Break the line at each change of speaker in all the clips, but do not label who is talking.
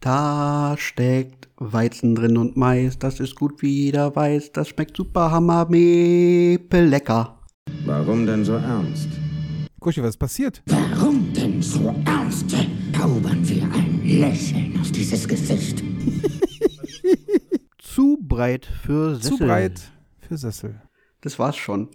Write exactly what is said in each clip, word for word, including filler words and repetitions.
Da steckt Weizen drin und Mais, das ist gut wie der Weiß, das schmeckt super hammermepe lecker.
Warum denn so ernst?
Kuschi, was ist passiert?
Warum denn so ernst? Zaubern wir ein Lächeln auf dieses Gesicht.
Zu breit für Sessel.
Zu breit für Sessel.
Das war's schon.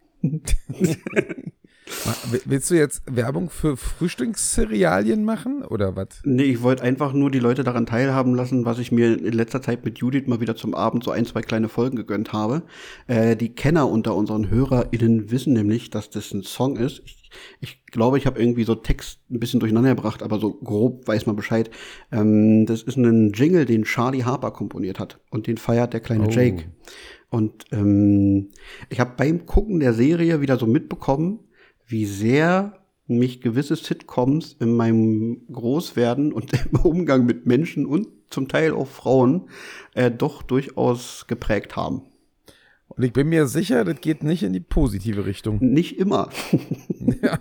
Willst du jetzt Werbung für Frühstückscerealien machen oder was?
Nee, ich wollte einfach nur die Leute daran teilhaben lassen, was ich mir in letzter Zeit mit Judith mal wieder zum Abend so ein, zwei kleine Folgen gegönnt habe. Äh, die Kenner unter unseren HörerInnen wissen nämlich, dass das ein Song ist. Ich, ich glaube, ich habe irgendwie so Text ein bisschen durcheinander gebracht, aber so grob weiß man Bescheid. Ähm, das ist ein Jingle, den Charlie Harper komponiert hat. Und den feiert der kleine
Oh.
Jake. Und ähm, ich habe beim Gucken der Serie wieder so mitbekommen, wie sehr mich gewisse Sitcoms in meinem Großwerden und im Umgang mit Menschen und zum Teil auch Frauen äh, doch durchaus geprägt haben.
Und ich bin mir sicher, das geht nicht in die positive Richtung.
Nicht immer.
Ja.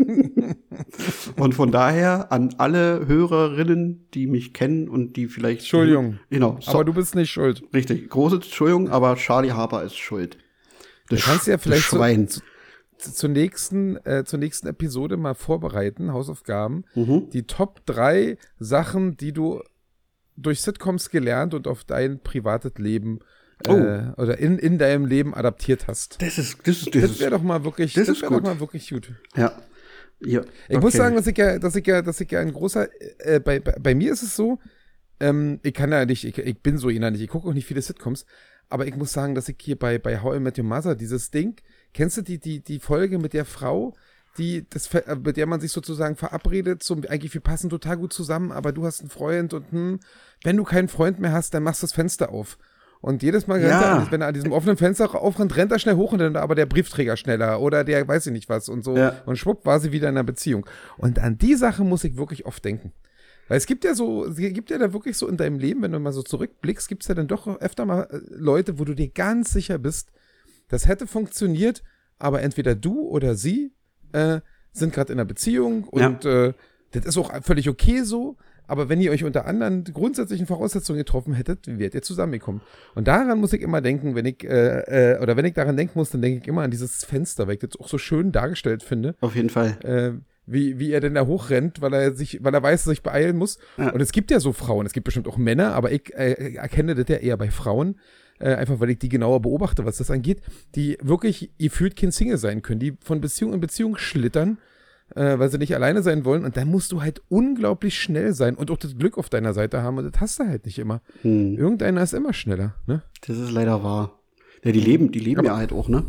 Und von daher an alle Hörerinnen, die mich kennen und die vielleicht...
Entschuldigung.
Genau. So,
Aber du bist nicht schuld.
richtig. Große Entschuldigung, aber Charlie Harper ist schuld.
Du kannst ja vielleicht
das Schwein.
zu, zu, zur, nächsten, äh, zur nächsten Episode mal vorbereiten, Hausaufgaben.
Mhm.
Die Top drei Sachen, die du durch Sitcoms gelernt und auf dein privates Leben äh,
Oh.
oder in, in deinem Leben adaptiert hast.
Das ist... Das, ist, das,
Das wäre doch mal wirklich,
das
das
ist
wäre doch
gut.
mal wirklich gut.
Ja. Ja.
Ich
okay.
muss sagen, dass ich ja, dass ich ja, dass ich ja ein großer, äh, bei, bei, bei mir ist es so, ähm, ich kann ja nicht, ich, ich bin so jemand nicht, ich gucke auch nicht viele Sitcoms, aber ich muss sagen, dass ich hier bei, bei How I Met Your Mother dieses Ding, kennst du die, die, die Folge mit der Frau, die, das, mit der man sich sozusagen verabredet, so, eigentlich wir passen total gut zusammen, aber du hast einen Freund und hm, wenn du keinen Freund mehr hast, dann machst du das Fenster auf. Und jedes Mal,
Ja.
rennt er, wenn er an diesem offenen Fenster aufrennt, rennt er schnell hoch und dann aber der Briefträger schneller oder der weiß ich nicht was und so.
Ja.
Und schwupp war sie wieder in einer Beziehung. Und an die Sache muss ich wirklich oft denken. Weil es gibt ja so, es gibt ja da wirklich so in deinem Leben, wenn du mal so zurückblickst, gibt es ja dann doch öfter mal äh, Leute, wo du dir ganz sicher bist, das hätte funktioniert, aber entweder du oder sie äh, sind gerade in einer Beziehung und
Ja.
äh, das ist auch völlig okay so. Aber wenn ihr euch unter anderen grundsätzlichen Voraussetzungen getroffen hättet, wärt ihr zusammengekommen. Und daran muss ich immer denken, wenn ich, äh, äh, oder wenn ich daran denken muss, dann denke ich immer an dieses Fenster, weil ich das auch so schön dargestellt finde.
Auf jeden Fall.
Äh, wie, wie er denn da hochrennt, weil er sich, weil er weiß, dass er sich beeilen muss.
Ja.
Und es gibt ja so Frauen, es gibt bestimmt auch Männer, aber ich äh, erkenne das ja eher bei Frauen, äh, einfach weil ich die genauer beobachte, was das angeht, die wirklich gefühlt kein Single sein können, die von Beziehung in Beziehung schlittern, Äh, weil sie nicht alleine sein wollen. Und dann musst du halt unglaublich schnell sein und auch das Glück auf deiner Seite haben. Und das hast du halt nicht immer.
Hm.
Irgendeiner ist immer schneller, ne?
Das ist leider wahr. Ja, die leben, die leben
Aber-
ja halt auch, ne?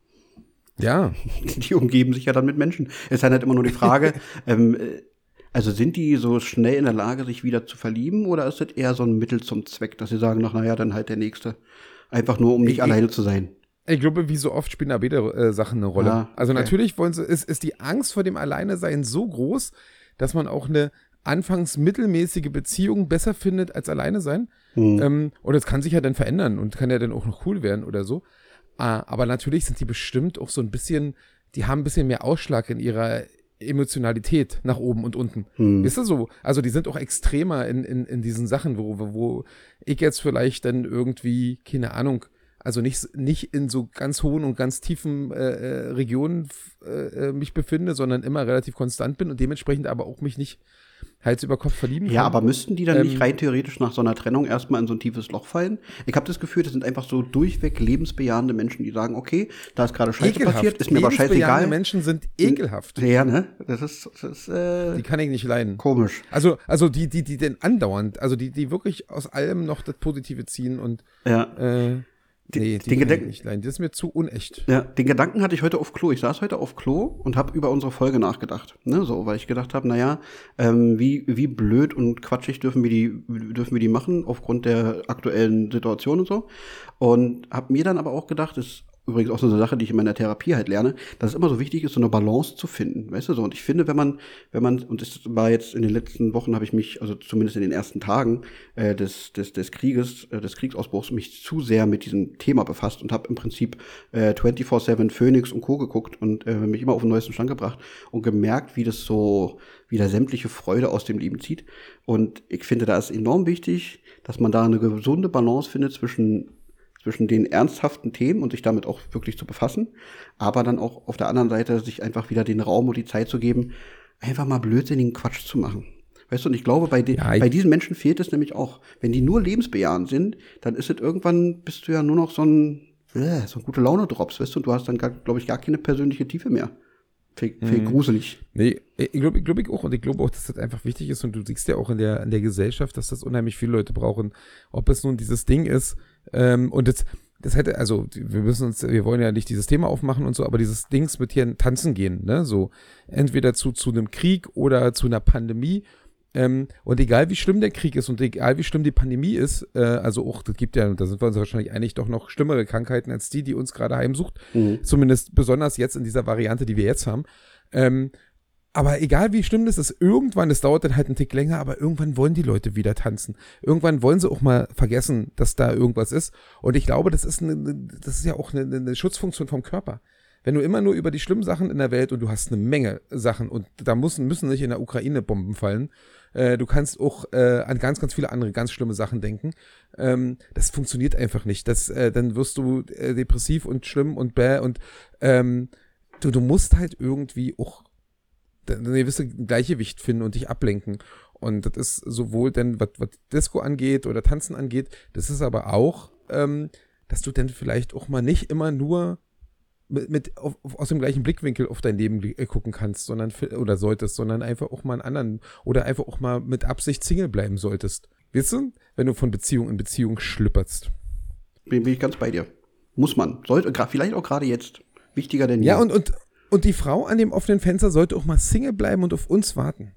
Ja.
Die umgeben sich ja dann mit Menschen. Es ist halt immer nur die Frage, ähm, äh, also sind die so schnell in der Lage, sich wieder zu verlieben, oder ist das eher so ein Mittel zum Zweck, dass sie sagen, ach naja, dann halt der Nächste. Einfach nur, um nicht
Ich-
alleine zu sein.
Ich glaube, wie so oft spielen da beide äh, Sachen eine Rolle.
Ah,
Also
okay.
natürlich wollen sie, ist, ist die Angst vor dem Alleinesein so groß, dass man auch eine anfangs mittelmäßige Beziehung besser findet als alleine sein.
Hm.
Ähm, und das kann sich ja dann verändern und kann ja dann auch noch cool werden oder so. Ah, aber natürlich sind die bestimmt auch so ein bisschen, die haben ein bisschen mehr Ausschlag in ihrer Emotionalität nach oben und unten.
Hm.
Ist das so? Also die sind auch extremer in, in, in diesen Sachen, wo, wo, wo ich jetzt vielleicht dann irgendwie, keine Ahnung, also nicht, nicht in so ganz hohen und ganz tiefen äh, äh, Regionen äh, mich befinde, sondern immer relativ konstant bin und dementsprechend aber auch mich nicht Hals über Kopf verlieben kann.
Ja, aber müssten die dann
Ähm,
nicht rein theoretisch nach so einer Trennung erstmal in so ein tiefes Loch fallen? Ich habe das Gefühl, das sind einfach so durchweg lebensbejahende Menschen, die sagen, okay, da ist gerade Scheiße
ekelhaft.
passiert, ist mir aber
Lebensbejahende
scheißegal.
Menschen sind ekelhaft.
Ja, ne? Das ist, das ist äh,
Die kann ich nicht leiden.
komisch.
Also, also die, die, die denn andauernd, also die, die wirklich aus allem noch das Positive ziehen und
Ja.
äh,
Die-
nee,
den
die kann ich
Gedanken-
nicht leiden. Das ist mir zu unecht.
Ja, den Gedanken hatte ich heute auf Klo. Ich saß heute auf Klo und habe über unsere Folge nachgedacht. Ne, so, weil ich gedacht habe, naja, ähm, wie, wie blöd und quatschig dürfen wir die, dürfen wir die machen aufgrund der aktuellen Situation und so. Und habe mir dann aber auch gedacht, es übrigens auch so eine Sache, die ich in meiner Therapie halt lerne, dass es immer so wichtig ist, so eine Balance zu finden, weißt du so. Und ich finde, wenn man, wenn man, und das war jetzt in den letzten Wochen, habe ich mich, also zumindest in den ersten Tagen äh, des, des, des Krieges, äh, des Kriegsausbruchs, mich zu sehr mit diesem Thema befasst und habe im Prinzip äh, vierundzwanzig sieben Phoenix und Co. geguckt und äh, mich immer auf den neuesten Stand gebracht und gemerkt, wie das so, wie da sämtliche Freude aus dem Leben zieht. Und ich finde, da ist enorm wichtig, dass man da eine gesunde Balance findet zwischen zwischen den ernsthaften Themen und sich damit auch wirklich zu befassen, aber dann auch auf der anderen Seite sich einfach wieder den Raum und die Zeit zu geben, einfach mal blödsinnigen Quatsch zu machen. Weißt du, und ich glaube, bei, de-
Ja, ich-
bei diesen Menschen fehlt es nämlich auch. Wenn die nur lebensbejahend sind, dann ist es irgendwann, bist du ja nur noch so ein, äh, so ein gute Laune-Drops, weißt du, und du hast dann, glaube ich, gar keine persönliche Tiefe mehr. Viel, viel
Mhm.
gruselig.
Nee, ich glaube ich glaub ich auch. Und ich glaube auch, dass das einfach wichtig ist. Und du siehst ja auch in der, in der Gesellschaft, dass das unheimlich viele Leute brauchen. Ob es nun dieses Ding ist, ähm, und das, das hätte, also, wir müssen uns, wir wollen ja nicht dieses Thema aufmachen und so, aber dieses Dings mit hier tanzen gehen, ne, so, entweder zu, zu einem Krieg oder zu einer Pandemie. Ähm, und egal wie schlimm der Krieg ist und egal wie schlimm die Pandemie ist, äh, also auch, das gibt ja, da sind wir uns wahrscheinlich einig, doch noch schlimmere Krankheiten als die, die uns gerade heimsucht.
Mhm.
Zumindest besonders jetzt in dieser Variante, die wir jetzt haben. Ähm, aber egal wie schlimm das ist, irgendwann, das dauert dann halt einen Tick länger, aber irgendwann wollen die Leute wieder tanzen. Irgendwann wollen sie auch mal vergessen, dass da irgendwas ist. Und ich glaube, das ist, eine, das ist ja auch eine, eine Schutzfunktion vom Körper. Wenn du immer nur über die schlimmen Sachen in der Welt und du hast eine Menge Sachen und da müssen, müssen nicht in der Ukraine Bomben fallen, äh, du kannst auch äh, an ganz, ganz viele andere ganz schlimme Sachen denken. Ähm, das funktioniert einfach nicht. Das, äh, dann wirst du äh, depressiv und schlimm und bäh und ähm, du, du musst halt irgendwie auch eine gewisse Gleichgewicht finden und dich ablenken. Und das ist sowohl denn, was, was Disco angeht oder Tanzen angeht, das ist aber auch, ähm, dass du dann vielleicht auch mal nicht immer nur mit, mit auf, auf, aus dem gleichen Blickwinkel auf dein Leben äh, gucken kannst, sondern oder solltest, sondern einfach auch mal einen anderen oder einfach auch mal mit Absicht Single bleiben solltest. Weißt du? Wenn du von Beziehung in Beziehung schlüpperst.
Bin, bin ich ganz bei dir. Muss man. Sollte, gra- vielleicht auch gerade jetzt. Wichtiger denn je.
Ja, und, und, und die Frau an dem offenen Fenster sollte auch mal Single bleiben und auf uns warten.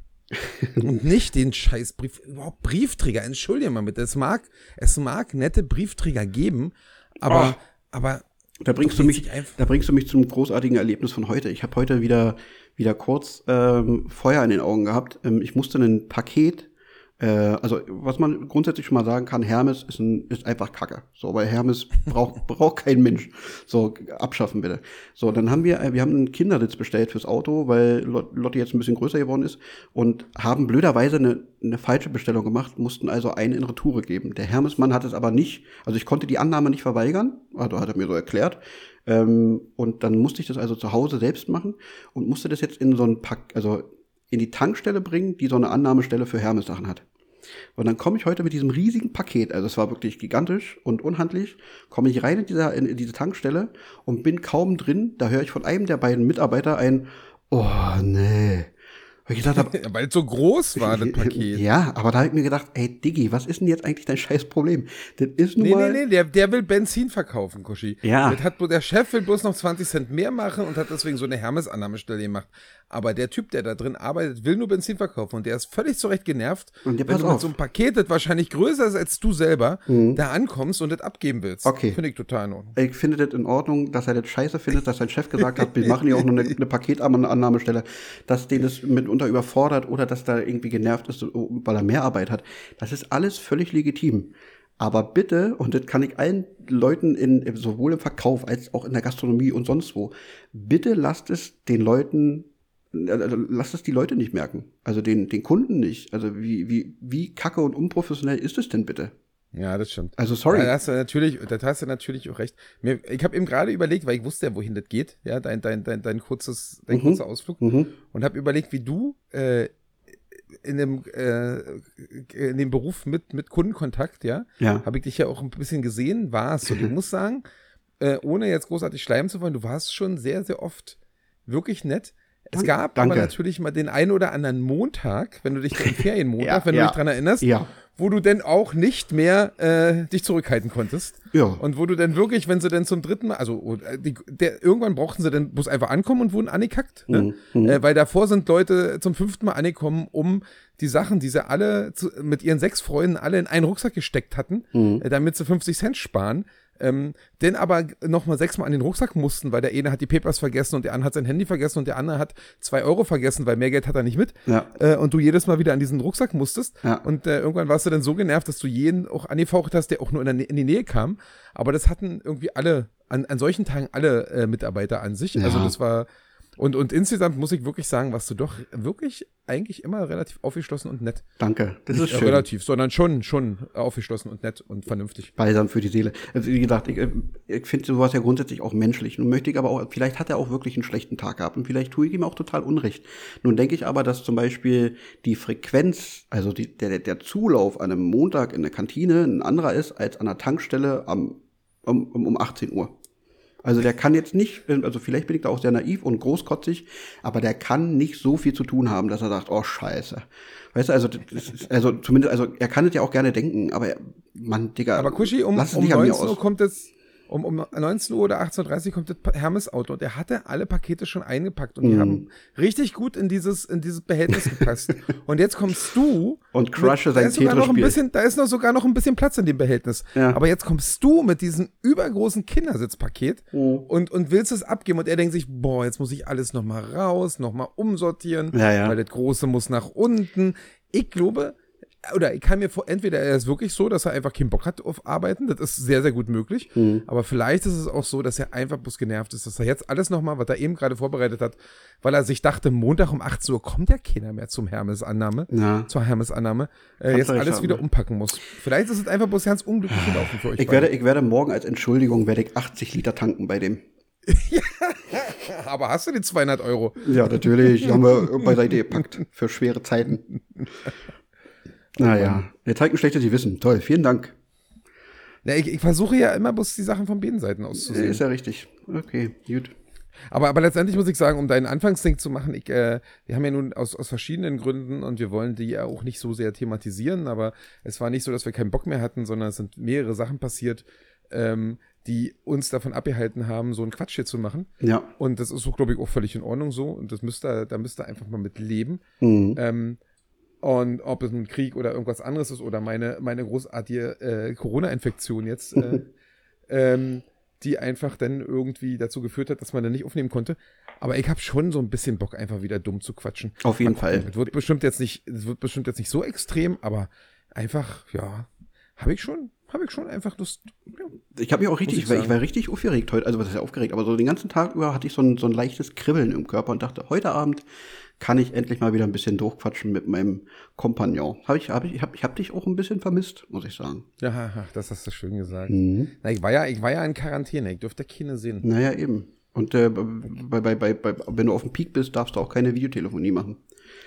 Und nicht den Scheißbrief, überhaupt Briefträger, entschuldige mal bitte. Es mag, es mag nette Briefträger geben, aber,
Oh.
aber
Da bringst, du
Doch,
mich,
jetzt einfach-
da bringst du mich zum großartigen Erlebnis von heute. Ich habe heute wieder, wieder kurz ähm, Feuer in den Augen gehabt. Ähm, ich musste ein Paket, äh, also was man grundsätzlich schon mal sagen kann, Hermes ist, ein, ist einfach Kacke. So, weil Hermes braucht, braucht kein Mensch. So, abschaffen bitte. So, dann haben wir, äh, wir haben einen Kindersitz bestellt fürs Auto, weil Lot- Lotti jetzt ein bisschen größer geworden ist und haben blöderweise eine, eine falsche Bestellung gemacht, mussten also eine in Retour geben. Der Hermes-Mann hat es aber nicht, also ich konnte die Annahme nicht verweigern, also hat er mir so erklärt. Ähm, und dann musste ich das also zu Hause selbst machen und musste das jetzt in so ein Pack, also in die Tankstelle bringen, die so eine Annahmestelle für Hermes-Sachen hat. Und dann komme ich heute mit diesem riesigen Paket, also es war wirklich gigantisch und unhandlich, komme ich rein in, dieser, in, in diese Tankstelle und bin kaum drin, da höre ich von einem der beiden Mitarbeiter ein, oh nee. Weil ich gesagt habe,
weil es so groß war, das Paket.
ja, aber da habe ich mir gedacht, ey Diggi, was ist denn jetzt eigentlich dein scheiß Problem? Das ist nun
Nee,
mal...
nee, nee, der, der will Benzin verkaufen, Kuschi.
Ja.
Das hat, der Chef will bloß noch zwanzig Cent mehr machen und hat deswegen so eine Hermes-Annahmestelle gemacht. Aber der Typ, der da drin arbeitet, will nur Benzin verkaufen und der ist völlig zurecht genervt,
Und der
wenn
pass
du mit
auf.
so einem Paket, das wahrscheinlich größer ist als du selber, da ankommst und das abgeben willst.
Okay.
Finde ich total in Ordnung.
Ich finde das in Ordnung, dass er das scheiße findet, dass sein Chef gesagt hat, wir machen hier auch noch eine, eine Paketannahmestelle, dass den das mitunter überfordert oder dass da irgendwie genervt ist, weil er mehr Arbeit hat. Das ist alles völlig legitim. Aber bitte, und das kann ich allen Leuten in, sowohl im Verkauf als auch in der Gastronomie und sonst wo, bitte lasst es den Leuten, äh, lasst es die Leute nicht merken. Also den, den Kunden nicht. Also wie, wie, wie kacke und unprofessionell ist es denn bitte?
Ja, das stimmt.
Also sorry.
Ja, da hast du natürlich, da hast du natürlich auch recht. Mir, ich habe eben gerade überlegt, weil ich wusste ja, wohin das geht, ja, dein, dein, dein, dein kurzes, dein
Mhm.
kurzer Ausflug,
Mhm.
und habe überlegt, wie du äh, in dem äh, in dem Beruf mit mit Kundenkontakt, ja,
Ja.
habe ich dich ja auch ein bisschen gesehen, warst. Und ich muss sagen, äh, ohne jetzt großartig schleimen zu wollen, du warst schon sehr, sehr oft wirklich nett. Es
Dank-
gab
danke.
aber natürlich mal den einen oder anderen Montag, wenn du dich den Ferienmontag,
Ja,
wenn
ja.
du dich dran erinnerst,
Ja.
wo du denn auch nicht mehr äh, dich zurückhalten konntest.
Ja.
Und wo du dann wirklich, wenn sie dann zum dritten Mal, also äh, die, der, irgendwann brauchten sie dann bloß einfach ankommen und wurden angekackt, ne?
Mhm.
Äh, weil davor sind Leute zum fünften Mal angekommen, um die Sachen, die sie alle zu, mit ihren sechs Freunden alle in einen Rucksack gesteckt hatten,
Mhm.
äh, damit sie fünfzig Cent sparen, Ähm, denn aber nochmal sechsmal an den Rucksack mussten, weil der eine hat die Papers vergessen und der andere hat sein Handy vergessen und der andere hat zwei Euro vergessen, weil mehr Geld hat er nicht mit.
Ja.
Äh, und du jedes Mal wieder an diesen Rucksack musstest.
Ja.
Und äh, irgendwann warst du dann so genervt, dass du jeden auch angefaucht hast, der auch nur in, der, Nä- in die Nähe kam. Aber das hatten irgendwie alle, an, an solchen Tagen alle äh, Mitarbeiter an sich.
Ja.
Also das war, und, und insgesamt muss ich wirklich sagen, warst du doch wirklich eigentlich immer relativ aufgeschlossen und nett.
Danke, das
Nicht
ist schön.
relativ, sondern schon, schon aufgeschlossen und nett und vernünftig.
Balsam für die Seele. Also wie gesagt, ich, ich finde sowas ja grundsätzlich auch menschlich. Nun möchte ich aber auch, vielleicht hat er auch wirklich einen schlechten Tag gehabt und vielleicht tue ich ihm auch total Unrecht. Nun denke ich aber, dass zum Beispiel die Frequenz, also die, der, der Zulauf an einem Montag in der Kantine ein anderer ist als an der Tankstelle am, um, um, um achtzehn Uhr. Also der kann jetzt nicht, also vielleicht bin ich da auch sehr naiv und großkotzig, aber der kann nicht so viel zu tun haben, dass er sagt, oh Scheiße. Weißt du, also, das ist, also zumindest, also er kann es ja auch gerne denken, aber Mann, Digga,
Aber Kuschi, um,
lass es
um
nicht an mir
neunzehn Uhr
aus.
kommt es, um, um neunzehn Uhr oder achtzehn Uhr dreißig kommt das Hermes-Auto und er hatte alle Pakete schon eingepackt und die
Mhm.
haben richtig gut in dieses, in dieses Behältnis gepasst. Und jetzt kommst du
Und crushe
mit-
sein
da ist sogar noch ein
Tetris-Spiel.
bisschen, da ist noch sogar noch ein bisschen Platz in dem Behältnis.
Ja.
Aber jetzt kommst du mit diesem übergroßen Kindersitzpaket
Oh.
und, und willst es abgeben und er denkt sich, boah, jetzt muss ich alles nochmal raus, nochmal umsortieren,
Ja, ja.
weil das Große muss nach unten. Ich glaube, oder ich kann mir vor, entweder er ist wirklich so, dass er einfach keinen Bock hat auf Arbeiten, das ist sehr, sehr gut möglich,
Mhm.
aber vielleicht ist es auch so, dass er einfach bloß genervt ist, dass er jetzt alles nochmal, was er eben gerade vorbereitet hat, weil er sich dachte, Montag um achtzehn Uhr kommt ja keiner mehr zum Hermes-Annahme,
Ja.
zur Hermes-Annahme, äh,
Kannst
jetzt
du recht
alles
haben,
wieder
ne?
umpacken muss. Vielleicht ist es einfach bloß ganz unglücklich gelaufen für euch
Ich werde, ich werde morgen als Entschuldigung, werde ich achtzig Liter tanken bei dem.
beide. Aber hast du die zweihundert Euro?
Ja, natürlich, die haben wir beiseite gepackt für schwere Zeiten. Naja, der zeigt ein schlechtes Gewissen. Toll, vielen Dank.
Ja, ich, ich versuche ja immer bloß die Sachen von beiden Seiten auszusehen.
Ist ja richtig. Okay, gut.
Aber, aber letztendlich muss ich sagen, um deinen Anfangsding zu machen, ich, äh, wir haben ja nun aus, aus verschiedenen Gründen und wir wollen die ja auch nicht so sehr thematisieren, aber es war nicht so, dass wir keinen Bock mehr hatten, sondern es sind mehrere Sachen passiert, ähm, die uns davon abgehalten haben, so einen Quatsch hier zu machen.
Ja.
Und das ist so, glaube ich, auch völlig in Ordnung so und das müsst ihr, da müsst ihr einfach mal mit leben.
Mhm.
Ähm, und ob es ein Krieg oder irgendwas anderes ist oder meine, meine großartige äh, Corona-Infektion jetzt, äh, ähm, die einfach dann irgendwie dazu geführt hat, dass man dann nicht aufnehmen konnte. Aber ich habe schon so ein bisschen Bock, einfach wieder dumm zu quatschen.
Auf jeden
Mal gucken.
Fall.
Es wird bestimmt jetzt nicht, es wird bestimmt jetzt nicht so extrem, aber einfach, ja, habe ich schon, habe ich schon einfach Lust. Ja.
Ich habe mich auch richtig,
ich
ich war, ich
sagen.
war richtig aufgeregt heute, also was ist ja aufgeregt, aber so den ganzen Tag über hatte ich so ein, so ein leichtes Kribbeln im Körper und dachte, heute Abend kann ich endlich mal wieder ein bisschen durchquatschen mit meinem Kompagnon. Hab ich, hab ich, ich habe ich hab dich auch ein bisschen vermisst, muss ich sagen.
Ja, ach, das hast du schön gesagt.
Mhm.
Na, ich war ja, ich war ja in Quarantäne, ich durfte keine sehen.
Naja, eben. Und äh, bei, bei, bei, bei, wenn du auf dem Peak bist, darfst du auch keine Videotelefonie machen.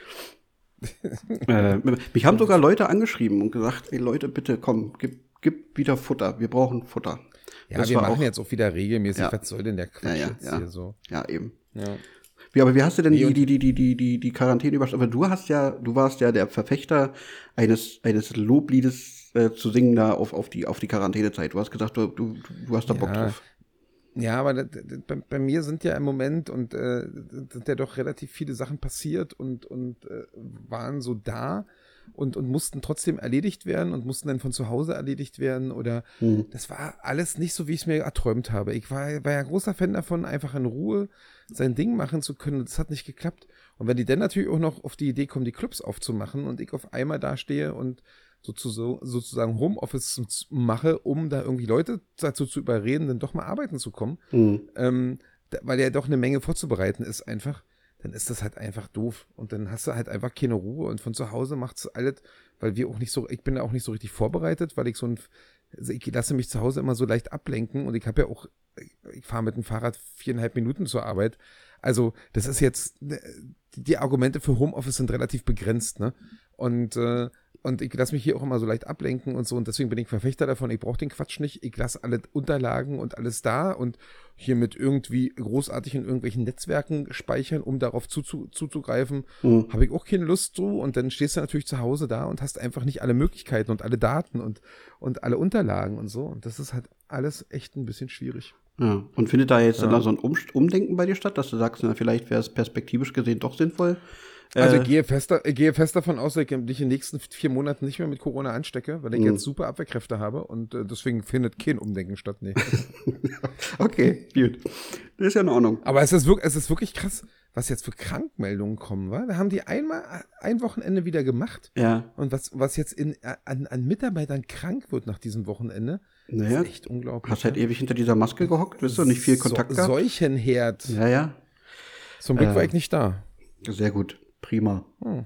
äh, mich haben sogar Leute angeschrieben und gesagt, ey Leute, bitte komm, gib, gib wieder Futter. Wir brauchen Futter.
Ja,
Das
wir
war
machen
auch-
jetzt auch wieder regelmäßig.
Ja.
Was soll denn der Quatsch
Ja, ja,
jetzt
ja.
hier so?
Ja, eben.
Ja.
Wie, aber wie hast du denn
Nee,
die,
und-
die, die, die, die, die, die Quarantäne überstanden? Aber du hast ja, du warst ja der Verfechter eines, eines Lobliedes äh, zu singen da auf, auf die, auf die Quarantänezeit. Du hast gesagt, du, du, du hast da Bock
Ja.
drauf.
Ja, aber das, das, bei, bei mir sind ja im Moment und äh, sind ja doch relativ viele Sachen passiert und, und äh, waren so da und, und mussten trotzdem erledigt werden und mussten dann von zu Hause erledigt werden oder
Hm.
das war alles nicht so, wie ich es mir erträumt habe. Ich war, war ja großer Fan davon, einfach in Ruhe sein Ding machen zu können. Das hat nicht geklappt. Und wenn die dann natürlich auch noch auf die Idee kommen, die Clubs aufzumachen und ich auf einmal da stehe und sozusagen, sozusagen Homeoffice mache, um da irgendwie Leute dazu zu überreden, dann doch mal arbeiten zu kommen,
Hm.
ähm, da, weil ja doch eine Menge vorzubereiten ist einfach, dann ist das halt einfach doof. Und dann hast du halt einfach keine Ruhe und von zu Hause macht's alles, weil wir auch nicht so, ich bin da auch nicht so richtig vorbereitet, weil ich so ein, also ich lasse mich zu Hause immer so leicht ablenken und ich habe ja auch, ich fahre mit dem Fahrrad viereinhalb Minuten zur Arbeit. Also das ist jetzt, die, die Argumente für Homeoffice sind relativ begrenzt, ne? Und äh, Und ich lasse mich hier auch immer so leicht ablenken und so. Und deswegen bin ich Verfechter davon, ich brauche den Quatsch nicht. Ich lasse alle Unterlagen und alles da und hier mit irgendwie großartig in irgendwelchen Netzwerken speichern, um darauf zuzu- zuzugreifen.
Mhm.
Habe ich auch keine Lust zu. Und dann stehst du natürlich zu Hause da und hast einfach nicht alle Möglichkeiten und alle Daten und, und alle Unterlagen und so. Und das ist halt alles echt ein bisschen schwierig.
Ja. Und findet da jetzt
Ja.
dann so ein um Umdenken bei dir statt, dass du sagst, na, vielleicht wäre es perspektivisch gesehen doch sinnvoll,
Also
Äh,
ich gehe fest, da- ich gehe fest davon aus, dass ich mich in den nächsten vier Monaten nicht mehr mit Corona anstecke, weil ich
Mhm.
jetzt super Abwehrkräfte habe und äh, deswegen findet kein Umdenken statt. Nee.
okay, gut. Das ist ja in Ordnung.
Aber es ist, wirklich, es ist wirklich krass, was jetzt für Krankmeldungen kommen, wa? Da haben die einmal ein Wochenende wieder gemacht
Ja,
und was, was jetzt in, an, an Mitarbeitern krank wird nach diesem Wochenende,
naja.
ist echt unglaublich.
Hast halt
ja.
ewig hinter dieser Maske gehockt, wirst du nicht viel Kontakt
so,
gehabt?
Seuchenherd.
Ja, ja.
Zum Glück
Äh.
war ich nicht da.
Sehr gut. Prima.
Hm.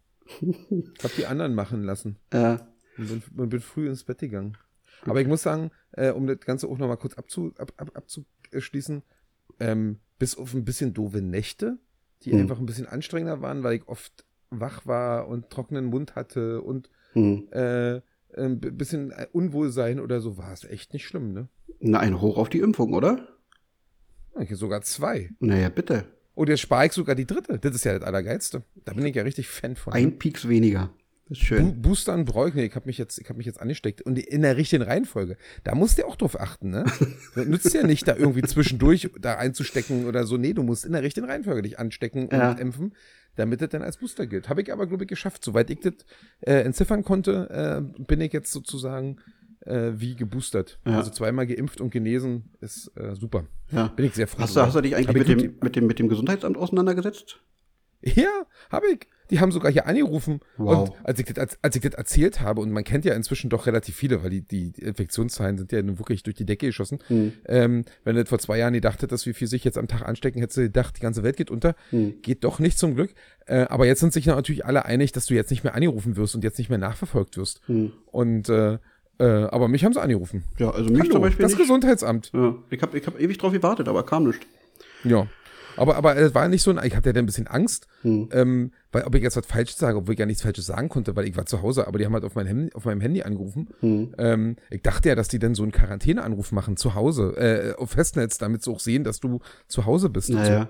Ich habe die anderen machen lassen.
Äh,
Und bin, und bin früh ins Bett gegangen. Aber ich muss sagen, äh, um das Ganze auch nochmal kurz abzu, ab, ab, abzuschließen, ähm, bis auf ein bisschen doofe Nächte, die
Hm.
einfach ein bisschen anstrengender waren, weil ich oft wach war und trockenen Mund hatte und
hm.
äh, ein b- bisschen Unwohlsein oder so, war es echt nicht schlimm, ne?
Na, ein Hoch auf die Impfung, oder?
Ich habe sogar zwei.
Naja, bitte.
Und jetzt spare ich sogar die dritte. Das ist ja das Allergeilste. Da bin ich ja richtig Fan von.
Ein Pieks weniger. Das ist
Bo
schön.
Boostern brauche ich nicht. Ich habe mich, jetzt- ich hab mich jetzt angesteckt. Und in der richtigen Reihenfolge. Da musst du auch drauf achten, ne? Das nützt ja nicht, da irgendwie zwischendurch da einzustecken oder so. Nee, du musst in der richtigen Reihenfolge dich anstecken und
Ja.
impfen, damit das dann als Booster gilt. Habe ich aber, glaube ich, geschafft. Soweit ich das äh, entziffern konnte, äh, bin ich jetzt sozusagen äh, wie geboostert.
Ja.
Also zweimal geimpft und genesen ist äh, super.
Ja.
Bin ich sehr froh.
Hast du,
drüber.
hast du dich eigentlich
Hab ich
mit dem,
Glück-
mit, dem, mit dem Gesundheitsamt auseinandergesetzt?
Ja, habe ich. Die haben sogar hier angerufen.
Wow.
Und als ich, das, als, als ich das erzählt habe, und man kennt ja inzwischen doch relativ viele, weil die, die Infektionszahlen sind ja nun wirklich durch die Decke geschossen.
Hm.
Ähm, wenn du vor zwei Jahren gedacht hättest, wie viel sich jetzt am Tag anstecken, hättest du gedacht, die ganze Welt geht unter.
Hm.
Geht doch nicht zum Glück. Äh, aber jetzt sind sich natürlich alle einig, dass du jetzt nicht mehr angerufen wirst und jetzt nicht mehr nachverfolgt wirst.
Hm.
Und äh, äh, aber mich haben sie angerufen.
Ja, also mich
Hallo,
zum Beispiel
das
nicht.
Gesundheitsamt.
Ja, ich habe ich hab ewig drauf gewartet, aber kam nicht.
Ja. Aber, aber es war nicht so ein, ich hatte ja dann ein bisschen Angst,
Hm.
ähm, weil ob ich jetzt was Falsches sage, obwohl ich ja nichts Falsches sagen konnte, weil ich war zu Hause, aber die haben halt auf, mein Handy, auf meinem Handy angerufen.
Hm.
Ähm, ich dachte ja, dass die dann so einen Quarantäneanruf machen, zu Hause, äh, auf Festnetz, damit sie auch sehen, dass du zu Hause bist. und
Naja.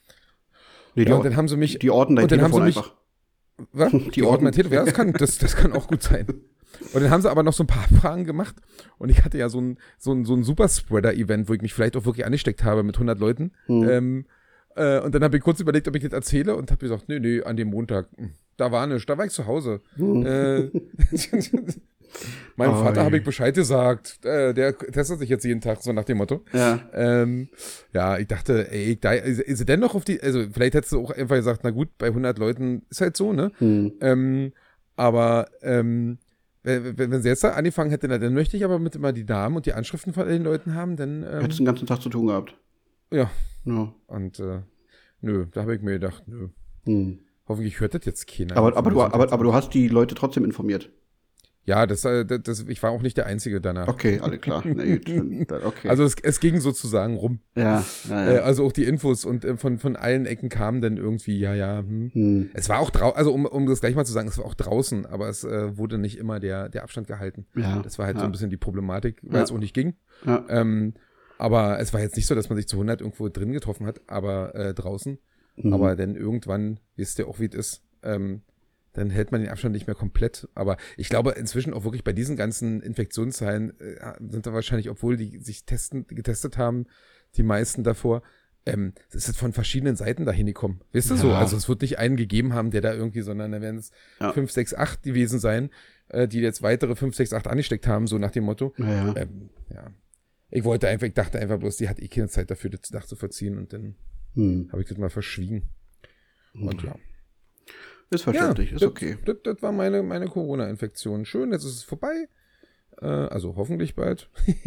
Nee,
so. Ja, und dann haben sie mich,
die orten dein
und dann haben
Telefon
sie mich-
einfach.
was?
Die
Die Ordner
Ordnung.
Telefon, ja, das kann, das, das kann auch gut sein. Und dann haben sie aber noch so ein paar Fragen gemacht und ich hatte ja so ein, so ein, so ein Superspreader-Event, wo ich mich vielleicht auch wirklich angesteckt habe mit hundert Leuten.
Hm.
Ähm, äh, und dann habe ich kurz überlegt, ob ich das erzähle und habe gesagt, nee, nee, an dem Montag, hm, da war nichts, da war ich zu Hause. Äh, meinem
Oh,
Vater
je.
habe ich Bescheid gesagt, äh, der testet sich jetzt jeden Tag, so nach dem Motto.
Ja.
Ähm, ja, ich dachte, ey, ich, da, ist, ist dennoch auf die, also vielleicht hättest du auch einfach gesagt, na gut, bei hundert Leuten ist halt so, ne?
Hm.
Ähm, aber ähm, wenn, wenn wenn sie jetzt da angefangen hätte, na, dann möchte ich aber mit immer die Namen und die Anschriften von den Leuten haben, dann ähm,
Hättest den ganzen Tag zu tun gehabt.
ja.
Ja.
Und äh, nö, da habe ich mir gedacht, nö.
Hm.
Hoffentlich hört das jetzt keiner.
Aber, aber, du, aber, aber du hast die Leute trotzdem informiert.
Ja, das, äh, das, das, ich war auch nicht der Einzige danach.
Okay, alle klar. Na gut, dann- okay.
Also es, es ging sozusagen rum.
ja, ja,
Äh,
ja.
also auch die Infos und äh, von, von allen Ecken kamen dann irgendwie, ja, ja, hm.
Hm.
Es war auch draußen, also um, um das gleich mal zu sagen, es war auch draußen, aber es äh, wurde nicht immer der, der Abstand gehalten.
Ja,
Das war halt
ja.
so ein bisschen die Problematik, weil
Ja.
es auch nicht ging.
Ja.
Ähm, aber es war jetzt nicht so, dass man sich zu hundert irgendwo drin getroffen hat, aber äh, draußen.
Mhm.
Aber dann irgendwann, wisst ihr auch, wie es ist, ähm, dann hält man den Abstand nicht mehr komplett. Aber ich glaube inzwischen auch wirklich bei diesen ganzen Infektionszahlen äh, sind da wahrscheinlich, obwohl die sich testen, getestet haben, die meisten davor, ähm, es ist von verschiedenen Seiten dahin gekommen. Wisst ihr so?
Ja.
Also es wird nicht einen gegeben haben, der da irgendwie, sondern da werden es
Ja.
fünf, sechs, acht gewesen sein, äh, die jetzt weitere fünf, sechs, acht angesteckt haben, so nach dem Motto.
Ja, ja.
Ähm, ja. Ich wollte einfach, ich dachte einfach bloß, die hat eh keine Zeit dafür, das nachzuvollziehen und dann
Hm.
habe ich das mal verschwiegen. Und ja.
Ist verständlich,
ja,
ist
das,
okay.
Das, das war meine, meine Corona-Infektion. Schön, jetzt ist es vorbei. Äh, also hoffentlich bald.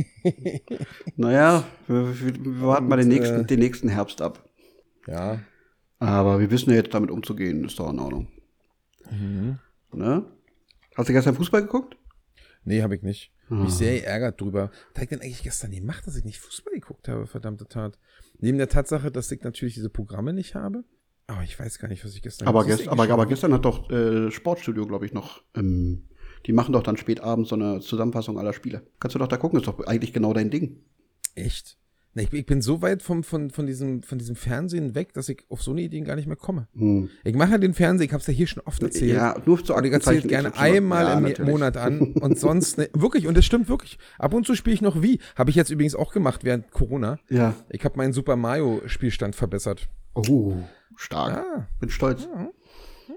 Naja, wir, wir, wir warten mal den
Und,
nächsten,
äh,
den nächsten Herbst ab.
Ja.
Aber wir wissen ja jetzt damit umzugehen, ist doch in Ordnung.
Mhm.
Ne? Hast du gestern Fußball geguckt?
Nee, habe ich nicht.
Ah.
Mich sehr geärgert drüber. Was habe ich denn eigentlich gestern gemacht, dass ich nicht Fußball geguckt habe, verdammte Tat. Neben der Tatsache, dass ich natürlich diese Programme nicht habe. Aber ich weiß gar nicht, was ich gestern
Aber,
gemacht habe.
gest, aber, aber gestern hat doch äh, Sportstudio, glaube ich, noch. Ähm, die machen doch dann spät abends so eine Zusammenfassung aller Spiele. Kannst du doch da gucken, ist doch eigentlich genau dein Ding.
Echt? Na, ich, ich bin so weit vom, von, von, diesem, von diesem Fernsehen weg, dass ich auf so eine Ideen gar nicht mehr komme.
Hm.
Ich mache ja den Fernseher, ich habe es ja hier schon oft erzählt.
Ja, nur zu
Und ich erzähle
Aktenzeichen
gerne
X Y.
einmal
Ja,
im
natürlich.
Monat an und sonst ne, wirklich, und das stimmt wirklich. Ab und zu spiele ich noch wie. Habe ich jetzt übrigens auch gemacht während Corona.
Ja.
Ich habe meinen Super Mario Spielstand verbessert.
Oh, stark.
Ah,
Bin stolz.
ja.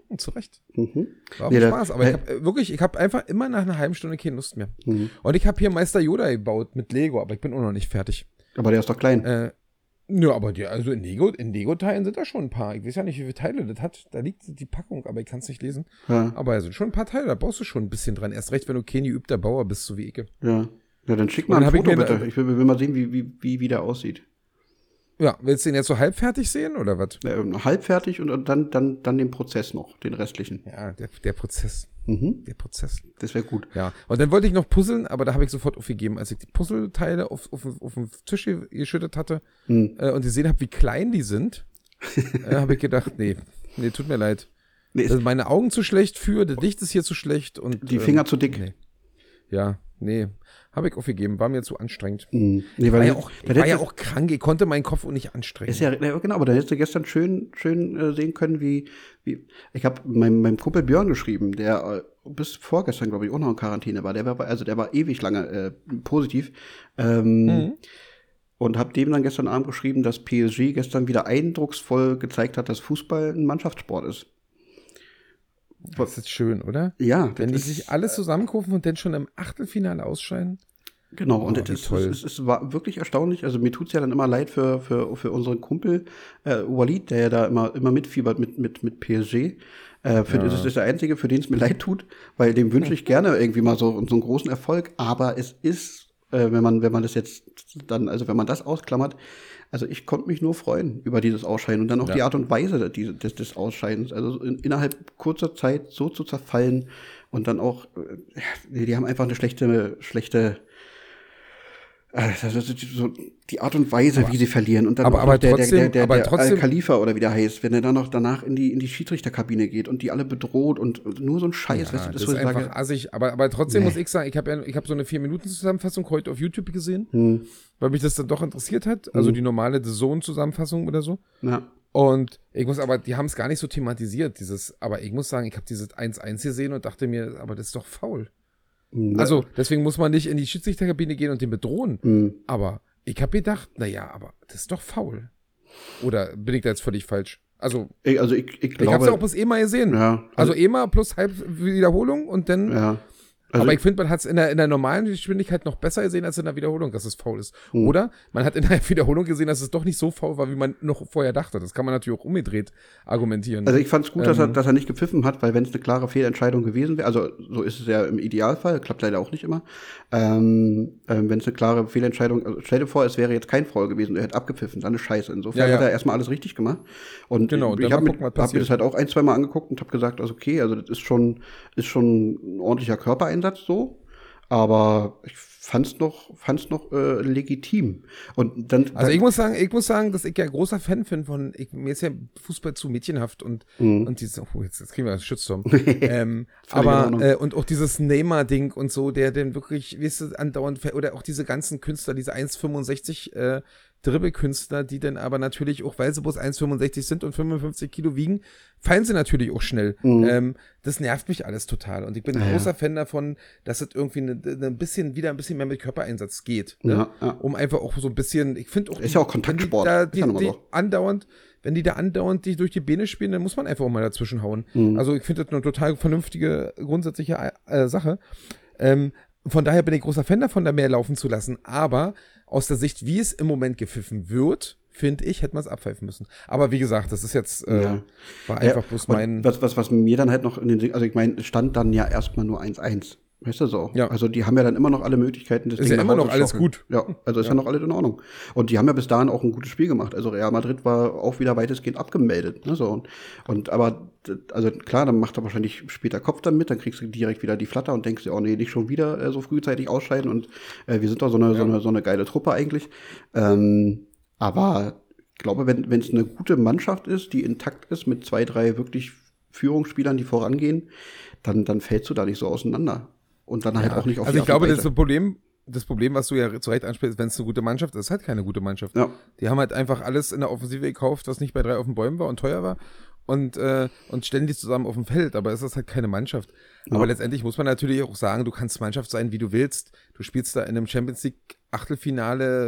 getrunken, zu Recht.
Mhm.
War
Nee,
nee,
da-
Spaß, aber
äh,
ich habe äh, wirklich, ich habe einfach immer nach einer halben Stunde keine Lust mehr.
Mhm.
Und ich habe hier Meister Yoda gebaut mit Lego, aber ich bin auch noch nicht fertig.
Aber der ist doch klein.
Äh, ja, aber die, also in Lego, in Lego-Teilen sind da schon ein paar. Ich weiß ja nicht, wie viele Teile das hat. Da liegt die Packung, aber ich kann es nicht lesen.
Ja.
Aber da sind schon ein paar Teile, da baust du schon ein bisschen dran. Erst recht, wenn du kein geübter Bauer bist, so wie ich.
Ja. Ja, dann schick
Und
mal
dann
ein
hab ich
Foto
mir
bitte.
da-
Ich will, will mal sehen, wie, wie, wie, wie der aussieht.
Ja, willst du den jetzt so halbfertig sehen oder was?
Äh, halbfertig und, und dann, dann, dann den Prozess noch, den restlichen.
Ja, der, der Prozess.
Mhm.
Der Prozess.
Das wäre gut.
Ja, und dann wollte ich noch puzzeln, aber da habe ich sofort aufgegeben, als ich die Puzzleteile auf, auf, auf den Tisch ge- geschüttet hatte
Hm.
äh, und gesehen habe, wie klein die sind, äh, habe ich gedacht, nee, nee, tut mir leid.
Nee,
Da
ist,
sind meine Augen zu schlecht für, das Licht ist hier zu schlecht und
die Finger zu dick.
Nee. Ja, nee, habe ich aufgegeben, war mir zu anstrengend.
Mhm. Nee,
Ich war,
weil
ja
das-
auch, ich
das
war ja
hätte-
auch krank, ich konnte meinen Kopf auch nicht anstrengen.
Ist ja, ja, genau, aber da hättest du gestern schön, schön äh, sehen können, wie, wie ich habe meinem, meinem Kumpel Björn geschrieben, der äh, bis vorgestern, glaube ich, auch noch in Quarantäne war. Der war, also der war ewig lange äh, positiv. Ähm,
Mhm.
Und habe dem dann gestern Abend geschrieben, dass P S G gestern wieder eindrucksvoll gezeigt hat, dass Fußball ein Mannschaftssport ist.
Das ist schön, oder?
Ja,
Wenn die
das
sich
ist-
alle zusammenrufen und dann schon im Achtelfinale ausscheiden.
Genau,
Oh,
und
wie
das ist,
toll.
es, ist, es war wirklich erstaunlich. Also mir tut's ja dann immer leid für, für, für unseren Kumpel äh, Walid, der ja da immer, immer mitfiebert mit, mit, mit P S G. Äh, für, Das ist der Einzige, für den es mir leid tut, weil dem wünsche ich gerne irgendwie mal so, so einen großen Erfolg. Aber es ist, äh, wenn man, wenn man das jetzt dann, also wenn man das ausklammert, also ich konnte mich nur freuen über dieses Ausscheiden und dann auch
Ja.
die Art und Weise des, des, des Ausscheidens. Also in, innerhalb kurzer Zeit so zu zerfallen und dann auch, äh, ja, nee, die haben einfach eine schlechte, schlechte äh, das ist so die Art und Weise, wie sie verlieren. Und dann
aber-
auch
aber
noch der,
trotzdem-
der, der,
aber
der
trotzdem-
Al-Khalifa oder wie der heißt, wenn er dann noch danach in die, in die Schiedsrichterkabine geht und die alle bedroht und, und nur so ein Scheiß, weißt du,
das
das,
ist
wo ich
einfach
sage,
assig. Aber, aber trotzdem
Nee.
muss ich sagen, ich habe ja, ich hab so eine vier Minuten Zusammenfassung heute auf YouTube gesehen,
hm,
weil mich das dann doch interessiert hat. Also
Mhm.
die normale The Zone-Zusammenfassung oder so.
ja.
Und ich muss aber, die haben es gar nicht so thematisiert, dieses, aber ich muss sagen, ich habe dieses eins eins gesehen und dachte mir, aber das ist doch faul.
Hm,
Also deswegen muss man nicht in die Schiedsrichterkabine gehen und den bedrohen.
hm.
Aber ich habe gedacht, naja, aber das ist doch faul. Oder bin ich da jetzt völlig falsch? Also,
Ich, also ich, ich
ich habe es ja auch
glaube,
bloß eh mal gesehen.
ja,
Also eh mal plus halb Wiederholung und dann.
ja. Also
aber ich finde, man hat es in der, in der normalen Geschwindigkeit noch besser gesehen als in der Wiederholung, dass es faul ist.
Hm.
Oder man hat in der Wiederholung gesehen, dass es doch nicht so faul war, wie man noch vorher dachte. Das kann man natürlich auch umgedreht argumentieren.
Also ich fand es gut, dass, er,
Ähm.
dass er nicht gepfiffen hat, weil wenn es eine klare Fehlentscheidung gewesen wäre, also so ist es ja im Idealfall, klappt leider auch nicht immer, ähm, ähm, wenn es eine klare Fehlentscheidung, also stell dir vor, es wäre jetzt kein Foul gewesen, er hätte abgepfiffen, dann ist scheiße. Insofern
Ja, ja.
hat er erstmal alles richtig gemacht. Und
Genau, und
ich
dann
habe
mal
mir,
gucken, was
hab mir
passiert.
das halt auch ein, zwei Mal angeguckt und habe gesagt, also okay, also das ist schon, ist schon ein ordentlicher Körpereinsatz so. Aber ich fand's noch, fand's noch äh, legitim. Und dann,
Also ich muss sagen, ich muss sagen, dass ich ja großer Fan bin von, ich, mir ist ja Fußball zu mädchenhaft und,
Mhm.
und dieses, oh, jetzt, jetzt kriegen wir einen Shitstorm. ähm,
Völlig in
aber,
Ordnung.
äh, und auch dieses Neymar-Ding und so, der denn wirklich, weißt du, andauernd, ver- oder auch diese ganzen Künstler, diese eins Komma fünfundsechzig äh, Dribbelkünstler, die dann aber natürlich auch, weil sie bloß eins Komma fünfundfünfzig sind und fünfundfünfzig Kilo wiegen, fallen sie natürlich auch schnell.
Mhm.
Ähm, das nervt mich alles total. Und ich bin ein
Ja, ja.
großer Fan davon, dass es irgendwie ein ne, ne bisschen, wieder ein bisschen mehr mit Körpereinsatz geht. Ne?
Ja, ja.
Um einfach auch so ein bisschen, ich finde auch,
Ist ja auch
wenn die
Kontaktsport.
da,
Ist
die,
ja nun mal
die
so.
andauernd, wenn die da andauernd die durch die Beine spielen, dann muss man einfach auch mal dazwischen hauen.
Mhm.
Also ich finde das eine total vernünftige, grundsätzliche äh, Sache. Ähm, von daher bin ich großer Fan davon, da mehr laufen zu lassen. Aber aus der Sicht, wie es im Moment gepfiffen wird, finde ich, hätte man es abpfeifen müssen. Aber wie gesagt, das ist jetzt, äh,
Ja.
war
Ja,
einfach bloß
und
mein.
Was, was, was mir dann halt noch in den Sinn, also ich meine, es stand dann ja erstmal nur eins eins. Weißt du so?
Ja.
Also die haben ja dann immer noch alle Möglichkeiten. Das
Ist
Ding
ja
nach
immer
Hause
noch
zu
alles
schaukeln.
gut.
Ja, also ist ja.
Ja.
noch alles in Ordnung. Und die haben ja bis dahin auch ein gutes Spiel gemacht. Also Real Madrid war auch wieder weitestgehend abgemeldet. Ne, so. und, und aber, d- also klar, dann macht er wahrscheinlich später Kopf damit, dann kriegst du direkt wieder die Flatter und denkst dir, oh nee, nicht schon wieder äh, so frühzeitig ausscheiden. Und äh, wir sind doch so eine, so, eine, so eine geile Truppe eigentlich. Ähm, aber ich glaube, wenn wenn es eine gute Mannschaft ist, die intakt ist, mit zwei, drei wirklich Führungsspielern, die vorangehen, dann, dann fällst du da nicht so auseinander. Und dann halt
Ja.
auch nicht auf
Also
die
ich glaube,
Art und
das ist
Weise.
ein Problem, das Problem, was du ja zu Recht ansprichst, wenn es eine gute Mannschaft ist, ist halt keine gute Mannschaft.
Ja.
Die haben halt einfach alles in der Offensive gekauft, was nicht bei drei auf den Bäumen war und teuer war und, äh, und stellen die zusammen auf dem Feld, aber es ist halt keine Mannschaft.
Ja.
Aber letztendlich muss man natürlich auch sagen, du kannst Mannschaft sein, wie du willst. Du spielst da in einem Champions League Achtelfinale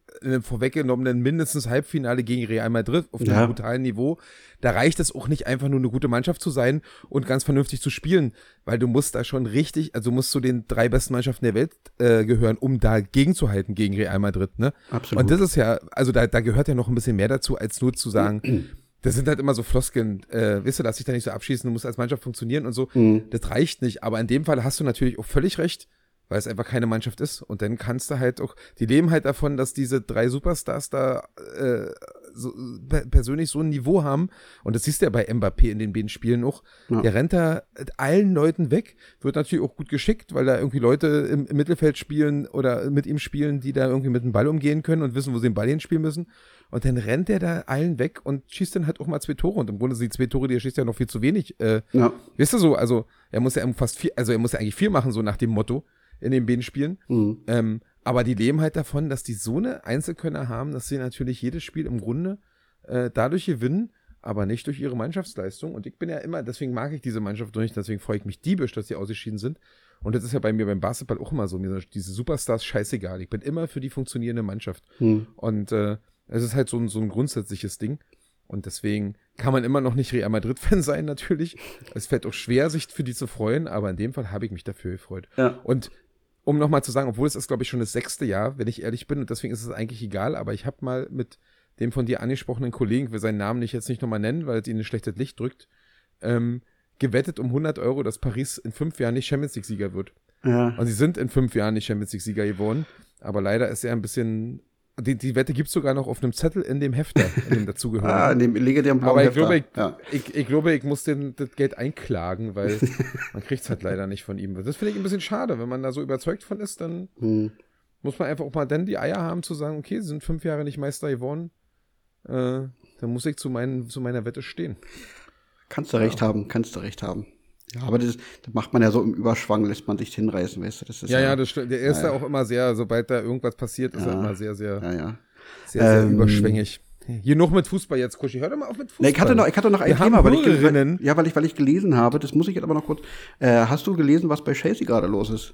in einem vorweggenommenen mindestens Halbfinale gegen Real Madrid auf einem
Ja.
brutalen Niveau. Da reicht es auch nicht einfach nur eine gute Mannschaft zu sein und ganz vernünftig zu spielen, weil du musst da schon richtig, also du musst zu den drei besten Mannschaften der Welt äh, gehören, um da gegenzuhalten gegen Real Madrid, ne?
Absolut.
Und das ist ja, also da, da gehört ja noch ein bisschen mehr dazu, als nur zu sagen, das sind halt immer so Floskeln, äh, weißt du, lass dich da nicht so abschießen, du musst als Mannschaft funktionieren und so.
Mhm.
Das reicht nicht, aber in dem Fall hast du natürlich auch völlig recht, weil es einfach keine Mannschaft ist. Und dann kannst du halt auch, die leben halt davon, dass diese drei Superstars da äh, so, per- persönlich so ein Niveau haben. Und das siehst du ja bei Mbappé in den beiden Spielen auch.
Ja.
Der rennt da allen Leuten weg, wird natürlich auch gut geschickt, weil da irgendwie Leute im, im Mittelfeld spielen oder mit ihm spielen, die da irgendwie mit dem Ball umgehen können und wissen, wo sie den Ball hinspielen müssen. Und dann rennt der da allen weg und schießt dann halt auch mal zwei Tore. Und im Grunde sind die zwei Tore, die er schießt, ja noch viel zu wenig. Äh,
Ja.
Weißt du so, also er muss ja fast viel, also er muss ja eigentlich viel machen, so nach dem Motto in den beiden Spielen.
Mhm.
Ähm, aber die leben halt davon, dass die so eine Einzelkönner haben, dass sie natürlich jedes Spiel im Grunde äh, dadurch gewinnen, aber nicht durch ihre Mannschaftsleistung. Und ich bin ja immer, deswegen mag ich diese Mannschaft nicht, deswegen freue ich mich diebisch, dass sie ausgeschieden sind. Und das ist ja bei mir beim Basketball auch immer so, mir sind diese Superstars scheißegal. Ich bin immer für die funktionierende Mannschaft.
Mhm.
Und äh, es ist halt so ein, so ein grundsätzliches Ding. Und deswegen kann man immer noch nicht Real Madrid-Fan sein, natürlich. Es fällt auch schwer, sich für die zu freuen, aber in dem Fall habe ich mich dafür gefreut.
Ja.
Und um nochmal zu sagen, obwohl es ist, glaube ich, schon das sechste Jahr, wenn ich ehrlich bin, und deswegen ist es eigentlich egal, aber ich habe mal mit dem von dir angesprochenen Kollegen, ich will seinen Namen nicht jetzt nicht nochmal nennen, weil es ihnen ein schlechtes Licht drückt, ähm, gewettet um hundert Euro, dass Paris in fünf Jahren nicht Champions League-Sieger wird.
Ja.
Und sie sind in fünf Jahren nicht Champions League-Sieger geworden, aber leider ist er ein bisschen, die, die Wette gibt es sogar noch auf einem Zettel in dem Hefter, in dem dazugehören.
Ah, in dem legendären blauen
Aber ich
Hefter.
glaube, ich,
ja.
ich, ich glaube, ich muss den, das Geld einklagen, weil man kriegt es halt leider nicht von ihm. Das finde ich ein bisschen schade. Wenn man da so überzeugt von ist, dann
Hm.
muss man einfach auch mal dann die Eier haben zu sagen, okay, sie sind fünf Jahre nicht Meister geworden. Äh, dann muss ich zu, meinen, zu meiner Wette stehen.
Kannst du recht haben, kannst du recht haben. Ja, aber das, das macht man ja so im Überschwang, lässt man sich hinreißen, weißt du? Das ist
Ja, ja, das stimmt. Der ist
Ja,
ja
ja.
auch immer sehr, sobald da irgendwas passiert, ist er
Ja.
immer sehr, sehr,
Ja, ja.
sehr, sehr
Ähm,
überschwängig. Hier noch mit Fußball jetzt, Kuschi. Hör doch mal auf mit Fußball.
Nee, ich hatte noch, ich hatte noch ein
Wir
Thema,
haben
weil ich, ge-
Hörerinnen.
ja, weil ich, weil ich gelesen habe, das muss ich jetzt aber noch kurz, äh, hast du gelesen, was bei Chelsea gerade los ist?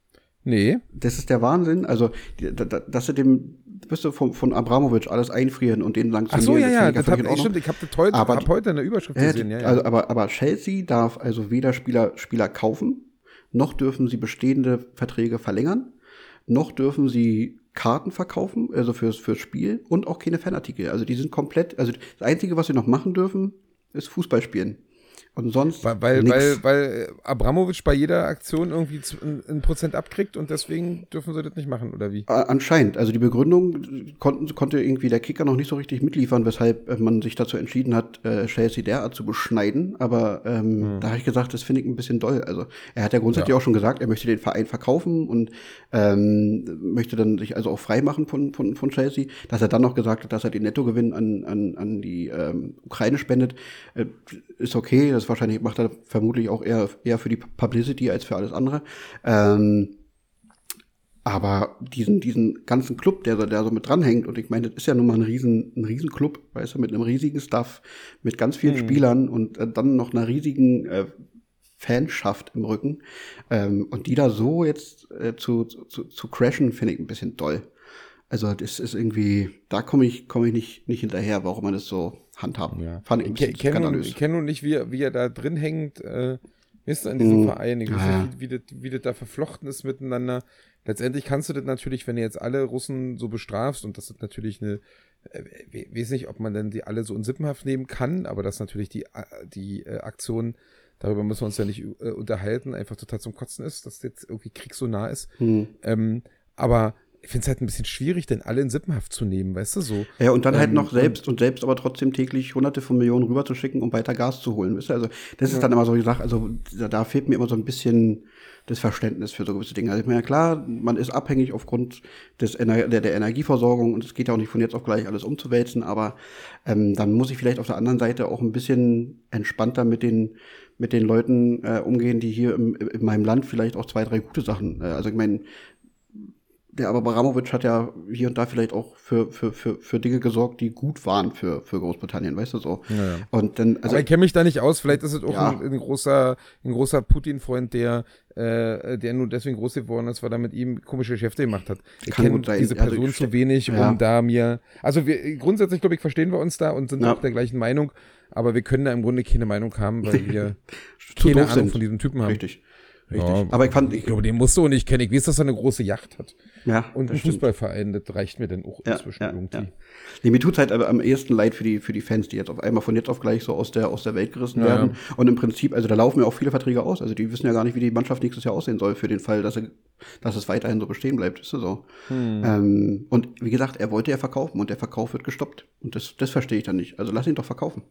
Nee.
Das ist der Wahnsinn, also, die, da, da, dass sie dem, wirst du, von, von Abramovic alles einfrieren und den
Ach
sanktionieren.
so, ja, ja,
finde ich
das
völlig
hab,
in Ordnung.
stimmt. Ich habe heute,
Aber
hab
die-
heute eine Überschrift
Ja,
gesehen. Ja, ja.
Also, aber, aber Chelsea darf also weder Spieler, Spieler kaufen, noch dürfen sie bestehende Verträge verlängern, noch dürfen sie Karten verkaufen, also fürs, fürs Spiel und auch keine Fanartikel. Also die sind komplett, also das Einzige, was sie noch machen dürfen, ist Fußball spielen. Und sonst
Weil, weil,
nix.
weil, weil Abramovic bei jeder Aktion irgendwie zu- ein, ein Prozent abkriegt und deswegen dürfen sie das nicht machen, oder wie?
A- Anscheinend. Also die Begründung konnten, konnte irgendwie der Kicker noch nicht so richtig mitliefern, weshalb äh, man sich dazu entschieden hat, äh, Chelsea derart zu beschneiden. Aber ähm, da habe ich gesagt, das finde ich ein bisschen doll. Also er hat ja grundsätzlich
Ja.
auch schon gesagt, er möchte den Verein verkaufen und ähm, möchte dann sich also auch frei machen von, von, von Chelsea. Dass er dann noch gesagt hat, dass er den Nettogewinn an, an, an die ähm, Ukraine spendet, äh, ist okay. Das wahrscheinlich macht er vermutlich auch eher, eher für die Publicity als für alles andere. Ähm, Aber diesen, diesen ganzen Club, der so, der so mit dranhängt, und ich meine, das ist ja nun mal ein riesen, ein riesen Club, weißt du, mit einem riesigen Staff, mit ganz vielen
Mhm.
Spielern und äh, dann noch einer riesigen äh, Fanschaft im Rücken. Ähm, und die da so jetzt äh, zu, zu, zu crashen, finde ich ein bisschen doll. Also das ist irgendwie, da komme ich, komme ich nicht, nicht hinterher, warum man das so handhabt.
Ja.
Fand ich ein
Ich
bisschen
kenne nun,
skandalös.
ich kenn nun nicht, wie er, wie er da drin hängt, äh, ist in diesem
Mhm.
Verein. Ich weiß
Ja.
nicht, wie, wie, das, wie das da verflochten ist miteinander. Letztendlich kannst du das natürlich, wenn du jetzt alle Russen so bestrafst, und das ist natürlich eine, äh, ich weiß nicht, ob man denn die alle so in Sippenhaft nehmen kann, aber das natürlich die, äh, die äh, Aktion, darüber müssen wir uns ja nicht äh, unterhalten, einfach total zum Kotzen ist, dass jetzt irgendwie Krieg so nah ist.
Hm.
Ähm, aber ich finde es halt ein bisschen schwierig, denn alle in Sippenhaft zu nehmen, weißt du, so.
Ja, und dann halt
Ähm,
noch selbst und selbst aber trotzdem täglich hunderte von Millionen rüberzuschicken, um weiter Gas zu holen. Weißt du? Also das ist dann immer so die Sache, also da, da fehlt mir immer so ein bisschen das Verständnis für so gewisse Dinge. Also ich meine, ja klar, man ist abhängig aufgrund des Ener der, der Energieversorgung und es geht ja auch nicht von jetzt auf gleich alles umzuwälzen, aber ähm, dann muss ich vielleicht auf der anderen Seite auch ein bisschen entspannter mit den mit den Leuten äh, umgehen, die hier im, in meinem Land vielleicht auch zwei, drei gute Sachen, äh, also ich meine, Der aber Abramovic hat ja hier und da vielleicht auch für, für, für, für Dinge gesorgt, die gut waren für, für Großbritannien, weißt du so.
Ja, ja.
Und dann, also
aber ich kenne mich da nicht aus, vielleicht ist es auch
ja.
ein, ein großer, ein großer Putin-Freund, der, äh, der nur deswegen groß geworden ist, weil er mit ihm komische Geschäfte gemacht hat. Ich kenne diese Person
also,
zu wenig,
ja.
um da mir, also wir, grundsätzlich glaube ich, verstehen wir uns da und sind
ja.
auch der gleichen Meinung, aber wir können da im Grunde keine Meinung haben, weil wir
zu
keine
doof
Ahnung
sind.
von diesem Typen haben.
Richtig. Richtig.
Ja,
aber ich fand,
ich glaube, den musst du nicht kennen. Ich weiß, dass er eine große Yacht hat.
Ja,
und ein Fußballverein, das reicht mir dann auch
ja,
inzwischen
ja,
irgendwie.
Ja. Nee, mir tut's halt aber am ehesten leid für die, für die Fans, die jetzt auf einmal von jetzt auf gleich so aus der, aus der Welt gerissen
ja,
werden.
Ja.
Und im Prinzip, also da laufen ja auch viele Verträge aus. Also die wissen ja gar nicht, wie die Mannschaft nächstes Jahr aussehen soll für den Fall, dass, er, dass es weiterhin so bestehen bleibt. Ist so. Hm. Ähm, und wie gesagt, er wollte ja verkaufen und der Verkauf wird gestoppt. Und das, das verstehe ich dann nicht. Also lass ihn doch verkaufen.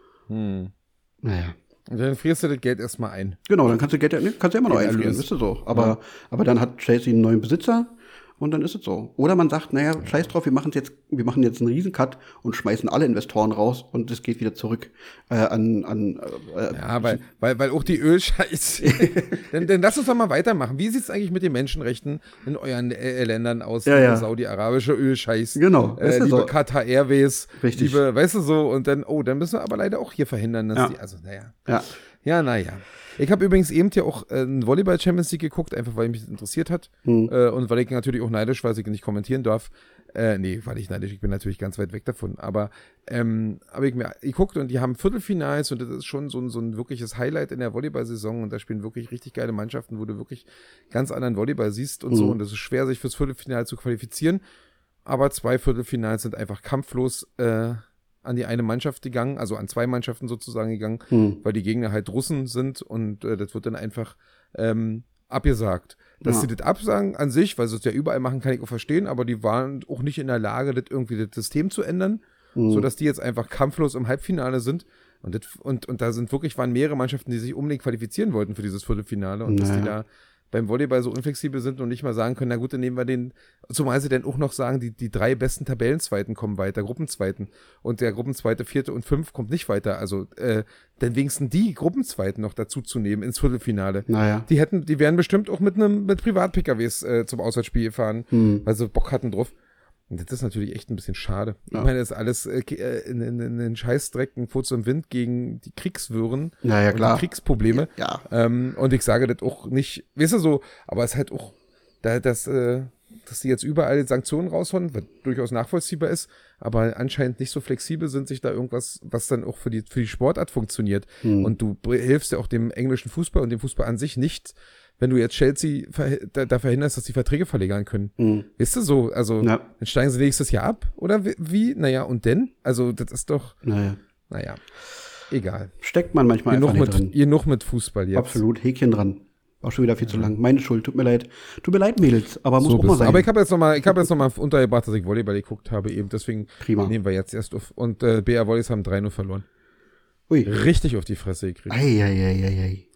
Hm.
Naja.
Und dann frierst du das Geld erstmal ein.
Genau, dann kannst du Geld ja, kannst du ja immer noch
Den
einfrieren,
Erlös.
wisst ihr so. Aber,
Ja.
aber dann hat Chelsea einen neuen Besitzer und dann ist es so. Oder man sagt, naja, scheiß drauf, wir machen jetzt, wir machen jetzt einen Riesencut und schmeißen alle Investoren raus und es geht wieder zurück äh, an, an äh,
Ja, weil, weil, weil auch die Ölscheiß. dann, dann lass uns doch mal weitermachen. Wie sieht es eigentlich mit den Menschenrechten in euren äh, Ländern aus?
Ja, ja.
Saudi-arabische Ölscheiß.
Genau,
Äh,
ist ja
liebe
so.
Qatar Airways.
Richtig.
Liebe, weißt du so, und dann, oh, dann müssen wir aber leider auch hier verhindern, dass
Ja.
die, also, naja.
ja.
Ja, naja. Ich habe übrigens eben ja auch äh, ein Volleyball-Champions League geguckt, einfach weil mich das interessiert hat.
Hm.
Äh, und weil ich natürlich auch neidisch war, weil ich nicht kommentieren darf. Äh, nee, weil ich neidisch, ich bin natürlich ganz weit weg davon. Aber ähm, habe ich mir ich guckt und die haben Viertelfinals und das ist schon so ein, so ein wirkliches Highlight in der Volleyball-Saison und da spielen wirklich richtig geile Mannschaften, wo du wirklich ganz anderen Volleyball siehst und
Hm.
so. Und es ist schwer, sich fürs Viertelfinale zu qualifizieren. Aber zwei Viertelfinals sind einfach kampflos äh, an die eine Mannschaft gegangen, also an zwei Mannschaften sozusagen gegangen,
Hm.
weil die Gegner halt Russen sind und äh, das wird dann einfach ähm, abgesagt. Dass
Ja.
sie das absagen an sich, weil sie es ja überall machen, kann ich auch verstehen, aber die waren auch nicht in der Lage, das irgendwie das System zu ändern,
Hm.
sodass die jetzt einfach kampflos im Halbfinale sind. Und, das, und, und da sind wirklich, waren mehrere Mannschaften, die sich unbedingt qualifizieren wollten für dieses Viertelfinale und dass
Naja.
die da beim Volleyball so unflexibel sind und nicht mal sagen können, na gut, dann nehmen wir den, zumal sie dann auch noch sagen, die, die drei besten Tabellenzweiten kommen weiter, Gruppenzweiten. Und der Gruppenzweite, Vierte und Fünf kommt nicht weiter. Also, äh, dann wenigstens die Gruppenzweiten noch dazu zu nehmen ins Viertelfinale.
Naja.
Die hätten, die wären bestimmt auch mit einem, mit Privat-P K Ws äh, zum Auswärtsspiel gefahren,
Hm.
weil sie Bock hatten drauf. Und das ist natürlich echt ein bisschen schade.
Ja.
Ich meine, das ist alles äh, in, in, in den Scheißdreck, ein Furz im Wind gegen die Kriegswirren
Naja,
und
klar.
die Kriegsprobleme.
Ja.
Ähm, und ich sage das auch nicht, weißt du so, aber es ist halt auch, da, dass, äh, dass die jetzt überall Sanktionen raushauen, was durchaus nachvollziehbar ist, aber anscheinend nicht so flexibel sind, sich da irgendwas, was dann auch für die, für die Sportart funktioniert.
Hm.
Und du hilfst ja auch dem englischen Fußball und dem Fußball an sich nicht, wenn du jetzt Chelsea verh- da, da verhinderst, dass die Verträge verlängern können.
Hm.
Weißt du so, also
Ja.
dann steigen sie nächstes Jahr ab oder wie- wie? Naja, und denn? Also das ist doch,
Naja.
naja, egal.
Steckt man manchmal
Genug
einfach nicht
mit,
drin.
genug mit Fußball jetzt.
Absolut, Häkchen dran. Auch schon wieder viel zu lang. Meine Schuld, tut mir leid. Tut mir leid, Mädels, aber muss
So
auch mal
bist du.
sein.
Aber ich habe jetzt nochmal, ich habe jetzt noch mal untergebracht, dass ich Volleyball geguckt habe eben, deswegen
Prima.
nehmen wir jetzt erst auf. Und äh, B R Volleys haben drei null verloren.
Ui.
Richtig auf die Fresse gekriegt.
Eieieiei.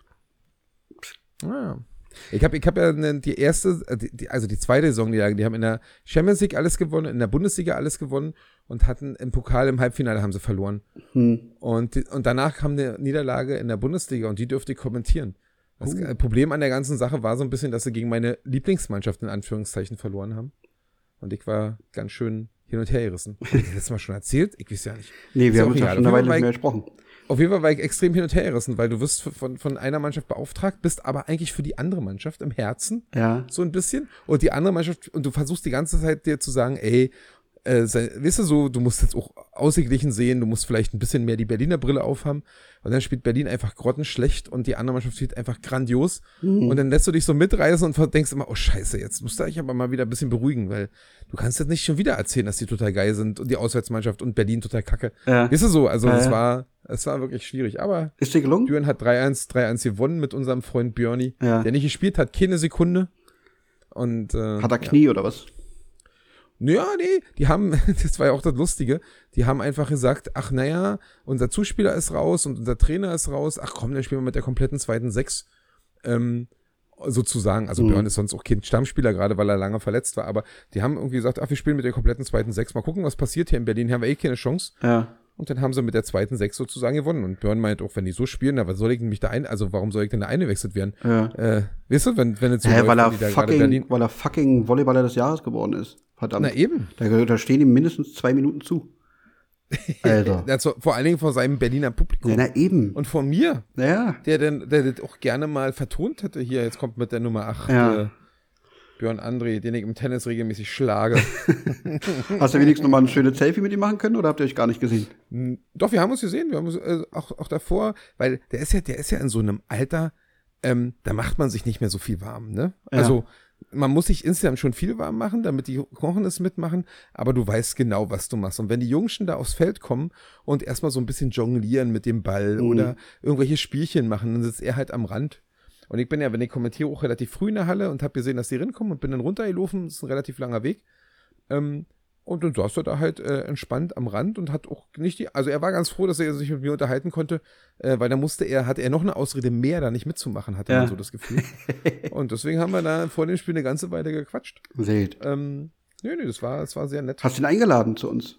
Ja. Ich habe ich hab ja ne, die erste, äh, die, die, also die zweite Saison, die, die haben in der Champions League alles gewonnen, in der Bundesliga alles gewonnen und hatten im Pokal im Halbfinale haben sie verloren.
Hm.
Und, die, und danach kam eine Niederlage in der Bundesliga und die dürfte ich kommentieren. Das
Uh.
äh, Problem an der ganzen Sache war so ein bisschen, dass sie gegen meine Lieblingsmannschaft in Anführungszeichen verloren haben. Und ich war ganz schön hin und her gerissen. Hab ich das letztes Mal schon erzählt? Ich weiß ja nicht.
Nee,
Ist
wir
ja
haben
auch
uns ja
egal.
schon eine
Auf jeden
Weile
Fall
nicht
war
mehr
ich-
gesprochen.
Auf jeden Fall war ich extrem hin und her gerissen, weil du wirst von, von einer Mannschaft beauftragt, bist aber eigentlich für die andere Mannschaft im Herzen
Ja.
so ein bisschen. Und die andere Mannschaft, und du versuchst die ganze Zeit dir zu sagen, ey, äh, sei, weißt du so, du musst jetzt auch ausgeglichen sehen, du musst vielleicht ein bisschen mehr die Berliner Brille aufhaben. Und dann spielt Berlin einfach grottenschlecht und die andere Mannschaft spielt einfach grandios.
Mhm.
Und dann lässt du dich so mitreißen und denkst immer, oh scheiße, jetzt musst du dich aber mal wieder ein bisschen beruhigen, weil du kannst jetzt nicht schon wieder erzählen, dass die total geil sind und die Auswärtsmannschaft und Berlin total kacke.
Ja.
Weißt du so, also
Ja,
es
ja.
war, es war wirklich schwierig. Aber
Ist dir gelungen?
Düren hat drei eins, drei eins gewonnen mit unserem Freund Björni,
Ja.
der nicht gespielt hat, keine Sekunde. Und, äh,
Hat er
ja.
Knie oder was?
Ja, nee, die haben, das war ja auch das Lustige, die haben einfach gesagt, ach naja, unser Zuspieler ist raus und unser Trainer ist raus, ach komm, dann spielen wir mit der kompletten zweiten Sechs, ähm, sozusagen, also
Mhm.
Björn ist sonst auch kein Stammspieler, gerade weil er lange verletzt war, aber die haben irgendwie gesagt, ach, wir spielen mit der kompletten zweiten Sechs, mal gucken, was passiert hier in Berlin, hier haben wir eh keine Chance.
Ja.
Und dann haben sie mit der zweiten Sechs sozusagen gewonnen. Und Björn meint auch, wenn die so spielen, na, was soll ich denn mich da ein, also warum soll ich denn da eingewechselt werden?
Ja.
Äh, weißt du, wenn, wenn es so
Hä,
läuft,
weil, er
wie da gerade
fucking, weil er fucking Volleyballer des Jahres geworden ist. Verdammt.
Na eben.
Da, da stehen ihm mindestens zwei Minuten zu. Alter.
Also, vor allen Dingen vor seinem Berliner Publikum.
Ja, na eben.
Und von mir,
Ja.
der, denn, der das auch gerne mal vertont hätte. Hier, jetzt kommt mit der Nummer acht
Ja.
äh, Björn André, den ich im Tennis regelmäßig schlage.
Hast du wenigstens noch mal ein schönes Selfie mit ihm machen können oder habt ihr euch gar nicht gesehen?
Doch, wir haben uns gesehen, wir haben uns äh, auch, auch davor, weil der ist ja, der ist ja in so einem Alter, ähm, da macht man sich nicht mehr so viel warm, ne?
Ja.
Also man muss sich insgesamt schon viel warm machen, damit die Kochen es mitmachen, aber du weißt genau, was du machst. Und wenn die Jungschen da aufs Feld kommen und erstmal so ein bisschen jonglieren mit dem Ball
Mhm.
oder irgendwelche Spielchen machen, dann sitzt er halt am Rand. Und ich bin ja, wenn ich kommentiere, auch relativ früh in der Halle und habe gesehen, dass die reinkommen und bin dann runtergelaufen. Das ist ein relativ langer Weg. Ähm, und dann saß er da halt äh, entspannt am Rand und hat auch nicht die, also er war ganz froh, dass er sich mit mir unterhalten konnte, äh, weil da musste er, hatte er noch eine Ausrede mehr, da nicht mitzumachen, hatte
Ja.
man so das Gefühl. Und deswegen haben wir da vor dem Spiel eine ganze Weile gequatscht.
Seht.
Ähm, nö, nö, das war, das war sehr nett.
Hast du ihn eingeladen zu uns?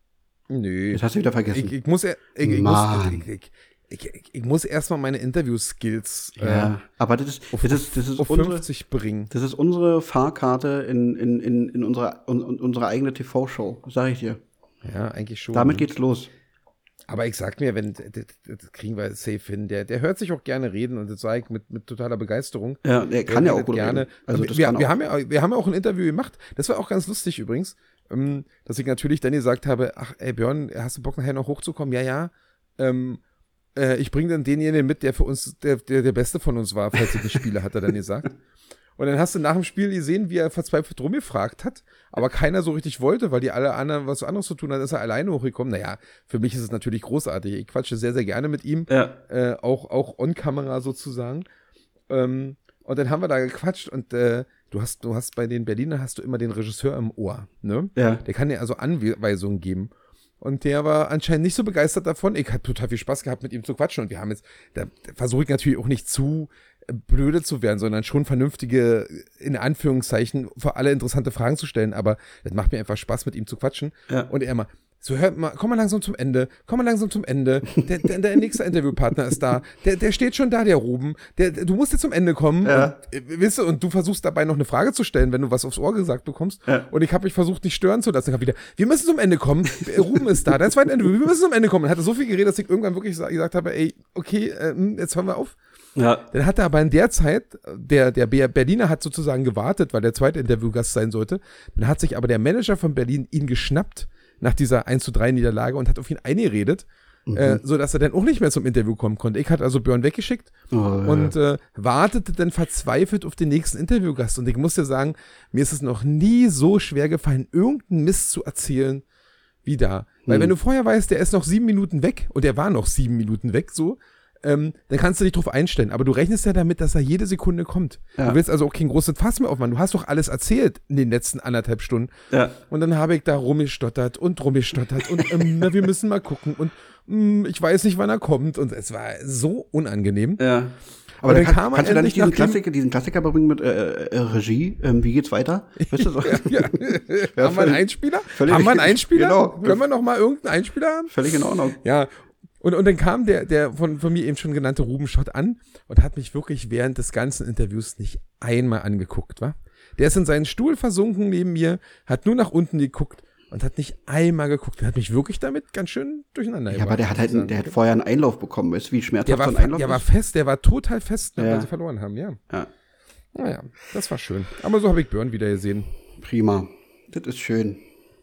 Nö.
Das hast du wieder vergessen.
Ich, ich muss, er- ich, ich, muss
Mann.
ich, ich, ich, ich, ich muss erstmal meine Interview-Skills
ja, aber das ist,
auf,
das ist, das ist
auf
unsere,
fünfzig bringen.
das ist unsere Fahrkarte in, in, in, in unsere, un, unsere eigene T V-Show, sag ich dir.
Ja, eigentlich schon.
Damit geht's los.
Aber ich sag mir, wenn, das, das kriegen wir safe hin. Der, der hört sich auch gerne reden und das sage ich mit, mit totaler Begeisterung.
Ja, der kann ja auch
redet
gut
gerne.
reden. Also das
wir,
kann
wir,
auch.
haben ja, wir haben ja auch ein Interview gemacht. Das war auch ganz lustig übrigens, ähm, dass ich natürlich dann gesagt habe, ach ey Björn, hast du Bock nachher noch hochzukommen? Ja, ja. Ähm, äh, ich bringe dann denjenigen mit, der für uns der, der, der Beste von uns war, falls ich nicht spiele, hat er dann gesagt. Und dann hast du nach dem Spiel gesehen, wie er verzweifelt rumgefragt hat, aber keiner so richtig wollte, weil die alle anderen was anderes zu tun hatten, ist er alleine hochgekommen. Naja, für mich ist es natürlich großartig. Ich quatsche sehr, sehr gerne mit ihm,
Ja.
äh, auch, auch on-Kamera sozusagen. Ähm, und dann haben wir da gequatscht und äh, du hast, du hast bei den Berliner hast du immer den Regisseur im Ohr, ne?
Ja.
Der kann dir also Anweisungen geben. Und der war anscheinend nicht so begeistert davon. Ich hatte total viel Spaß gehabt, mit ihm zu quatschen. Und wir haben jetzt, da versuche ich natürlich auch nicht zu äh, blöde zu werden, sondern schon vernünftige, in Anführungszeichen, für alle interessante Fragen zu stellen. Aber das macht mir einfach Spaß, mit ihm zu quatschen.
Ja.
Und er immer, so hört mal, komm mal langsam zum Ende, komm mal langsam zum Ende. Der, der, der nächste Interviewpartner ist da. Der, der steht schon da, der Ruben. Der, du musst jetzt zum Ende kommen.
Ja.
Und, äh, weißt du, und du versuchst dabei noch eine Frage zu stellen, wenn du was aufs Ohr gesagt bekommst.
Ja.
Und ich habe mich versucht, nicht stören zu lassen. Ich hab wieder, wir müssen zum Ende kommen. Ruben ist da, der zweite Interview, wir müssen zum Ende kommen. Er hatte so viel geredet, dass ich irgendwann wirklich gesagt habe, ey, okay, äh, jetzt hören wir auf.
Ja.
Dann hat er aber in der Zeit, der, der Berliner hat sozusagen gewartet, weil der zweite Interviewgast sein sollte. Dann hat sich aber der Manager von Berlin ihn geschnappt nach dieser eins zu drei Niederlage und hat auf ihn eingeredet, mhm. äh, sodass er dann auch nicht mehr zum Interview kommen konnte. Ich hatte also Björn weggeschickt
Oh,
und äh, wartete dann verzweifelt auf den nächsten Interviewgast. Und ich muss dir sagen, mir ist es noch nie so schwer gefallen, irgendeinen Mist zu erzählen wie da. Weil
Mhm.
wenn du vorher weißt, der ist noch sieben Minuten weg und der war noch sieben Minuten weg, so, Ähm, dann kannst du dich drauf einstellen. Aber du rechnest ja damit, dass er jede Sekunde kommt.
Ja.
Du willst also auch kein großes Fass mehr aufmachen. Du hast doch alles erzählt in den letzten anderthalb Stunden.
Ja.
Und dann habe ich da rumgestottert und rumgestottert und ähm, na, wir müssen mal gucken und ähm, ich weiß nicht, wann er kommt. Und es war so unangenehm.
Ja. Aber
Und
dann
dann
kann,
kam er
kannst du da
endlich
nicht diesen
nachdem-
Klassiker, diesen Klassiker bringen mit äh, äh, Regie? Ähm, wie geht's weiter? Weißt du so?
Ja. Haben wir einen
völlig-
Einspieler?
völlig-
haben wir einen Einspieler?
Genau.
Können wir noch mal irgendeinen Einspieler haben?
Völlig in Ordnung.
Ja. Und, und dann kam der, der von, von mir eben schon genannte Ruben Schott an und hat mich wirklich während des ganzen Interviews nicht einmal angeguckt, wa? Der ist in seinen Stuhl versunken neben mir, hat nur nach unten geguckt und hat nicht einmal geguckt. Der hat mich wirklich damit ganz schön durcheinander
Ja, aber der hat halt, einen- der hat vorher einen Einlauf bekommen. Weißt du, wie
der
schmerzhaft
war,
so ein
fe-
Einlauf
der war
ist?
fest, der war total fest,
Ja.
weil sie verloren haben, ja.
Ja,
Naja, das war schön. Aber so habe ich Björn wieder gesehen.
prima. Das ist schön.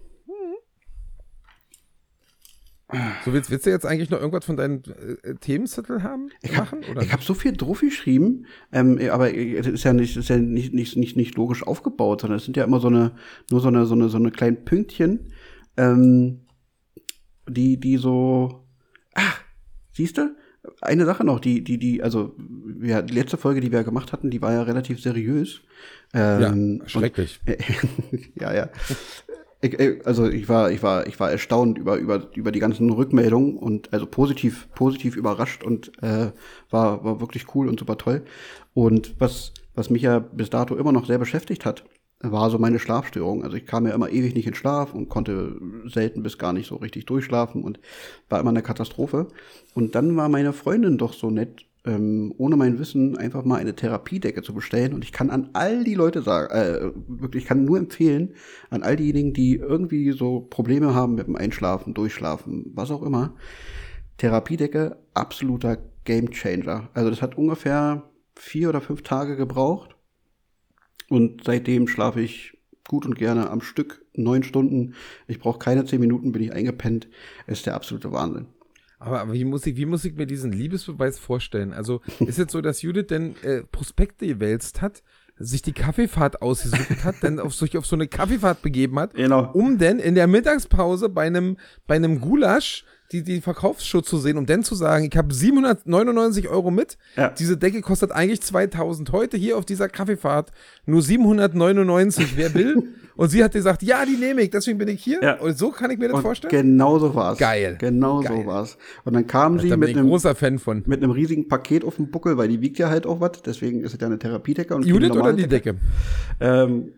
So, willst, willst du jetzt eigentlich noch irgendwas von deinen äh, Themenzettel haben?
Ich hab-
machen? Oder
Ich habe so viel drauf geschrieben, ähm, aber es ist ja nicht, ist ja nicht, nicht, nicht, nicht logisch aufgebaut, sondern es sind ja immer so eine, nur so eine, so eine, so eine kleinen Pünktchen, ähm, die, die so, ach, siehst du? Eine Sache noch, die, die, die, also, ja, die letzte Folge, die wir gemacht hatten, die war ja relativ seriös. Ähm,
ja, schrecklich.
ja, ja. Ich, ich- also ich war, ich war, ich war erstaunt über über über die ganzen Rückmeldungen und also positiv positiv überrascht und äh, war war wirklich cool und super toll. Und was was mich ja bis dato immer noch sehr beschäftigt hat, war so meine Schlafstörung. Also ich kam ja immer ewig nicht in Schlaf und konnte selten bis gar nicht so richtig durchschlafen und war immer eine Katastrophe. Und dann war meine Freundin doch so nett, ähm, ohne mein Wissen einfach mal eine Therapiedecke zu bestellen. Und ich kann an all die Leute sagen, äh, wirklich, ich kann nur empfehlen, an all diejenigen, die irgendwie so Probleme haben mit dem Einschlafen, Durchschlafen, was auch immer, Therapiedecke, absoluter Gamechanger. Also das hat ungefähr vier oder fünf Tage gebraucht. Und seitdem schlafe ich gut und gerne am Stück, neun Stunden. Ich brauche keine zehn Minuten, bin ich eingepennt. Es ist der absolute Wahnsinn.
Aber, aber wie, muss ich, wie muss ich mir diesen Liebesbeweis vorstellen? Also ist jetzt so, dass Judith denn äh, Prospekte gewälzt hat, sich die Kaffeefahrt ausgesucht hat, dann auf, sich auf so eine Kaffeefahrt begeben hat,
Genau.
um dann in der Mittagspause bei einem, bei einem Gulasch die, die Verkaufsshow zu sehen, um dann zu sagen, ich habe siebenhundertneunundneunzig Euro mit,
Ja.
diese Decke kostet eigentlich zweitausend, heute hier auf dieser Kaffeefahrt nur siebenhundertneunundneunzig, wer will? Und sie hat gesagt, ja, die nehme ich, deswegen bin ich hier.
Ja.
Und so kann ich mir das
Und
vorstellen?
genau so war's.
Geil.
Genau
Geil.
so war's. Und dann kamen sie
Da bin
mit
ich ein
einem,
großer Fan von.
mit einem riesigen Paket auf dem Buckel, weil die wiegt ja halt auch was. Deswegen ist es ja eine Therapiedecke. Und
Judith
keine
oder
normale
die Decke?
Ähm,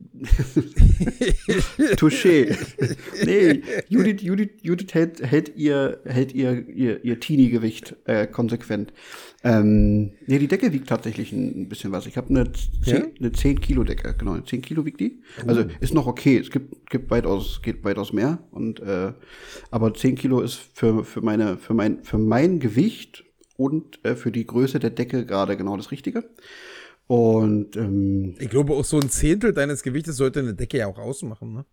Touché. Nee, Judith, Judith, Judith hält, hält ihr, hält ihr, ihr, ihr Teenie-Gewicht äh, konsequent. Ähm, nee, die Decke wiegt tatsächlich ein, ein bisschen was. Ich habe eine
Ja?
eine zehn Kilo Decke, genau, eine zehn Kilo wiegt die. Also ist noch okay. Es gibt, gibt weitaus, geht weitaus mehr. Und äh, aber zehn Kilo ist für, für meine, für mein, für mein Gewicht und äh, für die Größe der Decke gerade genau das Richtige. Und ähm,
Ich glaube, auch so ein Zehntel deines Gewichtes sollte eine Decke ja auch ausmachen, ne?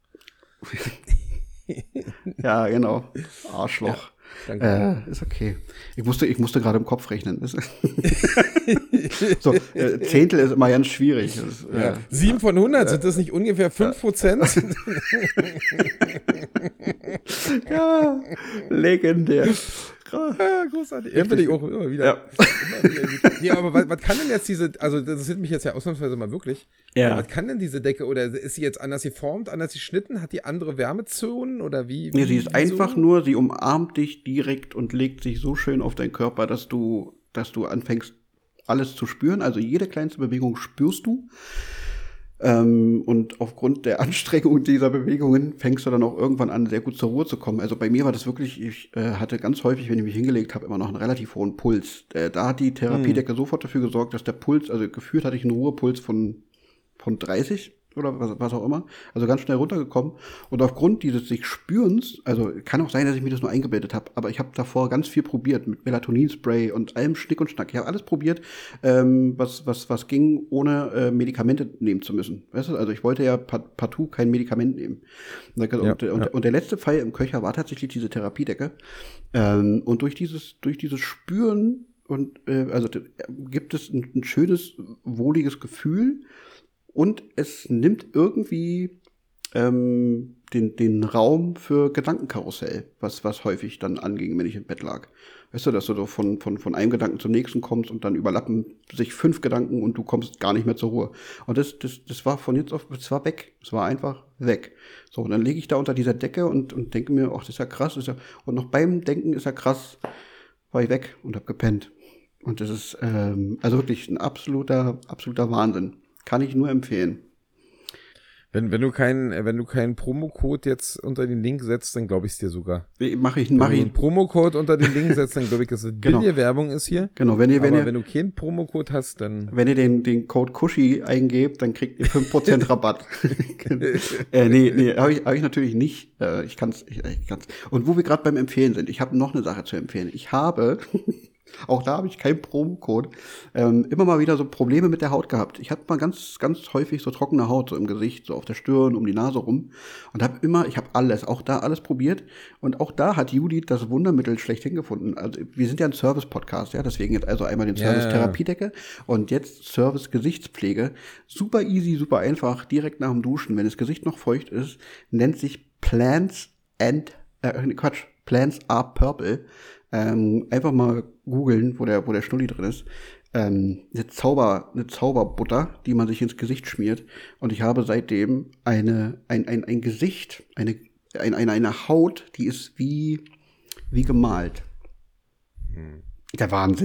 ja, genau. Arschloch.
Danke.
Äh, ist okay. Ich musste, ich musste gerade im Kopf rechnen. so, äh, Zehntel ist immer ganz schwierig. Das, äh,
Ja. Sieben von hundert, sind das nicht ungefähr fünf Prozent?
ja, legendär.
Ja, großartig. Ja, bin ich auch immer wieder.
Ja.
Immer wieder gut. Nee, aber was, was kann denn jetzt diese, also das interessiert mich jetzt ja ausnahmsweise mal wirklich.
Ja.
Aber was kann denn diese Decke, oder ist sie jetzt anders geformt, anders geschnitten? Hat die andere Wärmezonen oder wie? wie
Nee, sie ist
wieso?
einfach nur, sie umarmt dich direkt und legt sich so schön auf deinen Körper, dass du, dass du anfängst, alles zu spüren. Also jede kleinste Bewegung spürst du. Ähm, und aufgrund der Anstrengung dieser Bewegungen fängst du dann auch irgendwann an, sehr gut zur Ruhe zu kommen. Also bei mir war das wirklich, ich äh, hatte ganz häufig, wenn ich mich hingelegt habe, immer noch einen relativ hohen Puls. Äh, da hat die Therapiedecke mhm. sofort dafür gesorgt, dass der Puls, also gefühlt hatte ich einen Ruhepuls von, von dreißig oder was, was auch immer. Also ganz schnell runtergekommen. Und aufgrund dieses sich Spürens, also kann auch sein, dass ich mir das nur eingebildet habe, aber ich habe davor ganz viel probiert mit Melatoninspray und allem Schnick und Schnack. Ich habe alles probiert, ähm, was, was, was ging, ohne äh, Medikamente nehmen zu müssen. Weißt du, also ich wollte ja part, partout kein Medikament nehmen. Und,
Ja,
und,
ja.
und, und der letzte Pfeil im Köcher war tatsächlich diese Therapiedecke. Ähm, und durch dieses, durch dieses Spüren und äh, also d- gibt es ein, ein schönes, wohliges Gefühl. Und es nimmt irgendwie ähm, den, den Raum für Gedankenkarussell, was, was häufig dann anging, wenn ich im Bett lag. Weißt du, dass du so von, von, von einem Gedanken zum nächsten kommst und dann überlappen sich fünf Gedanken und du kommst gar nicht mehr zur Ruhe. Und das, das, das war von jetzt auf, es war weg. Es war einfach weg. So, und dann liege ich da unter dieser Decke und, und denke mir, ach, das ist ja krass. Das ist ja, und noch beim Denken ist ja krass, war ich weg und hab gepennt. Und das ist ähm, also wirklich ein absoluter, absoluter Wahnsinn. Kann ich nur empfehlen.
Wenn, wenn du keinen, äh, wenn du keinen Promocode jetzt unter den Link setzt, dann glaube ich es dir sogar.
Mache ich,
Wenn
mach
du
ich.
einen Promocode unter den Link setzt, dann glaube ich, dass es
Genau.
billige Werbung ist hier.
Genau, wenn ihr, wenn
Aber
ihr,
wenn du keinen Promocode hast, dann
wenn ihr den, den Code Kushi eingebt, dann kriegt ihr fünf Prozent Rabatt. äh, nee, nee, habe ich, hab ich natürlich nicht. Äh, ich kann's, ich, ich kann's. Und wo wir gerade beim Empfehlen sind, ich habe noch eine Sache zu empfehlen. Ich habe, auch da habe ich keinen Promocode, ähm, immer mal wieder so Probleme mit der Haut gehabt. Ich habe mal ganz, ganz häufig so trockene Haut, so im Gesicht, so auf der Stirn, um die Nase rum. Und habe immer, ich habe alles, auch da alles probiert. Und auch da hat Judith das Wundermittel schlechthin gefunden. Also wir sind ja ein Service-Podcast, ja, deswegen jetzt also einmal den
Ja,
Service
ja, ja.
Therapiedecke und jetzt Service Gesichtspflege. Super easy, super einfach, direkt nach dem Duschen, wenn das Gesicht noch feucht ist, nennt sich Plants and, äh, Quatsch, Plants are Purple. Ähm, einfach mal googeln, wo der, wo der Schnulli drin ist. Ähm, eine Zauber, eine Zauberbutter, die man sich ins Gesicht schmiert. Und ich habe seitdem eine, ein, ein, ein Gesicht, eine, ein, eine, eine Haut, die ist wie, wie gemalt. Der Wahnsinn.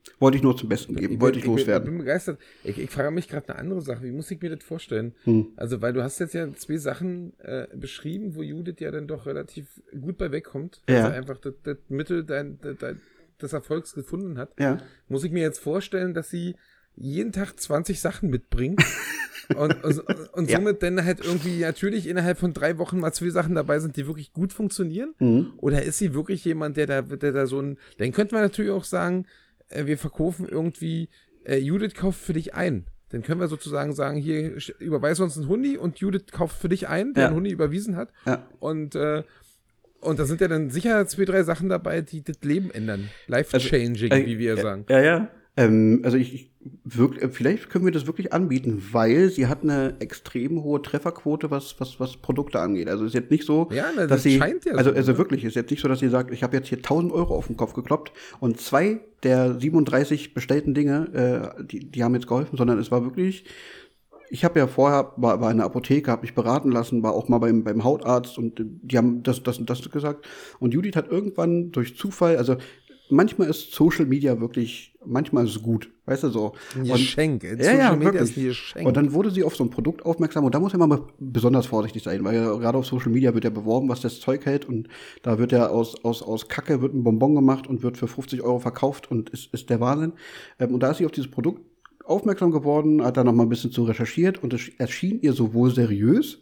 Wollte ich nur zum Besten geben, wollte ich, ich loswerden.
Ich bin begeistert. Ich, ich frage mich gerade eine andere Sache. Wie muss ich mir das vorstellen?
Hm.
Also, weil du hast jetzt ja zwei Sachen äh, beschrieben, wo Judith ja dann doch relativ gut bei wegkommt, weil
Ja.
sie einfach das, das Mittel dein, dein, des Erfolgs gefunden hat.
Ja.
Muss ich mir jetzt vorstellen, dass sie jeden Tag zwanzig Sachen mitbringt und, und, und
Ja.
somit dann halt irgendwie natürlich innerhalb von drei Wochen mal zwei Sachen dabei sind, die wirklich gut funktionieren?
Mhm.
Oder ist sie wirklich jemand, der da, der da so ein, dann könnte man natürlich auch sagen, äh, wir verkaufen irgendwie, äh, Judith kauft für dich ein. Dann können wir sozusagen sagen, hier sch- überweis uns einen Hundi und Judith kauft für dich ein, der
Ja.
einen Hundi überwiesen hat.
Ja.
Und, äh, und da sind ja dann sicher zwei, drei Sachen dabei, die das Leben ändern. Life-changing,
äh,
wie wir
äh,
sagen.
Ja, ja. Ähm, also ich, ich wirk, äh, vielleicht können wir das wirklich anbieten, weil sie hat eine extrem hohe Trefferquote, was, was, was Produkte angeht. Also ist jetzt nicht so,
Ja, na,
dass
das
sie,
scheint ja
also,
so,
also
oder?
wirklich, ist jetzt nicht so, dass sie sagt, ich habe jetzt hier tausend Euro auf den Kopf gekloppt und zwei der siebenunddreißig bestellten Dinge, äh, die, die haben jetzt geholfen, sondern es war wirklich, ich habe ja vorher, war, war in der Apotheke, habe mich beraten lassen, war auch mal beim, beim Hautarzt und die haben das, das und das gesagt. Und Judith hat irgendwann durch Zufall, also manchmal ist Social Media wirklich, manchmal ist es gut, weißt du so.
Ein
Und-
Geschenk.
Ja,
Social
ja,
Media
wirklich.
ist ein Geschenk.
Und dann wurde sie auf so ein Produkt aufmerksam und da muss man mal besonders vorsichtig sein, weil ja gerade auf Social Media wird ja beworben, was das Zeug hält und da wird ja aus, aus, aus Kacke wird ein Bonbon gemacht und wird für fünfzig Euro verkauft und ist, ist der Wahnsinn. Ähm, und da ist sie auf dieses Produkt aufmerksam geworden, hat da noch mal ein bisschen zu recherchiert und es erschien ihr sowohl seriös,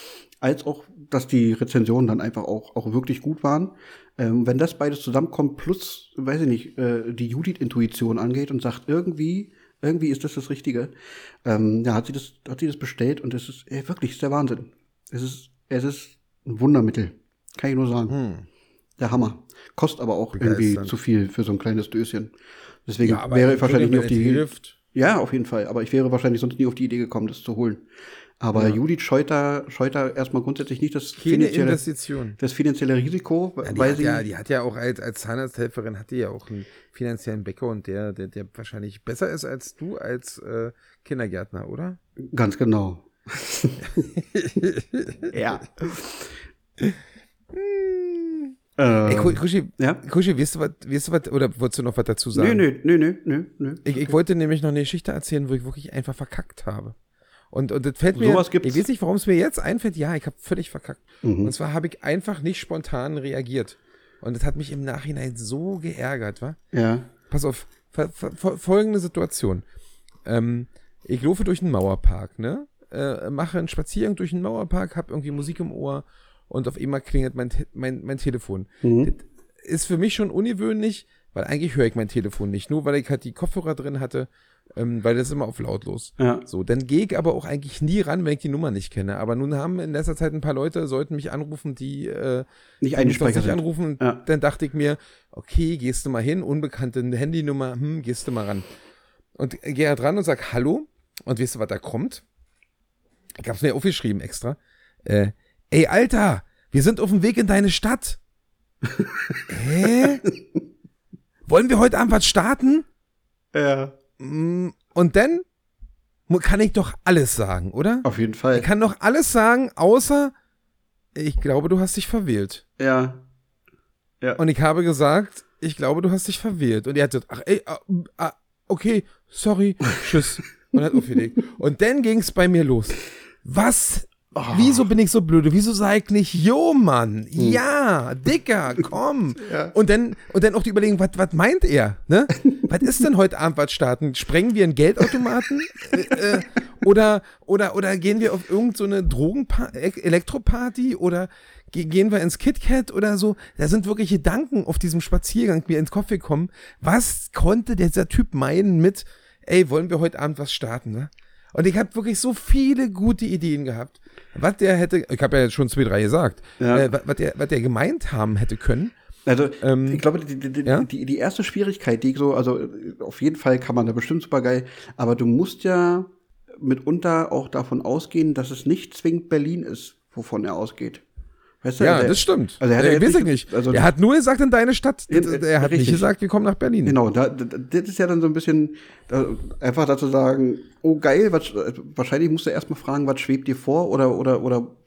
als auch, dass die Rezensionen dann einfach auch, auch wirklich gut waren. Ähm, wenn das beides zusammenkommt, plus, weiß ich nicht, äh, die Judith-Intuition angeht und sagt, irgendwie, irgendwie ist das das Richtige, ähm, ja, hat sie das, hat sie das bestellt und es ist ey, wirklich ist der Wahnsinn. Es ist, es ist ein Wundermittel. Kann ich nur sagen.
Hm.
Der Hammer. Kostet aber auch
Begeisternd.
irgendwie zu viel für so ein kleines Döschen. Deswegen
Ja, aber
wäre
ich
ich wahrscheinlich nie
finde,
auf
wenn
die
es hilft.
Ja, auf jeden Fall. Aber ich wäre wahrscheinlich sonst nie auf die Idee gekommen, das zu holen. Aber
Ja.
Judith scheut da, scheut da erstmal grundsätzlich nicht das
Keine
finanzielle,
Investition.
das finanzielle Risiko,
Ja, die,
weil
hat
sie
ja, die hat ja auch als, als Zahnarzthelferin hat die ja auch einen finanziellen Background, der, der, der wahrscheinlich besser ist als du als äh, Kindergärtner, oder?
ganz genau. ja.
Ey,
ähm,
Ku- Kuschi,
ja?
Kuschi, weißt du was, weißt du was, oder wolltest du noch was dazu
Nö,
sagen?
nö, nö, nö, nö, nö.
Ich, ich wollte nämlich noch eine Geschichte erzählen, wo ich wirklich einfach verkackt habe. Und, und das fällt mir,
Sowas gibt's.
ich weiß nicht, warum es mir jetzt einfällt, ja, ich habe völlig verkackt.
Mhm.
Und zwar habe ich einfach nicht spontan reagiert. Und das hat mich im Nachhinein so geärgert, wa?
Ja.
Pass auf, fol- fol- folgende Situation. Ähm, ich laufe durch den Mauerpark, ne? Äh, mache einen Spaziergang durch den Mauerpark, habe irgendwie Musik im Ohr und auf einmal klingelt mein, Te- mein, mein Telefon.
Mhm.
Das ist für mich schon ungewöhnlich, weil eigentlich höre ich mein Telefon nicht. Nur weil ich halt die Kopfhörer drin hatte, ähm, weil das ist immer auf lautlos.
Ja.
So, dann gehe ich aber auch eigentlich nie ran, wenn ich die Nummer nicht kenne. Aber nun haben in letzter Zeit ein paar Leute, sollten mich anrufen, die äh,
Nicht
die mich sonst
eingespeichert
nicht
sind.
anrufen.
Ja.
Dann dachte ich mir, okay, gehst du mal hin, unbekannte Handynummer, hm, gehst du mal ran. Und gehe halt ran und sag Hallo. Und weißt du, was da kommt? Ich hab's mir aufgeschrieben extra. Äh, ey, Alter, wir sind auf dem Weg in deine Stadt. Hä? Wollen wir heute Abend was starten?
Ja.
Mm, Und dann mu- kann ich doch alles sagen, oder?
Auf jeden Fall.
Ich kann doch alles sagen, außer ich glaube, du hast dich verwählt.
Ja. Ja.
Und ich habe gesagt, ich glaube, du hast dich verwählt. Und er hat gesagt, ach ey, ah, ah, okay, sorry, tschüss. Und hat aufgelegt. Und dann ging es bei mir los. Was? Wieso bin ich so blöde? Wieso sag ich nicht, jo, Mann, ja, Dicker, komm.
Ja.
Und dann, und dann auch die Überlegung, was, was meint er? Ne? Was ist denn heute Abend was starten? Sprengen wir einen Geldautomaten? äh, äh, oder, oder, oder gehen wir auf irgend so eine Drogenpa- E- Elektroparty? Oder ge- gehen wir ins KitKat oder so? Da sind wirklich Gedanken auf diesem Spaziergang mir ins Kopf gekommen. Was konnte dieser Typ meinen mit, ey, wollen wir heute Abend was starten, ne? Und ich habe wirklich so viele gute Ideen gehabt. Was der hätte, ich habe ja jetzt schon zwei, drei gesagt,
Ja.
äh, was, was, der, was der gemeint haben hätte können.
Also,
Ähm,
ich glaube, die, die, die,
ja?
die, die erste Schwierigkeit, die ich so, also auf jeden Fall kann man da bestimmt super geil, aber du musst ja mitunter auch davon ausgehen, dass es nicht zwingend Berlin ist, wovon er ausgeht. Weißt du,
Ja,
der-
das stimmt.
Also er hat
äh,
ja jetzt
weiß ich nicht.
also
er hat nur gesagt, in deine Stadt.
Ja,
er hat
richtig.
nicht gesagt, wir kommen nach Berlin.
Genau, da, da, das ist ja dann so ein bisschen äh, einfach dazu sagen, oh geil, was, wahrscheinlich musst du erstmal fragen, was schwebt dir vor oder oder oder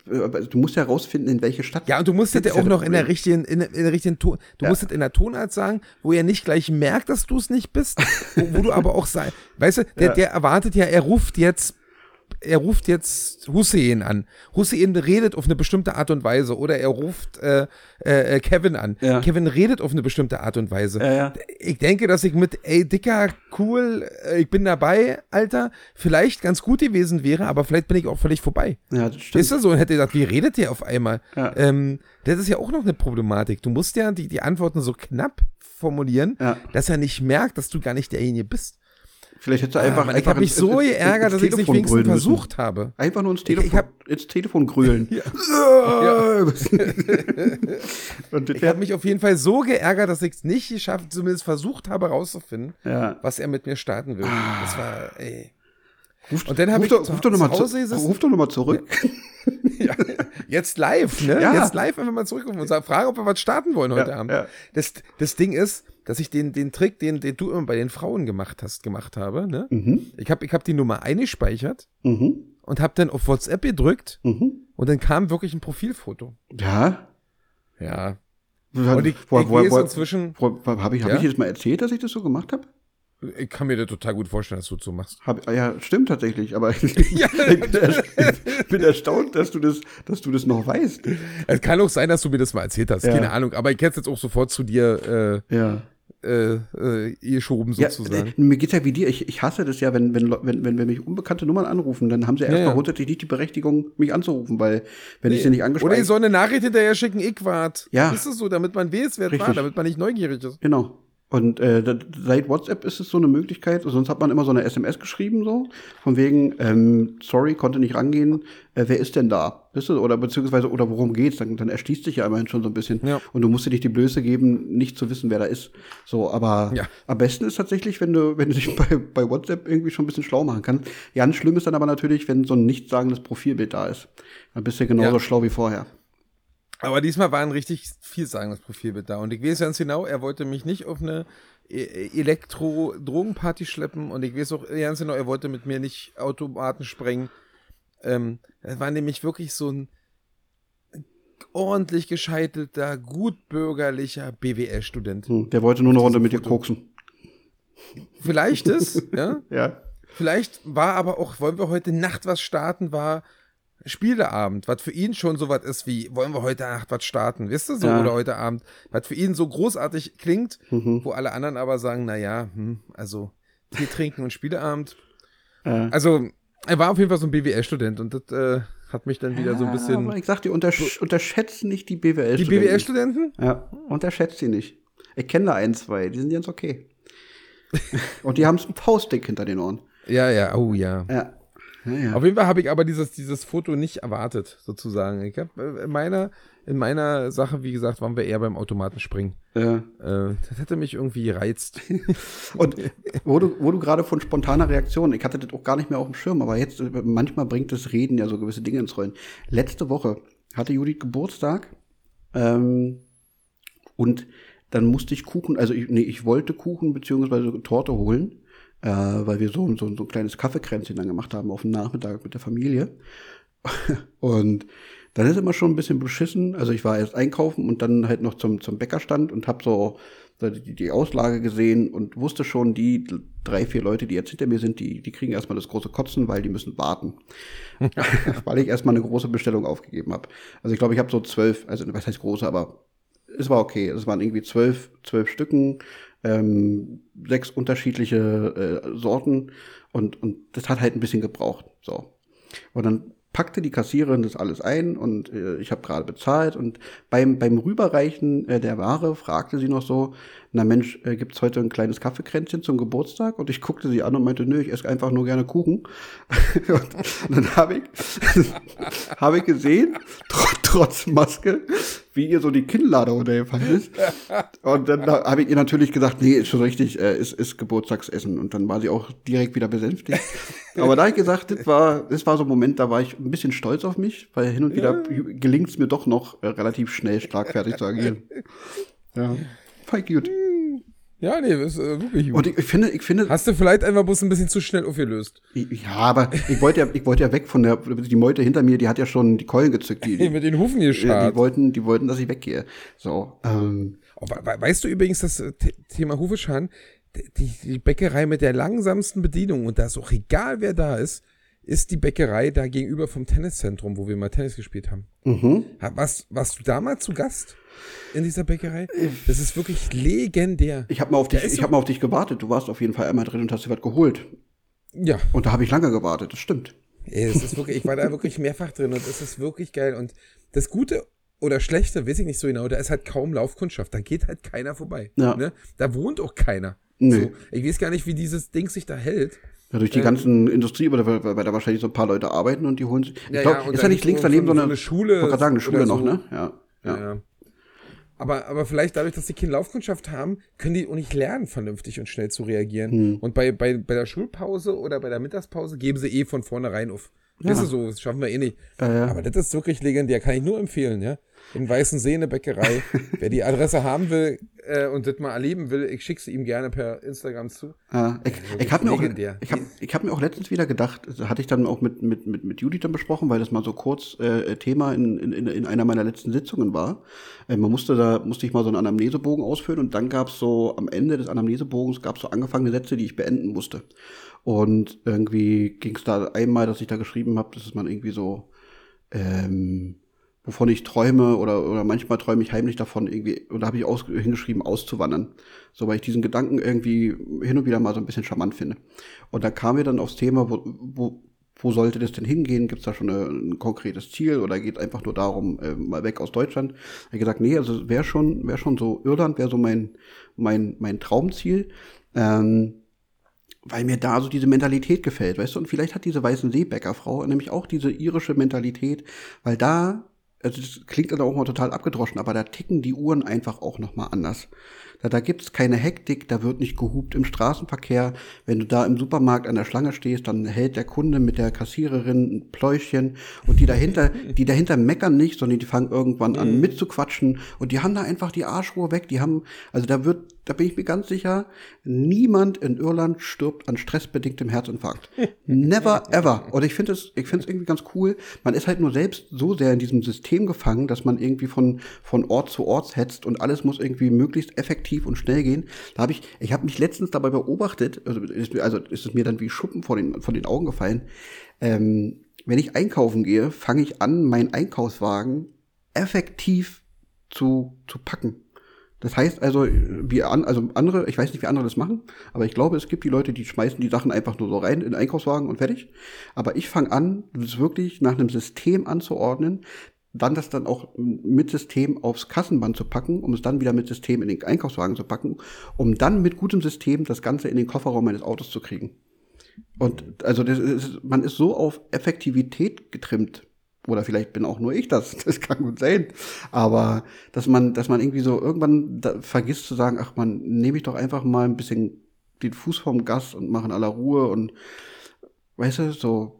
du musst ja rausfinden, in welche Stadt.
Ja, und du musst das ja auch noch in der richtigen, in der, in der richtigen Ton, du
Ja.
musst es in der Tonart sagen, wo er nicht gleich merkt, dass du es nicht bist, wo, wo du aber auch sagst, weißt du, der,
Ja.
der erwartet ja, er ruft jetzt, er ruft jetzt Hussein an. Hussein redet auf eine bestimmte Art und Weise oder er ruft äh, äh, Kevin an.
Ja.
Kevin redet auf eine bestimmte Art und Weise.
Ja, ja.
Ich denke, dass ich mit, ey, Dicker, cool, äh, ich bin dabei, Alter, vielleicht ganz gut gewesen wäre, aber vielleicht bin ich auch völlig vorbei.
Ja, das stimmt.
Ist das so? Und hätte gesagt, wie redet ihr auf einmal?
Ja.
Ähm, das ist ja auch noch eine Problematik. Du musst ja die, die Antworten so knapp formulieren,
Ja.
dass er nicht merkt, dass du gar nicht derjenige bist.
Vielleicht hättest du einfach.
Ah, Mann, ich
einfach
habe mich
ins-
so
ins-
geärgert,
ins
dass ich es nicht
Telefon
wenigstens
brüllen müssen.
versucht habe.
Einfach nur ins
Ich-
Telefon,
ich hab-
ins Telefon grölen.
Ja.
Und das
Ich
wär-
habe mich auf jeden Fall so geärgert, dass ich es nicht geschafft, zumindest versucht habe, rauszufinden,
ja.
was er mit mir starten will. Das war, ey.
Ruf,
Und dann hab
ruf
ich
doch,
zu-
ruf doch noch mal
zu Hause
zu,
gesessen.
ruf doch noch mal zurück.
Ja, jetzt live, ne?
Ja.
Jetzt live einfach mal zurückrufen und sagen, fragen, ob wir was starten wollen heute
Ja,
Abend.
ja.
Das, das Ding ist, dass ich den, den Trick, den, den du immer bei den Frauen gemacht hast, gemacht habe, ne?
Mhm.
Ich habe ich hab die Nummer eingespeichert
Mhm.
und habe dann auf WhatsApp gedrückt
Mhm.
und dann kam wirklich ein Profilfoto.
Ja.
Ja.
Und
Und ich, ich weiß inzwischen,
Habe ich, hab
Ja?
ich jetzt mal erzählt, dass ich das so gemacht habe?
ich kann mir das total gut vorstellen, dass du das so machst.
Hab, ja, stimmt tatsächlich, aber ich,
Ja.
bin, erst- ich bin erstaunt, dass du das, dass du das noch weißt.
Es kann auch sein, dass du mir das mal erzählt hast,
Ja.
keine Ahnung, aber ich hätte es jetzt auch sofort zu dir
Ja.
äh, äh, äh, geschoben
Ja,
sozusagen.
äh, mir geht's ja wie dir. Ich, ich hasse das ja, wenn, wenn, Leu- wenn, wenn, wenn mich unbekannte Nummern anrufen, dann haben sie
Ja,
erstmal
ja.
grundsätzlich nicht die Berechtigung, mich anzurufen, weil wenn ich sie nicht
Oder
angespeichert
ich soll eine Nachricht hinterher schicken, ich wart.
Ja.
Ist es so, damit man weiß, wer es
Richtig.
war, damit man nicht neugierig ist.
Genau. Und äh, da, seit WhatsApp ist es so eine Möglichkeit, sonst hat man immer so eine S M S geschrieben, so, von wegen, ähm, sorry, konnte nicht rangehen, äh, wer ist denn da? Weißt du? Oder beziehungsweise, oder worum geht's? Dann, dann erschließt sich ja immerhin schon so ein bisschen.
Ja.
Und du musst dir nicht die Blöße geben, nicht zu wissen, wer da ist. So, aber
Ja.
am besten ist tatsächlich, wenn du, wenn du dich bei, bei WhatsApp irgendwie schon ein bisschen schlau machen kannst. Ganz schlimm ist dann aber natürlich, wenn so ein nichtssagendes Profilbild da ist. Dann bist du genauso
Ja.
schlau wie vorher.
Aber diesmal war ein richtig vielsagendes Profilbild da. Und ich weiß ganz genau, er wollte mich nicht auf eine E- Elektro-Drogenparty schleppen. Und ich weiß auch ganz genau, er wollte mit mir nicht Automaten sprengen. Ähm, er war nämlich wirklich so ein ordentlich gescheitelter, gutbürgerlicher B W L-Student.
Hm, der wollte nur eine Runde mit dir koksen.
Vielleicht ist, ja.
Ja.
Vielleicht war aber auch, wollen wir heute Nacht was starten, war Spieleabend, was für ihn schon so was ist wie, wollen wir heute Nacht was starten, wisst ihr so,
Ja.
oder heute Abend, was für ihn so großartig klingt,
Mhm.
wo alle anderen aber sagen, naja, hm, also Tee trinken und Spieleabend.
Ja.
Also, er war auf jeden Fall so ein B W L-Student und das äh, hat mich dann wieder so ein
Aber
bisschen.
ich sag dir, untersch unterschätzt nicht die B W
Die
L-Studenten.
B W L-Studenten?
Ja, unterschätzt sie nicht. Ich kenne da ein, zwei, die sind ganz okay. Und die haben einen Faustdick hinter den Ohren.
Ja, ja, oh ja.
Ja. Ja, ja.
Auf jeden Fall habe ich aber dieses, dieses Foto nicht erwartet, sozusagen. Ich hab, äh, in, meiner, in meiner Sache, wie gesagt, waren wir eher beim Automatenspringen.
Ja.
Äh, das hätte mich irgendwie gereizt.
Und wo du, wo du gerade von spontaner Reaktion, ich hatte das auch gar nicht mehr auf dem Schirm, aber jetzt, äh, manchmal bringt das Reden ja so gewisse Dinge ins Rollen. Letzte Woche hatte Judith Geburtstag, ähm, und dann musste ich Kuchen, also ich, nee, ich wollte Kuchen beziehungsweise Torte holen, äh, weil wir so, so, so ein kleines Kaffeekränzchen dann gemacht haben auf dem Nachmittag mit der Familie. Und dann ist immer schon ein bisschen beschissen. Also ich war erst einkaufen und dann halt noch zum, zum Bäckerstand und habe so die, die Auslage gesehen und wusste schon, die drei, vier Leute, die jetzt hinter mir sind, die, die kriegen erstmal das große Kotzen, weil die müssen warten. Weil ich erstmal eine große Bestellung aufgegeben habe. Also ich glaube, ich habe so zwölf, also was heißt große, aber es war okay. Es waren irgendwie zwölf, zwölf Stücken, ähm, sechs unterschiedliche äh, Sorten und, und das hat halt ein bisschen gebraucht. So. Und dann packte die Kassiererin das alles ein und äh, ich habe gerade bezahlt und beim, beim Rüberreichen äh, der Ware fragte sie noch so, na Mensch, äh, gibt's heute ein kleines Kaffeekränzchen zum Geburtstag? Und ich guckte sie an und meinte, nö, ich esse einfach nur gerne Kuchen. und, und dann habe ich, hab ich gesehen, tr trotz Maske, wie ihr so die Kinnlade runtergefallen ist. Und dann habe ich ihr natürlich gesagt, nee, ist schon richtig, äh, ist, ist Geburtstagsessen. Und dann war sie auch direkt wieder besänftigt. Aber da habe ich gesagt, das war, das war so ein Moment, da war ich ein bisschen stolz auf mich, weil hin und wieder gelingt es mir doch noch, äh, relativ schnell schlagfertig zu agieren. Ja, voll gut.
Ja, nee, ist äh, wirklich gut.
Und ich, ich finde, ich finde.
Hast du vielleicht einfach bloß ein bisschen zu schnell aufgelöst?
Ja, aber ich wollte ja, ich wollte ja weg von der, die Meute hinter mir, die hat ja schon die Keulen gezückt. Die,
Hey, mit den Hufen geschart.
Die wollten, die wollten, dass ich weggehe. So, ähm.
Oh, we- weißt du übrigens, das äh, The- Thema Hufeschan, die, die Bäckerei mit der langsamsten Bedienung, und da ist auch egal, wer da ist, ist die Bäckerei da gegenüber vom Tenniszentrum, wo wir mal Tennis gespielt haben.
Mhm.
Ha- Was, warst du da mal zu Gast in dieser Bäckerei? Das ist wirklich legendär.
Ich habe mal auf dich,
Da ist
ich
so-
habe mal auf dich gewartet. Du warst auf jeden Fall einmal drin und hast dir was geholt.
Ja,
Und da habe ich lange gewartet. Das stimmt.
ey, das ist wirklich, ich war da wirklich mehrfach drin und es ist wirklich geil. Und das Gute oder Schlechte, weiß ich nicht so genau, da ist halt kaum Laufkundschaft. Da geht halt keiner vorbei.
Ja.
Ne? Da wohnt auch keiner.
Nö.
So, ich weiß gar nicht, wie dieses Ding sich da hält.
Ja, durch die
Ähm.
ganzen Industrie, weil, weil, weil da wahrscheinlich so ein paar Leute arbeiten und die holen sich. Ich
Ja,
glaub,
ja, und
ist
da
ja nicht
gibt's
links
so-
daneben,
so- so
sondern
eine Schule
Ich wollte gerade sagen, eine Schule
oder
noch,
so.
ne? Ja.
Ja.
ja.
Ja. Aber, aber vielleicht dadurch, dass die keine Laufkundschaft haben, können die auch nicht lernen, vernünftig und schnell zu reagieren.
Hm.
Und bei, bei, bei der Schulpause oder bei der Mittagspause geben sie eh von vornherein auf.
Ja.
Weißt du so, das schaffen wir eh nicht.
Ja, ja.
Aber das ist wirklich legendär, kann ich nur empfehlen, ja. In Weißensee eine Bäckerei. Wer die Adresse haben will äh, und das mal erleben will, ich schicke sie ihm gerne per Instagram zu.
Ja, ich
wirklich
ich habe mir, auch-
legendär.
ich hab, ich hab mir auch letztens wieder gedacht, das hatte ich dann auch mit, mit, mit, mit Judith dann besprochen, weil das mal so kurz äh, Thema in, in, in einer meiner letzten Sitzungen war. Äh, man musste da, musste ich mal so einen Anamnesebogen ausfüllen und dann gab's so, am Ende des Anamnesebogens gab's so angefangene Sätze, die ich beenden musste. Und irgendwie ging's da einmal, dass ich da geschrieben habe, dass man irgendwie so, ähm, wovon ich träume oder, oder manchmal träume ich heimlich davon irgendwie, und da habe ich aus, hingeschrieben, auszuwandern. So, weil ich diesen Gedanken irgendwie hin und wieder mal so ein bisschen charmant finde. Und da kamen wir dann aufs Thema, wo, wo, wo sollte das denn hingehen? Gibt es da schon eine, ein konkretes Ziel oder geht einfach nur darum, äh, mal weg aus Deutschland? Ich habe gesagt, nee, also wäre schon, wäre schon so, Irland wäre so mein, mein, mein Traumziel. Ähm, weil mir da so diese Mentalität gefällt, weißt du? Und vielleicht hat diese Weißensee-Bäckerfrau nämlich auch diese irische Mentalität, weil da, also das klingt dann auch mal total abgedroschen, aber da ticken die Uhren einfach auch noch mal anders. Da, da gibt's keine Hektik, da wird nicht gehupt im Straßenverkehr. Wenn du da im Supermarkt an der Schlange stehst, dann hält der Kunde mit der Kassiererin ein Pläuschchen und die dahinter, die dahinter meckern nicht, sondern die fangen irgendwann an mitzuquatschen und die haben da einfach die Arschruhe weg. Die haben, also da wird, da bin ich mir ganz sicher, niemand in Irland stirbt an stressbedingtem Herzinfarkt. Never ever. Und ich finde es, ich finde es irgendwie ganz cool. Man ist halt nur selbst so sehr in diesem System gefangen, dass man irgendwie von, von Ort zu Ort hetzt und alles muss irgendwie möglichst effektiv und schnell gehen. Da habe ich, ich habe mich letztens dabei beobachtet, also ist, mir, also ist es mir dann wie Schuppen vor den, von den Augen gefallen. Ähm, wenn ich einkaufen gehe, fange ich an, meinen Einkaufswagen effektiv zu, zu packen. Das heißt also, wie an, also andere, ich weiß nicht, wie andere das machen, aber ich glaube, es gibt die Leute, die schmeißen die Sachen einfach nur so rein in den Einkaufswagen und fertig. Aber ich fange an, das wirklich nach einem System anzuordnen, dann das dann auch mit System aufs Kassenband zu packen, um es dann wieder mit System in den Einkaufswagen zu packen, um dann mit gutem System das Ganze in den Kofferraum meines Autos zu kriegen. Und also das ist, man ist so auf Effektivität getrimmt. Oder vielleicht bin auch nur ich das, das kann gut sein. Aber dass man, dass man irgendwie so irgendwann da vergisst zu sagen, ach man, nehme ich doch einfach mal ein bisschen den Fuß vom Gas und mache in aller Ruhe und weißt du, so.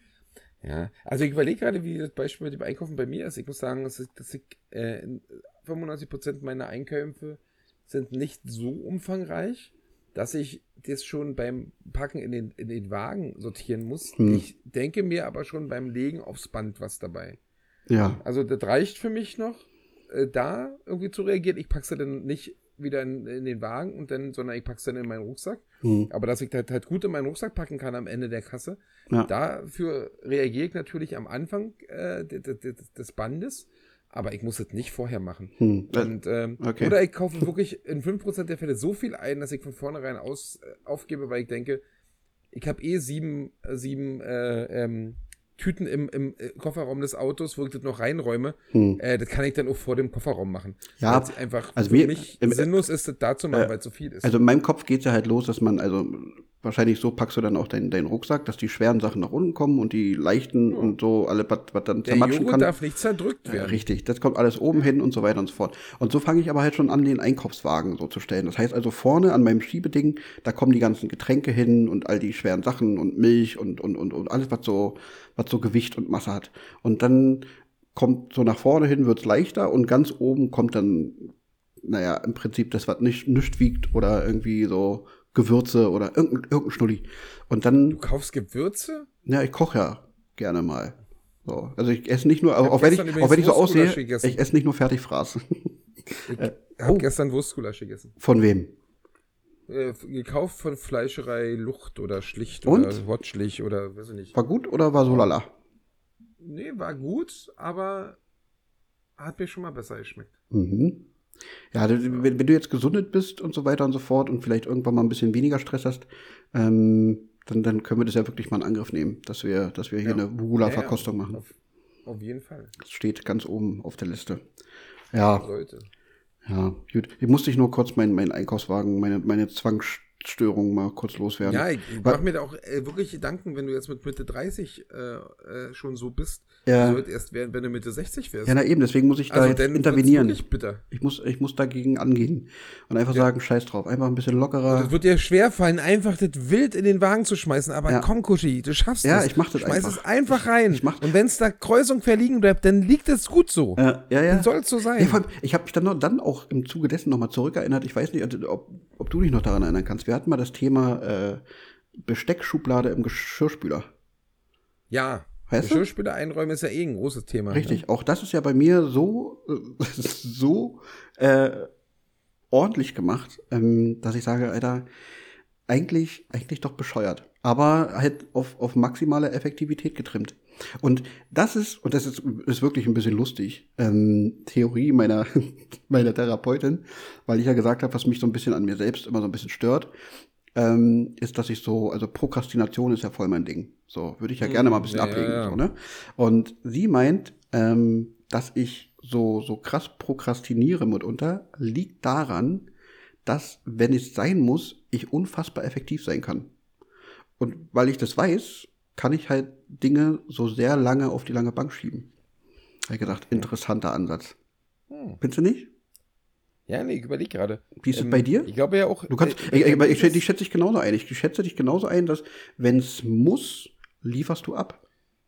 Ja, also ich überlege gerade, wie das Beispiel mit dem Einkaufen bei mir ist. Ich muss sagen, dass ich, dass ich äh, fünfundneunzig Prozent meiner Einkäufe sind nicht so umfangreich, dass ich das schon beim Packen in den, in den Wagen sortieren muss.
Hm.
Ich denke mir aber schon beim Legen aufs Band was dabei.
Ja.
Also das reicht für mich noch, äh, da irgendwie zu reagieren. Ich packe es dann nicht wieder in, in den Wagen und dann, sondern ich packe es dann in meinen Rucksack.
Hm.
Aber dass ich das halt gut in meinen Rucksack packen kann am Ende der Kasse,
Ja.
dafür reagiere ich natürlich am Anfang äh, des, des, des Bandes, aber ich muss es nicht vorher machen.
Hm.
Und, ähm,
Okay.
Oder ich kaufe wirklich in fünf Prozent der Fälle so viel ein, dass ich von vornherein aus, äh, aufgebe, weil ich denke, ich habe eh sieben, äh, sieben äh, ähm, Tüten im, im äh, Kofferraum des Autos, wo ich das noch reinräume.
Hm.
Äh, das kann ich dann auch vor dem Kofferraum machen.
Ja,
Weil es einfach
also
für
mir-
mich
im-
sinnlos ist, das da zu machen,
äh,
weil es so viel ist.
Also in meinem Kopf geht's ja halt los, dass man, also wahrscheinlich so packst du dann auch deinen, deinen Rucksack, dass die schweren Sachen nach unten kommen und die leichten und so, alle, was was dann
der
zermatschen
Joghurt
kann.
darf nicht zerdrückt
Ja,
werden.
richtig, das kommt alles oben hin und so weiter und so fort. Und so fange ich aber halt schon an, den Einkaufswagen so zu stellen. Das heißt also vorne an meinem Schiebeding, da kommen die ganzen Getränke hin und all die schweren Sachen und Milch und, und, und, und alles, was so, was so Gewicht und Masse hat. Und dann kommt so nach vorne hin, wird's leichter und ganz oben kommt dann naja, im Prinzip das, was nicht, nicht wiegt oder irgendwie so Gewürze oder irgendein, irgendein Schnulli. Und dann.
Du kaufst Gewürze?
Ja, ich koche ja gerne mal. So. Also ich esse nicht nur,
Ich hab
auch wenn ich,
gestern
auch wenn ich so
übrigens
aussehe,
Wurstgulasch gegessen.
ich esse nicht nur Fertigfraß.
Ich
Äh,
habe
oh.
gestern Wurstgulasch gegessen.
Von wem?
Äh, gekauft von Fleischerei Lucht oder Schlicht
Und?
oder Wortschlich oder weiß ich nicht.
War gut oder war so lala?
Nee, war gut, aber hat mir schon mal besser geschmeckt.
Mhm. Ja, du- wenn, wenn du jetzt gesundet bist und so weiter und so fort und vielleicht irgendwann mal ein bisschen weniger Stress hast, ähm, dann, dann können wir das ja wirklich mal in Angriff nehmen, dass wir, dass wir hier
Ja.
eine Bugula-Verkostung
Ja, ja,
machen.
Auf, auf jeden Fall.
Das steht ganz oben auf der Liste. Ja,
Sollte.
ja, gut. Ich musste ich nur kurz meinen meinen Einkaufswagen, meine, meine Zwangsstörung mal kurz loswerden.
Ja, ich, ich
Wa-
mache mir da auch äh, wirklich Gedanken, wenn du jetzt mit Mitte dreißig äh, äh, schon so bist.
Ja.
Wie soll es erst werden, wenn du Mitte sechzig wärst?
Ja, na eben, deswegen muss ich da
also
jetzt
dann wird's
intervenieren.
wirklich bitter.
Ich muss, ich muss dagegen angehen und einfach
Ja.
sagen, scheiß drauf, einfach ein bisschen lockerer.
Es wird dir schwerfallen, einfach das wild in den Wagen zu schmeißen. Aber
Ja.
komm, Kuschi, du schaffst es.
Ja, ich mach das
Schmeiß
einfach.
es einfach rein.
Ich mach-
Und wenn es da kreuz und quer liegen bleibt, dann liegt es gut so.
Äh, ja, ja.
Dann soll es so sein.
Nee, vor allem, ich habe mich dann, noch, dann auch im Zuge dessen nochmal zurückerinnert. Ich weiß nicht, ob, ob du dich noch daran erinnern kannst. Wir hatten mal das Thema äh, Besteckschublade im Geschirrspüler.
Ja,
Weißt du?
Geschirrspüler einräumen ist ja eh ein großes Thema.
Richtig.
Ne?
Auch das ist ja bei mir so, äh, so äh, ordentlich gemacht, ähm, dass ich sage, Alter, eigentlich, eigentlich doch bescheuert. Aber halt auf, auf maximale Effektivität getrimmt. Und das ist, und das ist, ist wirklich ein bisschen lustig, ähm, Theorie meiner, meiner Therapeutin, weil ich ja gesagt habe, was mich so ein bisschen an mir selbst immer so ein bisschen stört, ähm, ist, dass ich so, also Prokrastination ist ja voll mein Ding. So, würde ich ja gerne mal ein bisschen
Ja, ja,
ablegen.
ja.
So, ne? Und sie meint, ähm, dass ich so, so krass prokrastiniere mitunter, liegt daran, dass, wenn es sein muss, ich unfassbar effektiv sein kann. Und weil ich das weiß, kann ich halt Dinge so sehr lange auf die lange Bank schieben. Habe ich gedacht, interessanter Ansatz.
Hm.
Findest du nicht?
Ja, nee, ich überlege gerade.
Wie ist es
Ähm,
bei dir?
Ich glaube ja auch.
Du kannst,
äh,
ich, ich,
äh,
ich, ich, ich schätze dich genauso ein. Ich schätze dich genauso ein, dass, wenn es muss, lieferst du ab.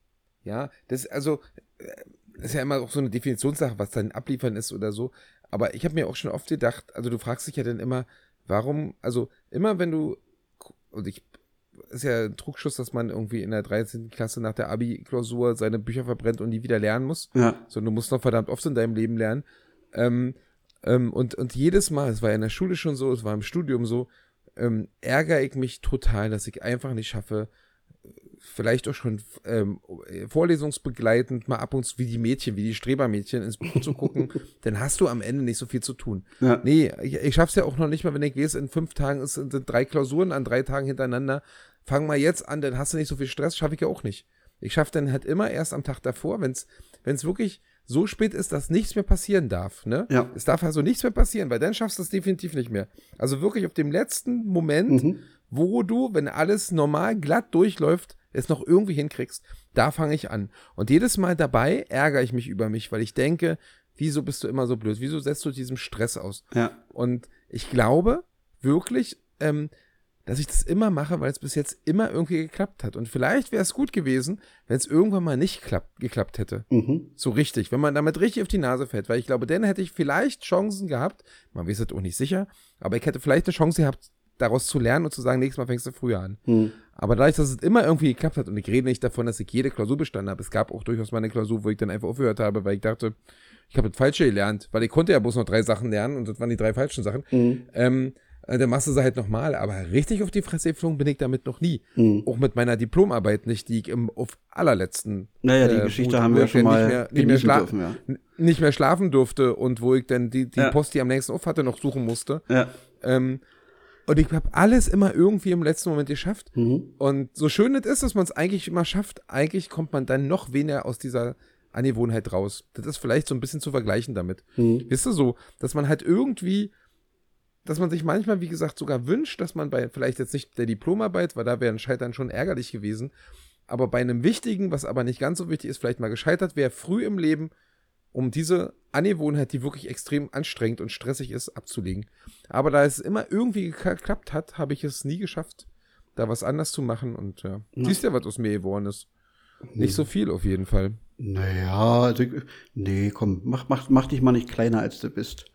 Ja, das also äh, ist ja immer auch so eine Definitionssache, was dann abliefern ist oder so. Aber ich habe mir auch schon oft gedacht, also du fragst dich ja dann immer, warum, also immer wenn du, und ich, ist ja ein Trugschluss, dass man irgendwie in der dreizehnten Klasse nach der Abi-Klausur seine Bücher verbrennt und nie wieder lernen muss.
Ja.
Sondern du musst noch verdammt oft in deinem Leben lernen. Ähm, ähm, und, und jedes Mal, es war ja in der Schule schon so, es war im Studium so, ähm, ärgere ich mich total, dass ich einfach nicht schaffe, vielleicht auch schon ähm, vorlesungsbegleitend mal ab und zu wie die Mädchen, wie die Strebermädchen ins Buch zu gucken, dann hast du am Ende nicht so viel zu tun.
Ja.
Nee, ich, ich schaff's ja auch noch nicht mal, wenn ich lese, in fünf Tagen ist, sind drei Klausuren an drei Tagen hintereinander. Fang mal jetzt an, dann hast du nicht so viel Stress, schaffe ich ja auch nicht. Ich schaffe dann halt immer erst am Tag davor, wenn es wirklich so spät ist, dass nichts mehr passieren darf. Ne?
Ja.
Es darf also nichts mehr passieren, weil dann schaffst du es definitiv nicht mehr. Also wirklich auf dem letzten Moment,
Mhm.
wo du, wenn alles normal glatt durchläuft, es noch irgendwie hinkriegst, da fange ich an. Und jedes Mal dabei ärgere ich mich über mich, weil ich denke, wieso bist du immer so blöd? Wieso setzt du diesem Stress aus?
Ja.
Und ich glaube wirklich, ähm, dass ich das immer mache, weil es bis jetzt immer irgendwie geklappt hat. Und vielleicht wäre es gut gewesen, wenn es irgendwann mal nicht klappt, geklappt hätte.
Mhm.
So richtig, wenn man damit richtig auf die Nase fällt. Weil ich glaube, dann hätte ich vielleicht Chancen gehabt, man weiß es auch nicht sicher, aber ich hätte vielleicht eine Chance gehabt, daraus zu lernen und zu sagen, nächstes Mal fängst du früher an.
Mhm.
Aber dadurch, dass es immer irgendwie geklappt hat, und ich rede nicht davon, dass ich jede Klausur bestanden habe, es gab auch durchaus mal eine Klausur, wo ich dann einfach aufgehört habe, weil ich dachte, ich habe das Falsche gelernt, weil ich konnte ja bloß noch drei Sachen lernen und das waren die drei falschen Sachen.
Mhm.
Ähm, äh, dann machst du sie halt nochmal, aber richtig auf die Fresse geflogen bin ich damit noch nie.
Mhm.
Auch mit meiner Diplomarbeit nicht, die ich im auf allerletzten
Naja, die
äh,
Geschichte
wo-
haben
wo
wir
ich
schon
dann
mal
nicht mehr, nicht, mehr
genießen
schla-
dürfen, ja.
n- nicht mehr schlafen durfte und wo ich dann die, die
Ja.
Post, die am nächsten auf hatte, noch suchen musste.
Ja.
Ähm, und ich habe alles immer irgendwie im letzten Moment geschafft.
Mhm.
Und so schön es ist, dass man es eigentlich immer schafft, eigentlich kommt man dann noch weniger aus dieser Angewohnheit raus. Das ist vielleicht so ein bisschen zu vergleichen damit.
Mhm.
Wisst ihr so, dass man halt irgendwie, dass man sich manchmal, wie gesagt, sogar wünscht, dass man bei, vielleicht jetzt nicht der Diplomarbeit, weil da wäre ein Scheitern schon ärgerlich gewesen, aber bei einem wichtigen, was aber nicht ganz so wichtig ist, vielleicht mal gescheitert wäre, früh im Leben, um diese Angewohnheit, die wirklich extrem anstrengend und stressig ist, abzulegen. Aber da es immer irgendwie geka- geklappt hat, habe ich es nie geschafft, da was anders zu machen und ja.
Ja.
Siehst ja, was aus mir geworden ist. Nicht so viel auf jeden Fall.
Naja, also, ich- nee, komm, mach, mach, mach dich mal nicht kleiner, als du bist.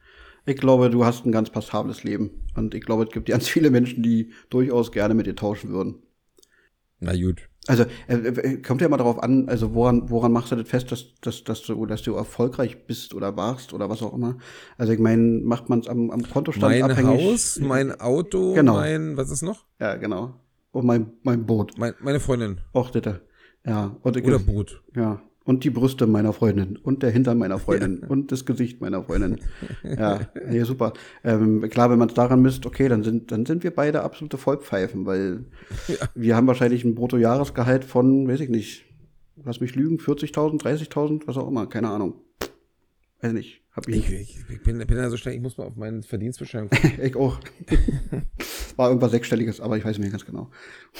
Ich glaube, du hast ein ganz passables Leben. Und ich glaube, es gibt ganz viele Menschen, die durchaus gerne mit dir tauschen würden.
Na gut.
Also, äh, kommt ja mal darauf an, also woran, woran machst du das fest, dass, dass, dass, du, dass du erfolgreich bist oder warst oder was auch immer? Also, ich meine, macht man es am, am Kontostand
mein
abhängig?
Mein Haus, mein Auto,
genau.
mein, was ist noch?
Ja, genau. Und mein, mein Boot.
Mein, meine Freundin.
Och, bitte. Ja. Und,
oder Boot.
Ja. Und die Brüste meiner Freundin und der Hintern meiner Freundin ja. und das Gesicht meiner Freundin. Ja, nee, super. Ähm, klar, wenn man es daran misst, okay, dann sind, dann sind wir beide absolute Vollpfeifen, weil ja. wir haben wahrscheinlich ein Bruttojahresgehalt von, weiß ich nicht, lass mich lügen, vierzigtausend, dreißigtausend, was auch immer, keine Ahnung. Weiß nicht. Hab ich,
ich, ich bin, bin ja so schnell, ich muss mal auf meinen Verdienstbescheinigung gucken.
Ich auch. War irgendwas Sechsstelliges, aber ich weiß nicht mehr ganz genau.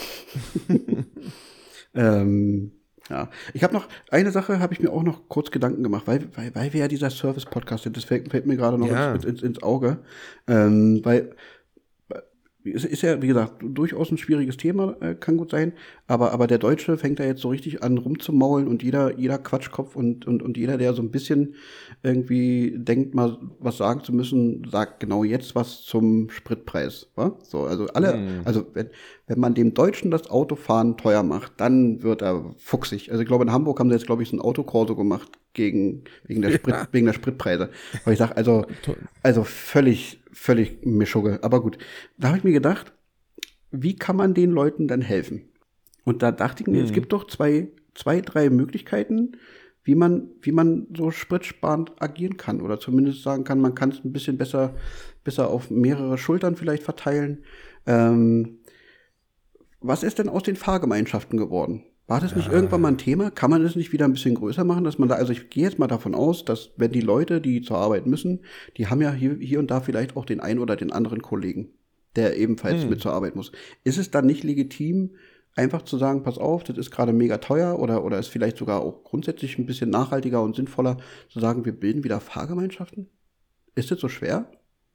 ähm, Ja, ich habe noch, eine Sache habe ich mir auch noch kurz Gedanken gemacht, weil, weil, weil wir ja dieser Service-Podcast sind, das fällt, fällt mir gerade noch ja. ins, ins, ins Auge, ähm, weil es ist ja, wie gesagt, durchaus ein schwieriges Thema, äh, kann gut sein, aber, aber der Deutsche fängt da jetzt so richtig an rumzumaulen und jeder, jeder Quatschkopf und, und, und jeder, der so ein bisschen irgendwie denkt, mal was sagen zu müssen, sagt genau jetzt was zum Spritpreis, wa? So, also alle, mm. also wenn, wenn man dem Deutschen das Autofahren teuer macht, dann wird er fuchsig. Also ich glaube, in Hamburg haben sie jetzt, glaube ich, so ein Autokorso gemacht gegen, wegen der Sprit, ja. wegen der Spritpreise. Weil ich sage, also, also völlig, völlig Mischugge. Aber gut, da habe ich mir gedacht, wie kann man den Leuten dann helfen? Und da dachte ich mir, mhm. es gibt doch zwei, zwei, drei Möglichkeiten, wie man, wie man so spritsparend agieren kann. Oder zumindest sagen kann, man kann es ein bisschen besser, besser auf mehrere Schultern vielleicht verteilen. Ähm, was ist denn aus den Fahrgemeinschaften geworden? War das nicht ja. irgendwann mal ein Thema? Kann man das nicht wieder ein bisschen größer machen, dass man da, also ich gehe jetzt mal davon aus, dass wenn die Leute, die zur Arbeit müssen, die haben ja hier, hier und da vielleicht auch den einen oder den anderen Kollegen, der ebenfalls hm. mit zur Arbeit muss. Ist es dann nicht legitim, einfach zu sagen, pass auf, das ist gerade mega teuer oder, oder ist vielleicht sogar auch grundsätzlich ein bisschen nachhaltiger und sinnvoller, zu sagen, wir bilden wieder Fahrgemeinschaften? Ist das so schwer?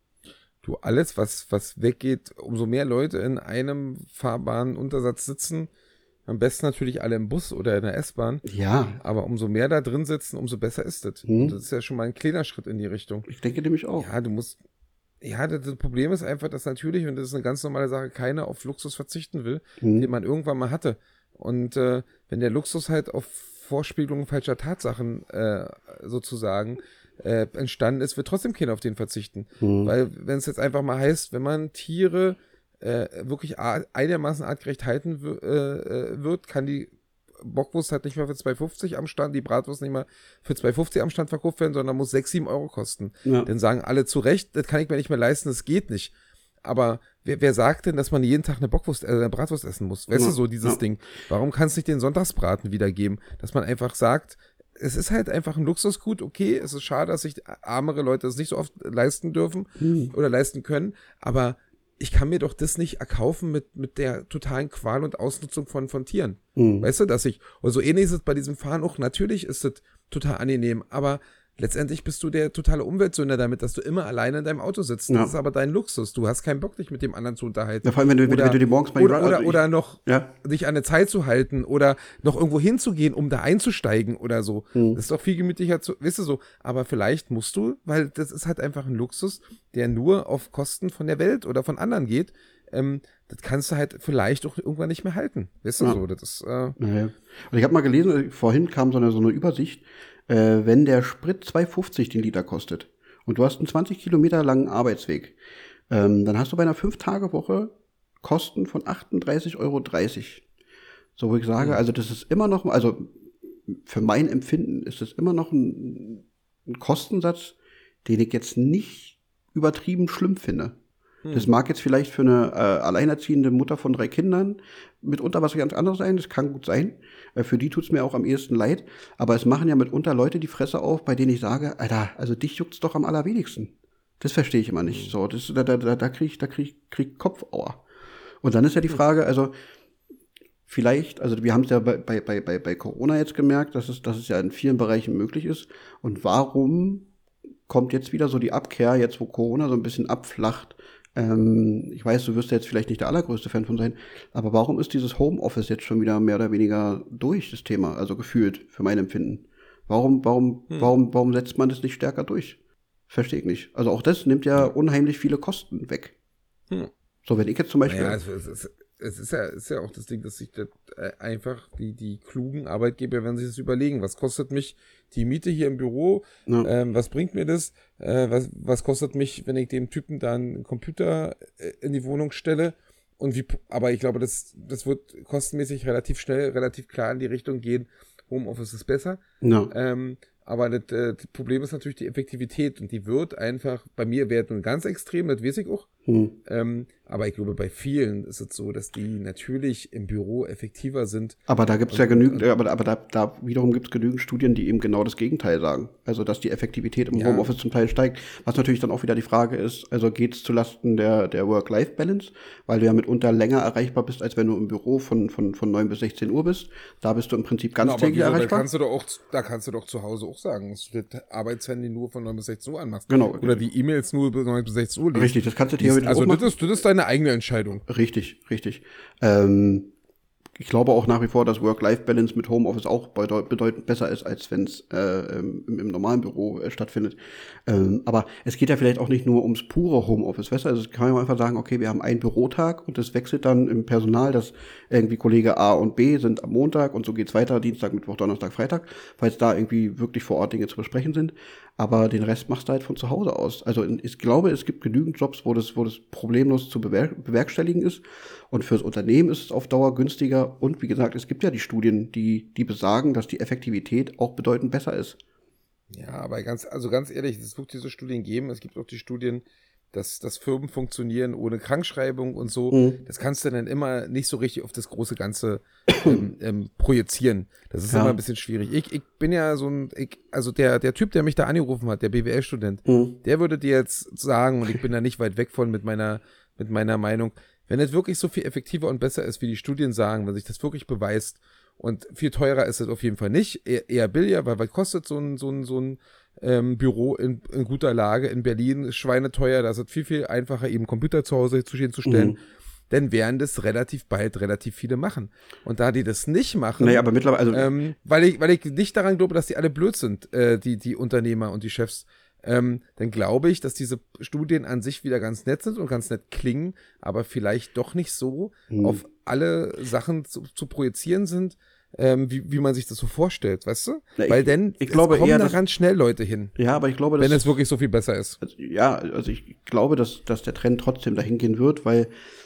Du, alles, was, was weggeht, umso mehr Leute in einem Fahrbahnuntersatz sitzen, am besten natürlich alle im Bus oder in der S-Bahn.
Ja.
Aber umso mehr da drin sitzen, umso besser ist das. Hm. Und das ist ja schon mal ein kleiner Schritt in die Richtung.
Ich denke nämlich auch.
Ja, du musst, ja, das, das Problem ist einfach, dass natürlich, und das ist eine ganz normale Sache, keiner auf Luxus verzichten will, hm. den man irgendwann mal hatte. Und äh, wenn der Luxus halt auf Vorspiegelungen falscher Tatsachen äh, sozusagen äh, entstanden ist, wird trotzdem keiner auf den verzichten. Hm. Weil wenn es jetzt einfach mal heißt, wenn man Tiere äh, wirklich einigermaßen artgerecht halten w- äh, wird, kann die Bockwurst halt nicht mehr für zwei fünfzig am Stand, die Bratwurst nicht mehr für zwei fünfzig am Stand verkauft werden, sondern muss sechs, sieben Euro kosten. Ja. Dann sagen alle zu Recht, das kann ich mir nicht mehr leisten, das geht nicht. Aber wer, wer sagt denn, dass man jeden Tag eine Bockwurst, äh, eine Bratwurst essen muss? Weißt ja. du, so dieses ja. Ding. Warum kann es nicht den Sonntagsbraten wiedergeben? Dass man einfach sagt, es ist halt einfach ein Luxusgut, okay, es ist schade, dass sich ärmere Leute das nicht so oft leisten dürfen hm. oder leisten können, aber ich kann mir doch das nicht erkaufen mit, mit der totalen Qual und Ausnutzung von, von Tieren. Mhm. Weißt du, dass ich, und so ähnlich ist es bei diesem Fahren auch, natürlich ist es total angenehm, aber letztendlich bist du der totale Umweltsünder damit, dass du immer alleine in deinem Auto sitzt. Ja. Das ist aber dein Luxus. Du hast keinen Bock, dich mit dem anderen zu unterhalten.
Ja, vor allem, wenn du, oder, wenn du die morgens mal
oder,
Run,
oder,
also ich,
oder noch
ja.
dich an eine Zeit zu halten oder noch irgendwo hinzugehen, um da einzusteigen oder so. Mhm. Das ist doch viel gemütlicher zu, weißt du so. Aber vielleicht musst du, weil das ist halt einfach ein Luxus, der nur auf Kosten von der Welt oder von anderen geht. Ähm, das kannst du halt vielleicht auch irgendwann nicht mehr halten. Weißt du ja. so, das ist, äh
naja. Und ich habe mal gelesen, vorhin kam so eine, so eine Übersicht, äh, wenn der Sprit zwei fünfzig den Liter kostet und du hast einen zwanzig Kilometer langen Arbeitsweg, ähm, dann hast du bei einer fünf Tage Woche Kosten von achtunddreißig Euro dreißig. So, wo ich sage, mhm. also das ist immer noch, also für mein Empfinden ist das immer noch ein, ein Kostensatz, den ich jetzt nicht übertrieben schlimm finde. Das mag jetzt vielleicht für eine äh, alleinerziehende Mutter von drei Kindern mitunter was ganz anderes sein, das kann gut sein. Äh, für die tut's mir auch am ehesten leid. Aber es machen ja mitunter Leute die Fresse auf, bei denen ich sage, Alter, also dich juckt's doch am allerwenigsten. Das verstehe ich immer nicht. So, das, da, da, da krieg ich, da krieg, krieg Kopfauer. Und dann ist ja die Frage, also vielleicht, also wir haben es ja bei, bei, bei, bei Corona jetzt gemerkt, dass es, dass es ja in vielen Bereichen möglich ist. Und warum kommt jetzt wieder so die Abkehr, jetzt wo Corona so ein bisschen abflacht? Ähm, ich weiß, du wirst ja jetzt vielleicht nicht der allergrößte Fan von sein, aber warum ist dieses Homeoffice jetzt schon wieder mehr oder weniger durch, das Thema, also gefühlt, für mein Empfinden? Warum, warum, hm. warum, warum setzt man das nicht stärker durch? Verstehe ich nicht. Also auch das nimmt ja unheimlich viele Kosten weg.
Hm.
So, wenn ich jetzt zum Beispiel.
Naja, es, es, es, es ist ja, ist ja auch das Ding, dass sich das äh, einfach die, die klugen Arbeitgeber werden sich das überlegen. Was kostet mich die Miete hier im Büro?
Ja.
Ähm, was bringt mir das? Äh, was, was kostet mich, wenn ich dem Typen dann einen Computer äh, in die Wohnung stelle? Und wie, aber ich glaube, das, das wird kostenmäßig relativ schnell, relativ klar in die Richtung gehen. Homeoffice ist besser.
Ja.
Ähm, aber das, äh, das Problem ist natürlich die Effektivität und die wird einfach, bei mir wäre nun ganz extrem, das weiß ich auch.
Hm.
Ähm, aber ich glaube, bei vielen ist es so, dass die natürlich im Büro effektiver sind.
Aber da gibt es ja genügend, aber, aber da, da wiederum gibt es genügend Studien, die eben genau das Gegenteil sagen. Also, dass die Effektivität im
Ja.
Homeoffice zum Teil steigt. Was natürlich dann auch wieder die Frage ist, also geht es zulasten der, der Work-Life-Balance, weil du ja mitunter länger erreichbar bist, als wenn du im Büro von, von, von neun bis sechzehn Uhr bist. Da bist du im Prinzip
Genau, aber
ganztägig
wieso, da
erreichbar.
kannst du doch auch, da kannst du doch zu Hause auch sagen, dass du das Arbeitshandy nur von neun bis sechzehn Uhr anmachst.
Genau.
Oder die E-Mails nur bis neun bis sechzehn Uhr liest.
Richtig, das kannst du theoretisch
Also
auch machen.
das ist, das ist deine eigene Entscheidung.
Richtig, richtig. Ähm, ich glaube auch nach wie vor, dass Work-Life-Balance mit Homeoffice auch bedeut bedeutend besser ist, als wenn es äh, im, im normalen Büro äh, stattfindet. Ähm, aber es geht ja vielleicht auch nicht nur ums pure Homeoffice, weißt du? Also kann man einfach sagen, okay, wir haben einen Bürotag und das wechselt dann im Personal, dass irgendwie Kollege A und B sind am Montag und so geht's weiter, Dienstag, Mittwoch, Donnerstag, Freitag, falls da irgendwie wirklich vor Ort Dinge zu besprechen sind. Aber den Rest machst du halt von zu Hause aus. Also ich glaube, es gibt genügend Jobs, wo das, wo das problemlos zu bewer bewerkstelligen ist. Und fürs Unternehmen ist es auf Dauer günstiger. Und wie gesagt, es gibt ja die Studien, die, die besagen, dass die Effektivität auch bedeutend besser ist.
Ja, aber ganz, also ganz ehrlich, es wird diese Studien geben. Es gibt auch die Studien, dass, dass Firmen funktionieren ohne Krankschreibung und so.
Mhm.
Das kannst du dann immer nicht so richtig auf das große Ganze ähm, ähm, projizieren. Das ist
Ja.
immer ein bisschen schwierig. Ich, ich bin ja so ein, ich, also der, der Typ, der mich da angerufen hat, der B W L-Student,
Mhm.
der würde dir jetzt sagen, und ich bin da nicht weit weg von mit meiner, mit meiner Meinung, wenn es wirklich so viel effektiver und besser ist, wie die Studien sagen, wenn sich das wirklich beweist, und viel teurer ist es auf jeden Fall nicht, eher, eher billiger, weil was kostet so ein, so ein, so ein ähm, Büro in, in guter Lage in Berlin, ist schweineteuer, da ist es viel, viel einfacher, eben Computer zu Hause zu stehen zu stellen,
Mhm.
dann werden das relativ bald relativ viele machen. Und da die das nicht machen,
Naja, aber mittlerweile, also
ähm, weil, ich, weil ich nicht daran glaube, dass die alle blöd sind, äh, die, die Unternehmer und die Chefs, ähm, dann glaube ich, dass diese Studien an sich wieder ganz nett sind und ganz nett klingen, aber vielleicht doch nicht so
Mhm.
auf alle Sachen zu, zu projizieren sind, ähm, wie, wie man sich das so vorstellt, weißt du?
Na, ich-
Weil denn
ich glaube
es kommen
eher,
da
dass-
ganz schnell Leute hin,
ja, aber ich glaube, dass
wenn es wirklich so viel besser ist.
Also, ja, also ich glaube, dass, dass der Trend trotzdem dahin gehen wird, weil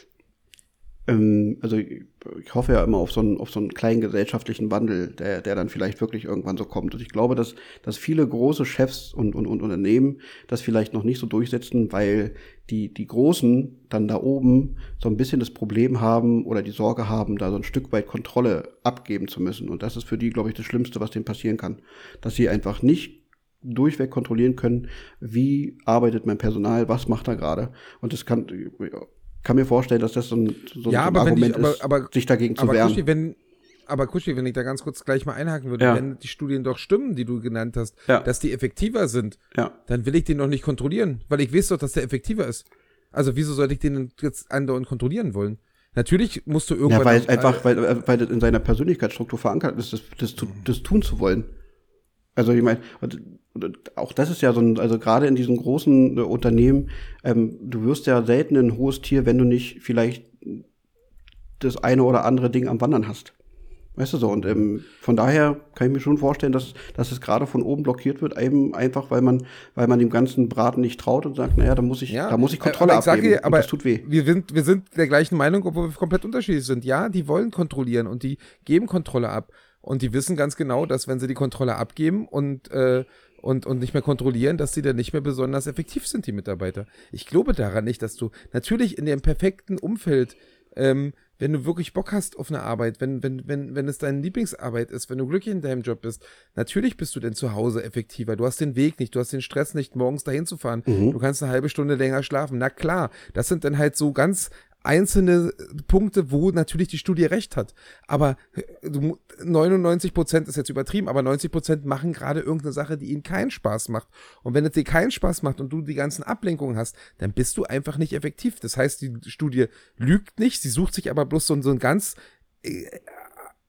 ähm, also ich, ich hoffe ja immer auf so einen, auf so einen kleinen gesellschaftlichen Wandel, der, der dann vielleicht wirklich irgendwann so kommt. Und ich glaube, dass, dass viele große Chefs und, und, und Unternehmen das vielleicht noch nicht so durchsetzen, weil die, die Großen dann da oben so ein bisschen das Problem haben oder die Sorge haben, da so ein Stück weit Kontrolle abgeben zu müssen. Und das ist für die, glaube ich, das Schlimmste, was denen passieren kann. Dass sie einfach nicht durchweg kontrollieren können, wie arbeitet mein Personal, was macht er gerade. Und das kann, kann mir vorstellen, dass das so ein, so
Ja,
ein
aber wenn
Argument
die- aber-
ist,
aber-
sich dagegen zu
Aber
wehren.
Kuschi, wenn, aber Kuschi, wenn ich da ganz kurz gleich mal einhaken würde,
Ja.
wenn die Studien doch stimmen, die du genannt hast,
Ja.
dass die effektiver sind,
Ja.
dann will ich den doch nicht kontrollieren, weil ich weiß doch, dass der effektiver ist. Also wieso sollte ich den jetzt andauernd kontrollieren wollen? Natürlich musst du irgendwann...
Ja, weil
noch-
einfach, weil, weil das in seiner Persönlichkeitsstruktur verankert ist, das, das, zu- das tun zu wollen. Also ich meine, und- und auch das ist ja so ein, also gerade in diesen großen äh, Unternehmen, ähm, du wirst ja selten ein hohes Tier, wenn du nicht vielleicht das eine oder andere Ding am Wandern hast. Weißt du so, und ähm, von daher kann ich mir schon vorstellen, dass, dass es gerade von oben blockiert wird, eben einfach, weil man, weil man dem ganzen Braten nicht traut und sagt, naja, da muss ich,
Ja,
da muss ich Kontrolle
aber ich sage
abgeben.
dir, aber
und das tut weh.
Wir sind, wir sind der gleichen Meinung, obwohl wir komplett unterschiedlich sind. Ja, die wollen kontrollieren und die geben Kontrolle ab. Und die wissen ganz genau, dass wenn sie die Kontrolle abgeben und, äh, und, und nicht mehr kontrollieren, dass sie dann nicht mehr besonders effektiv sind, die Mitarbeiter. Ich glaube daran nicht, dass du natürlich in dem perfekten Umfeld, ähm, wenn du wirklich Bock hast auf eine Arbeit, wenn, wenn, wenn, wenn es deine Lieblingsarbeit ist, wenn du glücklich in deinem Job bist, natürlich bist du denn zu Hause effektiver. Du hast den Weg nicht, du hast den Stress nicht, morgens dahin zu fahren. Du kannst eine halbe Stunde länger schlafen. Na klar, das sind dann halt so ganz einzelne Punkte, wo natürlich die Studie recht hat. Aber du, neunundneunzig Prozent ist jetzt übertrieben, aber neunzig Prozent machen gerade irgendeine Sache, die ihnen keinen Spaß macht. Und wenn es dir keinen Spaß macht und du die ganzen Ablenkungen hast, dann bist du einfach nicht effektiv. Das heißt, die Studie lügt nicht, sie sucht sich aber bloß so, so ein ganz äh,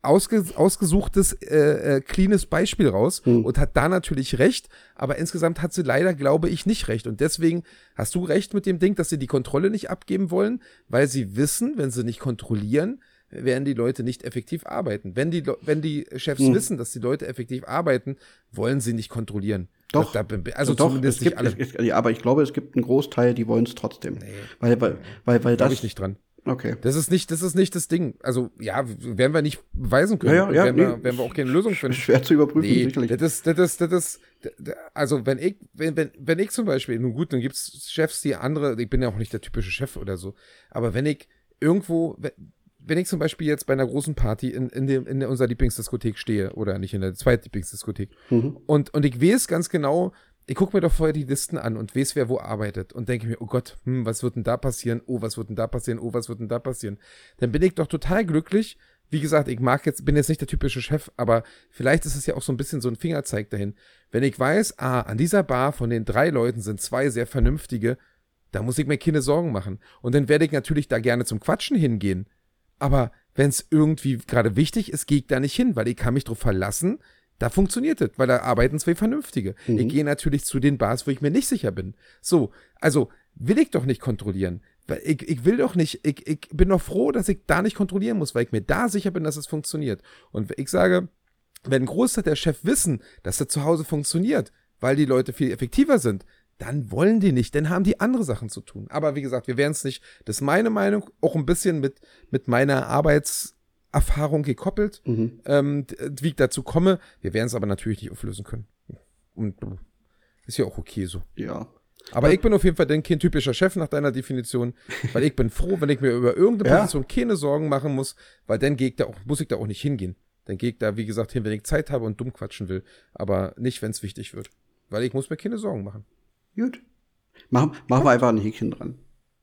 ausge, ausgesuchtes, äh, äh, cleanes Beispiel raus
Hm.
und hat da natürlich recht, aber insgesamt hat sie leider, glaube ich, nicht recht. Und deswegen hast du recht mit dem Ding, dass sie die Kontrolle nicht abgeben wollen, weil sie wissen, wenn sie nicht kontrollieren, werden die Leute nicht effektiv arbeiten. Wenn die, wenn die Chefs
Hm.
wissen, dass die Leute effektiv arbeiten, wollen sie nicht kontrollieren.
Doch.
Da, da, also
doch,
zumindest
es gibt,
nicht alle.
es, es, ja, aber ich glaube, es gibt einen Großteil, die wollen es trotzdem. Weil, weil, weil, weil
Glaube
das.
ich nicht dran.
Okay.
Das ist nicht, das ist nicht das Ding. Also, ja, werden wir nicht beweisen können.
Ja, ja, ja,
werden,
nee.
wir, werden wir auch keine Lösung finden.
Schwer zu überprüfen,
Nee,
sicherlich.
das ist, das ist, das ist, also wenn ich, wenn, wenn, wenn ich zum Beispiel, nun gut, dann gibt's Chefs, die andere, ich bin ja auch nicht der typische Chef oder so, aber wenn ich irgendwo, wenn, wenn ich zum Beispiel jetzt bei einer großen Party in, in, dem, in unserer Lieblingsdiskothek stehe, oder nicht in der Zweitlieblingsdiskothek,
Mhm.
und, und ich weiß ganz genau, ich gucke mir doch vorher die Listen an und weiß, wer wo arbeitet und denke mir, oh Gott, hm, was wird denn da passieren? Oh, was wird denn da passieren? Oh, was wird denn da passieren? Dann bin ich doch total glücklich. Wie gesagt, ich mag jetzt, bin jetzt nicht der typische Chef, aber vielleicht ist es ja auch so ein bisschen so ein Fingerzeig dahin. Wenn ich weiß, ah, an dieser Bar von den drei Leuten sind zwei sehr vernünftige, da muss ich mir keine Sorgen machen. Und dann werde ich natürlich da gerne zum Quatschen hingehen. Aber wenn es irgendwie gerade wichtig ist, gehe ich da nicht hin, weil ich kann mich drauf verlassen, da funktioniert es, weil da arbeiten zwei Vernünftige.
Mhm.
Ich gehe natürlich zu den Bars, wo ich mir nicht sicher bin. So, also will ich doch nicht kontrollieren. Weil ich, ich will doch nicht, ich, ich bin doch froh, dass ich da nicht kontrollieren muss, weil ich mir da sicher bin, dass es funktioniert. Und ich sage, wenn ein Großteil der Chef wissen, dass das zu Hause funktioniert, weil die Leute viel effektiver sind, dann wollen die nicht, dann haben die andere Sachen zu tun. Aber wie gesagt, wir werden es nicht, das ist meine Meinung, auch ein bisschen mit, mit meiner Arbeitserfahrung gekoppelt,
Mhm.
ähm, wie ich dazu komme. Wir werden es aber natürlich nicht auflösen können. Und ist ja auch okay so.
Ja.
Aber ich bin auf jeden Fall dann kein typischer Chef nach deiner Definition, weil ich bin froh, wenn ich mir über irgendeine
Ja.
Position keine Sorgen machen muss, weil dann gehe ich da auch, muss ich da auch nicht hingehen. Dann gehe ich da, wie gesagt, hin, wenn ich Zeit habe und dumm quatschen will. Aber nicht, wenn es wichtig wird. Weil ich muss mir keine Sorgen machen.
Gut. Machen, machen wir einfach ein Häkchen dran.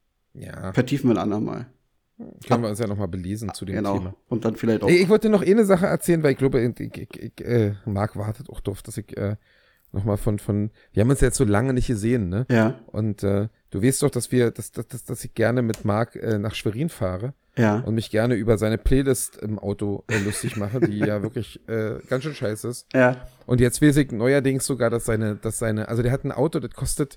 Ja,
Vertiefen wir ein andermal.
können wir uns ja nochmal belesen zu dem
Genau.
Thema.
Und dann vielleicht auch.
Ey, ich wollte noch eine Sache erzählen, weil ich glaube, ich, ich, ich, ich, äh, Marc wartet auch drauf, dass ich äh, nochmal von, von, wir haben uns ja jetzt so lange nicht gesehen, ne?
Ja.
Und äh, du weißt doch, dass wir, dass, dass, dass, dass ich gerne mit Marc äh, nach Schwerin fahre
Ja.
und mich gerne über seine Playlist im Auto äh, lustig mache, die ja wirklich äh, ganz schön scheiße ist.
Ja.
Und jetzt weiß ich neuerdings sogar, dass seine, dass seine, also der hat ein Auto, das kostet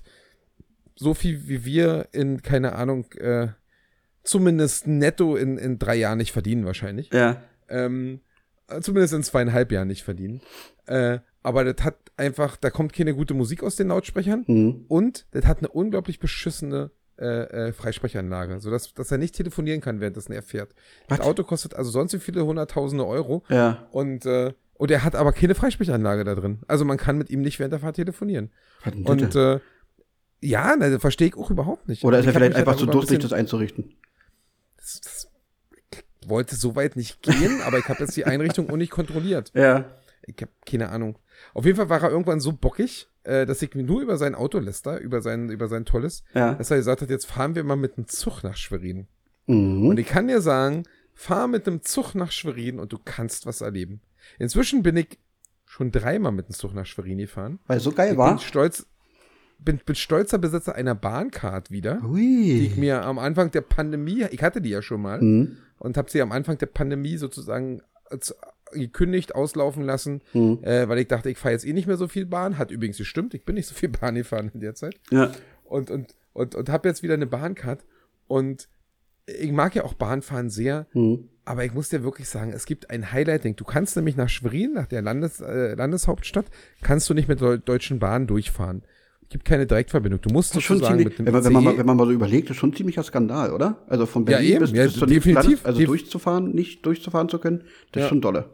so viel, wie wir in, keine Ahnung, äh, zumindest netto in, in drei Jahren nicht verdienen wahrscheinlich.
Ja.
Ähm, äh, zumindest in zweieinhalb Jahren nicht verdienen. Äh, aber das hat einfach, da kommt keine gute Musik aus den Lautsprechern
Mhm.
und das hat eine unglaublich beschissene äh, äh, Freisprechanlage, sodass dass er nicht telefonieren kann, währenddessen er fährt. Das
Was?
Auto kostet also sonst wie viele hunderttausende Euro
Ja.
und, äh, und er hat aber keine Freisprechanlage da drin. Also man kann mit ihm nicht während der Fahrt telefonieren.
Was denn
Und
bitte?
äh, ja, ne, das verstehe ich auch überhaupt nicht.
Oder ist
Ich
er
hab
vielleicht
mich halt
einfach zu
darüber ein
durstig,
bisschen-
das einzurichten?
das, das ich wollte so weit nicht gehen, aber ich habe jetzt die Einrichtung auch nicht kontrolliert.
Ja.
Ich habe keine Ahnung. Auf jeden Fall war er irgendwann so bockig, äh, dass ich nur über sein Auto läster, über sein, über sein tolles,
Ja.
dass er gesagt hat, jetzt fahren wir mal mit dem Zug nach Schwerin.
Mhm.
Und ich kann dir sagen, fahr mit dem Zug nach Schwerin und du kannst was erleben. Inzwischen bin ich schon dreimal mit dem Zug nach Schwerin gefahren.
Weil es so geil
Ich
war.
bin stolz, bin, bin stolzer Besitzer einer Bahncard wieder, die
Ui.
ich mir am Anfang der Pandemie, ich hatte die ja schon mal,
Mhm.
und habe sie am Anfang der Pandemie sozusagen als gekündigt, auslaufen lassen,
Mhm.
äh, weil ich dachte, ich fahre jetzt eh nicht mehr so viel Bahn. Hat übrigens gestimmt, ich bin nicht so viel Bahn gefahren in der Zeit.
Ja.
Und, und, und, und habe jetzt wieder eine Bahncard. Und ich mag ja auch Bahnfahren sehr,
Mhm.
aber ich muss dir wirklich sagen, es gibt ein Highlighting. Du kannst nämlich nach Schwerin, nach der Landes, äh, Landeshauptstadt, kannst du nicht mit Deu- Deutschen Bahn durchfahren. Es gibt keine Direktverbindung. Du musst
Das ist schon
sozusagen
ziemlich,
mit dem
wenn man, wenn, man mal,
I C E
wenn man mal so überlegt, das ist schon ein ziemlicher Skandal, oder? Also von
Ja,
Berlin
eben.
bis,
Ja,
bis zur
definitiv.
Land, also
Def-
durchzufahren, nicht durchzufahren zu können, das
Ja.
ist schon dolle.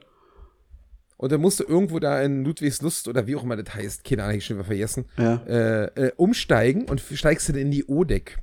Und dann musst du irgendwo da in Ludwigslust oder wie auch immer das heißt, keine Ahnung, ich schon wieder vergessen,
Ja.
äh, äh, umsteigen und steigst du dann in die Odeck.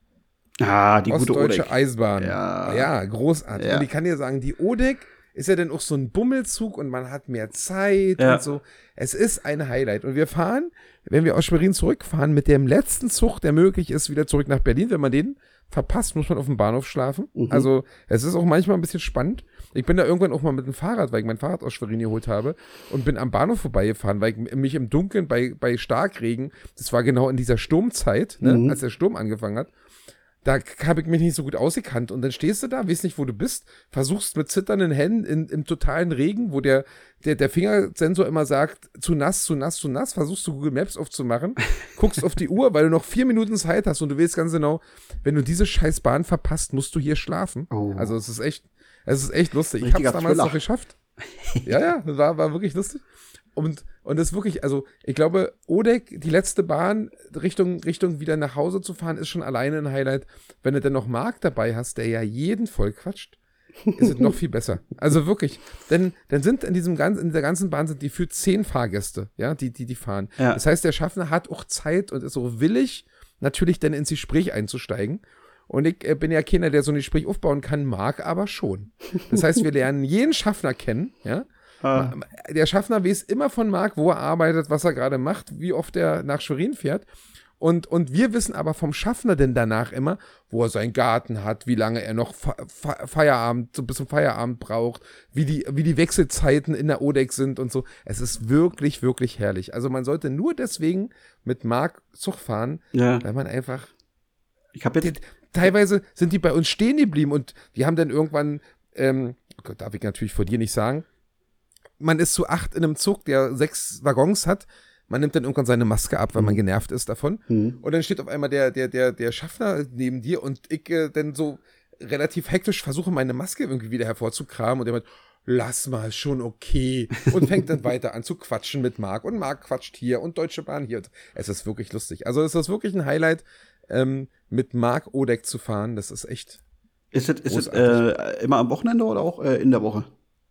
Ah, die gute
Ostdeutsche
Odeck.
Eisbahn.
Ja.
Ja, großartig.
Ja.
Und ich kann dir sagen, die Odeck ist ja dann auch so ein Bummelzug und man hat mehr Zeit
Ja.
und so. Es ist ein Highlight. Und wir fahren, wenn wir aus Schwerin zurückfahren, mit dem letzten Zug, der möglich ist, wieder zurück nach Berlin. Wenn man den verpasst, muss man auf dem Bahnhof schlafen.
Mhm.
Also es ist auch manchmal ein bisschen spannend. Ich bin da irgendwann auch mal mit dem Fahrrad, weil ich mein Fahrrad aus Schwerin geholt habe und bin am Bahnhof vorbeigefahren, weil ich mich im Dunkeln bei, bei Starkregen, das war genau in dieser Sturmzeit, ne,
Mhm.
als der Sturm angefangen hat, da habe ich mich nicht so gut ausgekannt. Und dann stehst du da, weißt nicht, wo du bist, versuchst mit zitternden Händen in, im totalen Regen, wo der, der, der Fingersensor immer sagt, zu nass, zu nass, zu nass, versuchst du Google Maps aufzumachen, guckst auf die Uhr, weil du noch vier Minuten Zeit hast und du weißt ganz genau, wenn du diese scheiß Bahn verpasst, musst du hier schlafen.
Oh.
Also es ist echt, es ist echt lustig. Ich
Richtiger
hab's damals
Thriller.
noch geschafft. Ja, ja, das war, war wirklich lustig. Und, und das ist wirklich, also ich glaube, Odeck, die letzte Bahn Richtung, Richtung wieder nach Hause zu fahren, ist schon alleine ein Highlight. Wenn du dann noch Marc dabei hast, der ja jeden voll quatscht, ist es noch viel besser. Also wirklich. Denn dann sind in diesem ganzen, in der ganzen Bahn sind die für zehn Fahrgäste, ja, die, die, die fahren.
Ja.
Das heißt, der Schaffner hat auch Zeit und ist so willig, natürlich dann ins Gespräch einzusteigen. Und ich äh, bin ja keiner, der so ein Gespräch aufbauen kann, Marc aber schon. Das heißt, wir lernen jeden Schaffner kennen, ja.
Ah.
Der Schaffner weiß immer von Marc, wo er arbeitet, was er gerade macht, wie oft er nach Schwerin fährt. Und, und wir wissen aber vom Schaffner denn danach immer, wo er seinen Garten hat, wie lange er noch Fe Fe Feierabend, so bis zum Feierabend braucht, wie die, wie die Wechselzeiten in der Odeck sind und so. Es ist wirklich, wirklich herrlich. Also man sollte nur deswegen mit Marc Zug fahren,
Ja.
weil man einfach,
Ich habe jetzt.
die, teilweise sind die bei uns stehen geblieben und die haben dann irgendwann, ähm, oh Gott, darf ich natürlich vor dir nicht sagen, man ist zu acht in einem Zug, der sechs Waggons hat. Man nimmt dann irgendwann seine Maske ab, weil man genervt ist davon.
Mhm.
Und dann steht auf einmal der, der, der, der Schaffner neben dir und ich äh, dann so relativ hektisch versuche, meine Maske irgendwie wieder hervorzukramen und der meint, lass mal, schon okay. Und fängt dann weiter an zu quatschen mit Marc. Und Marc quatscht hier und Deutsche Bahn hier. Es ist wirklich lustig. Also es ist wirklich ein Highlight, ähm, mit Marc Odeck zu fahren. Das ist echt.
Ist es, ist es
großartig.
äh, immer am Wochenende oder auch äh, in der Woche?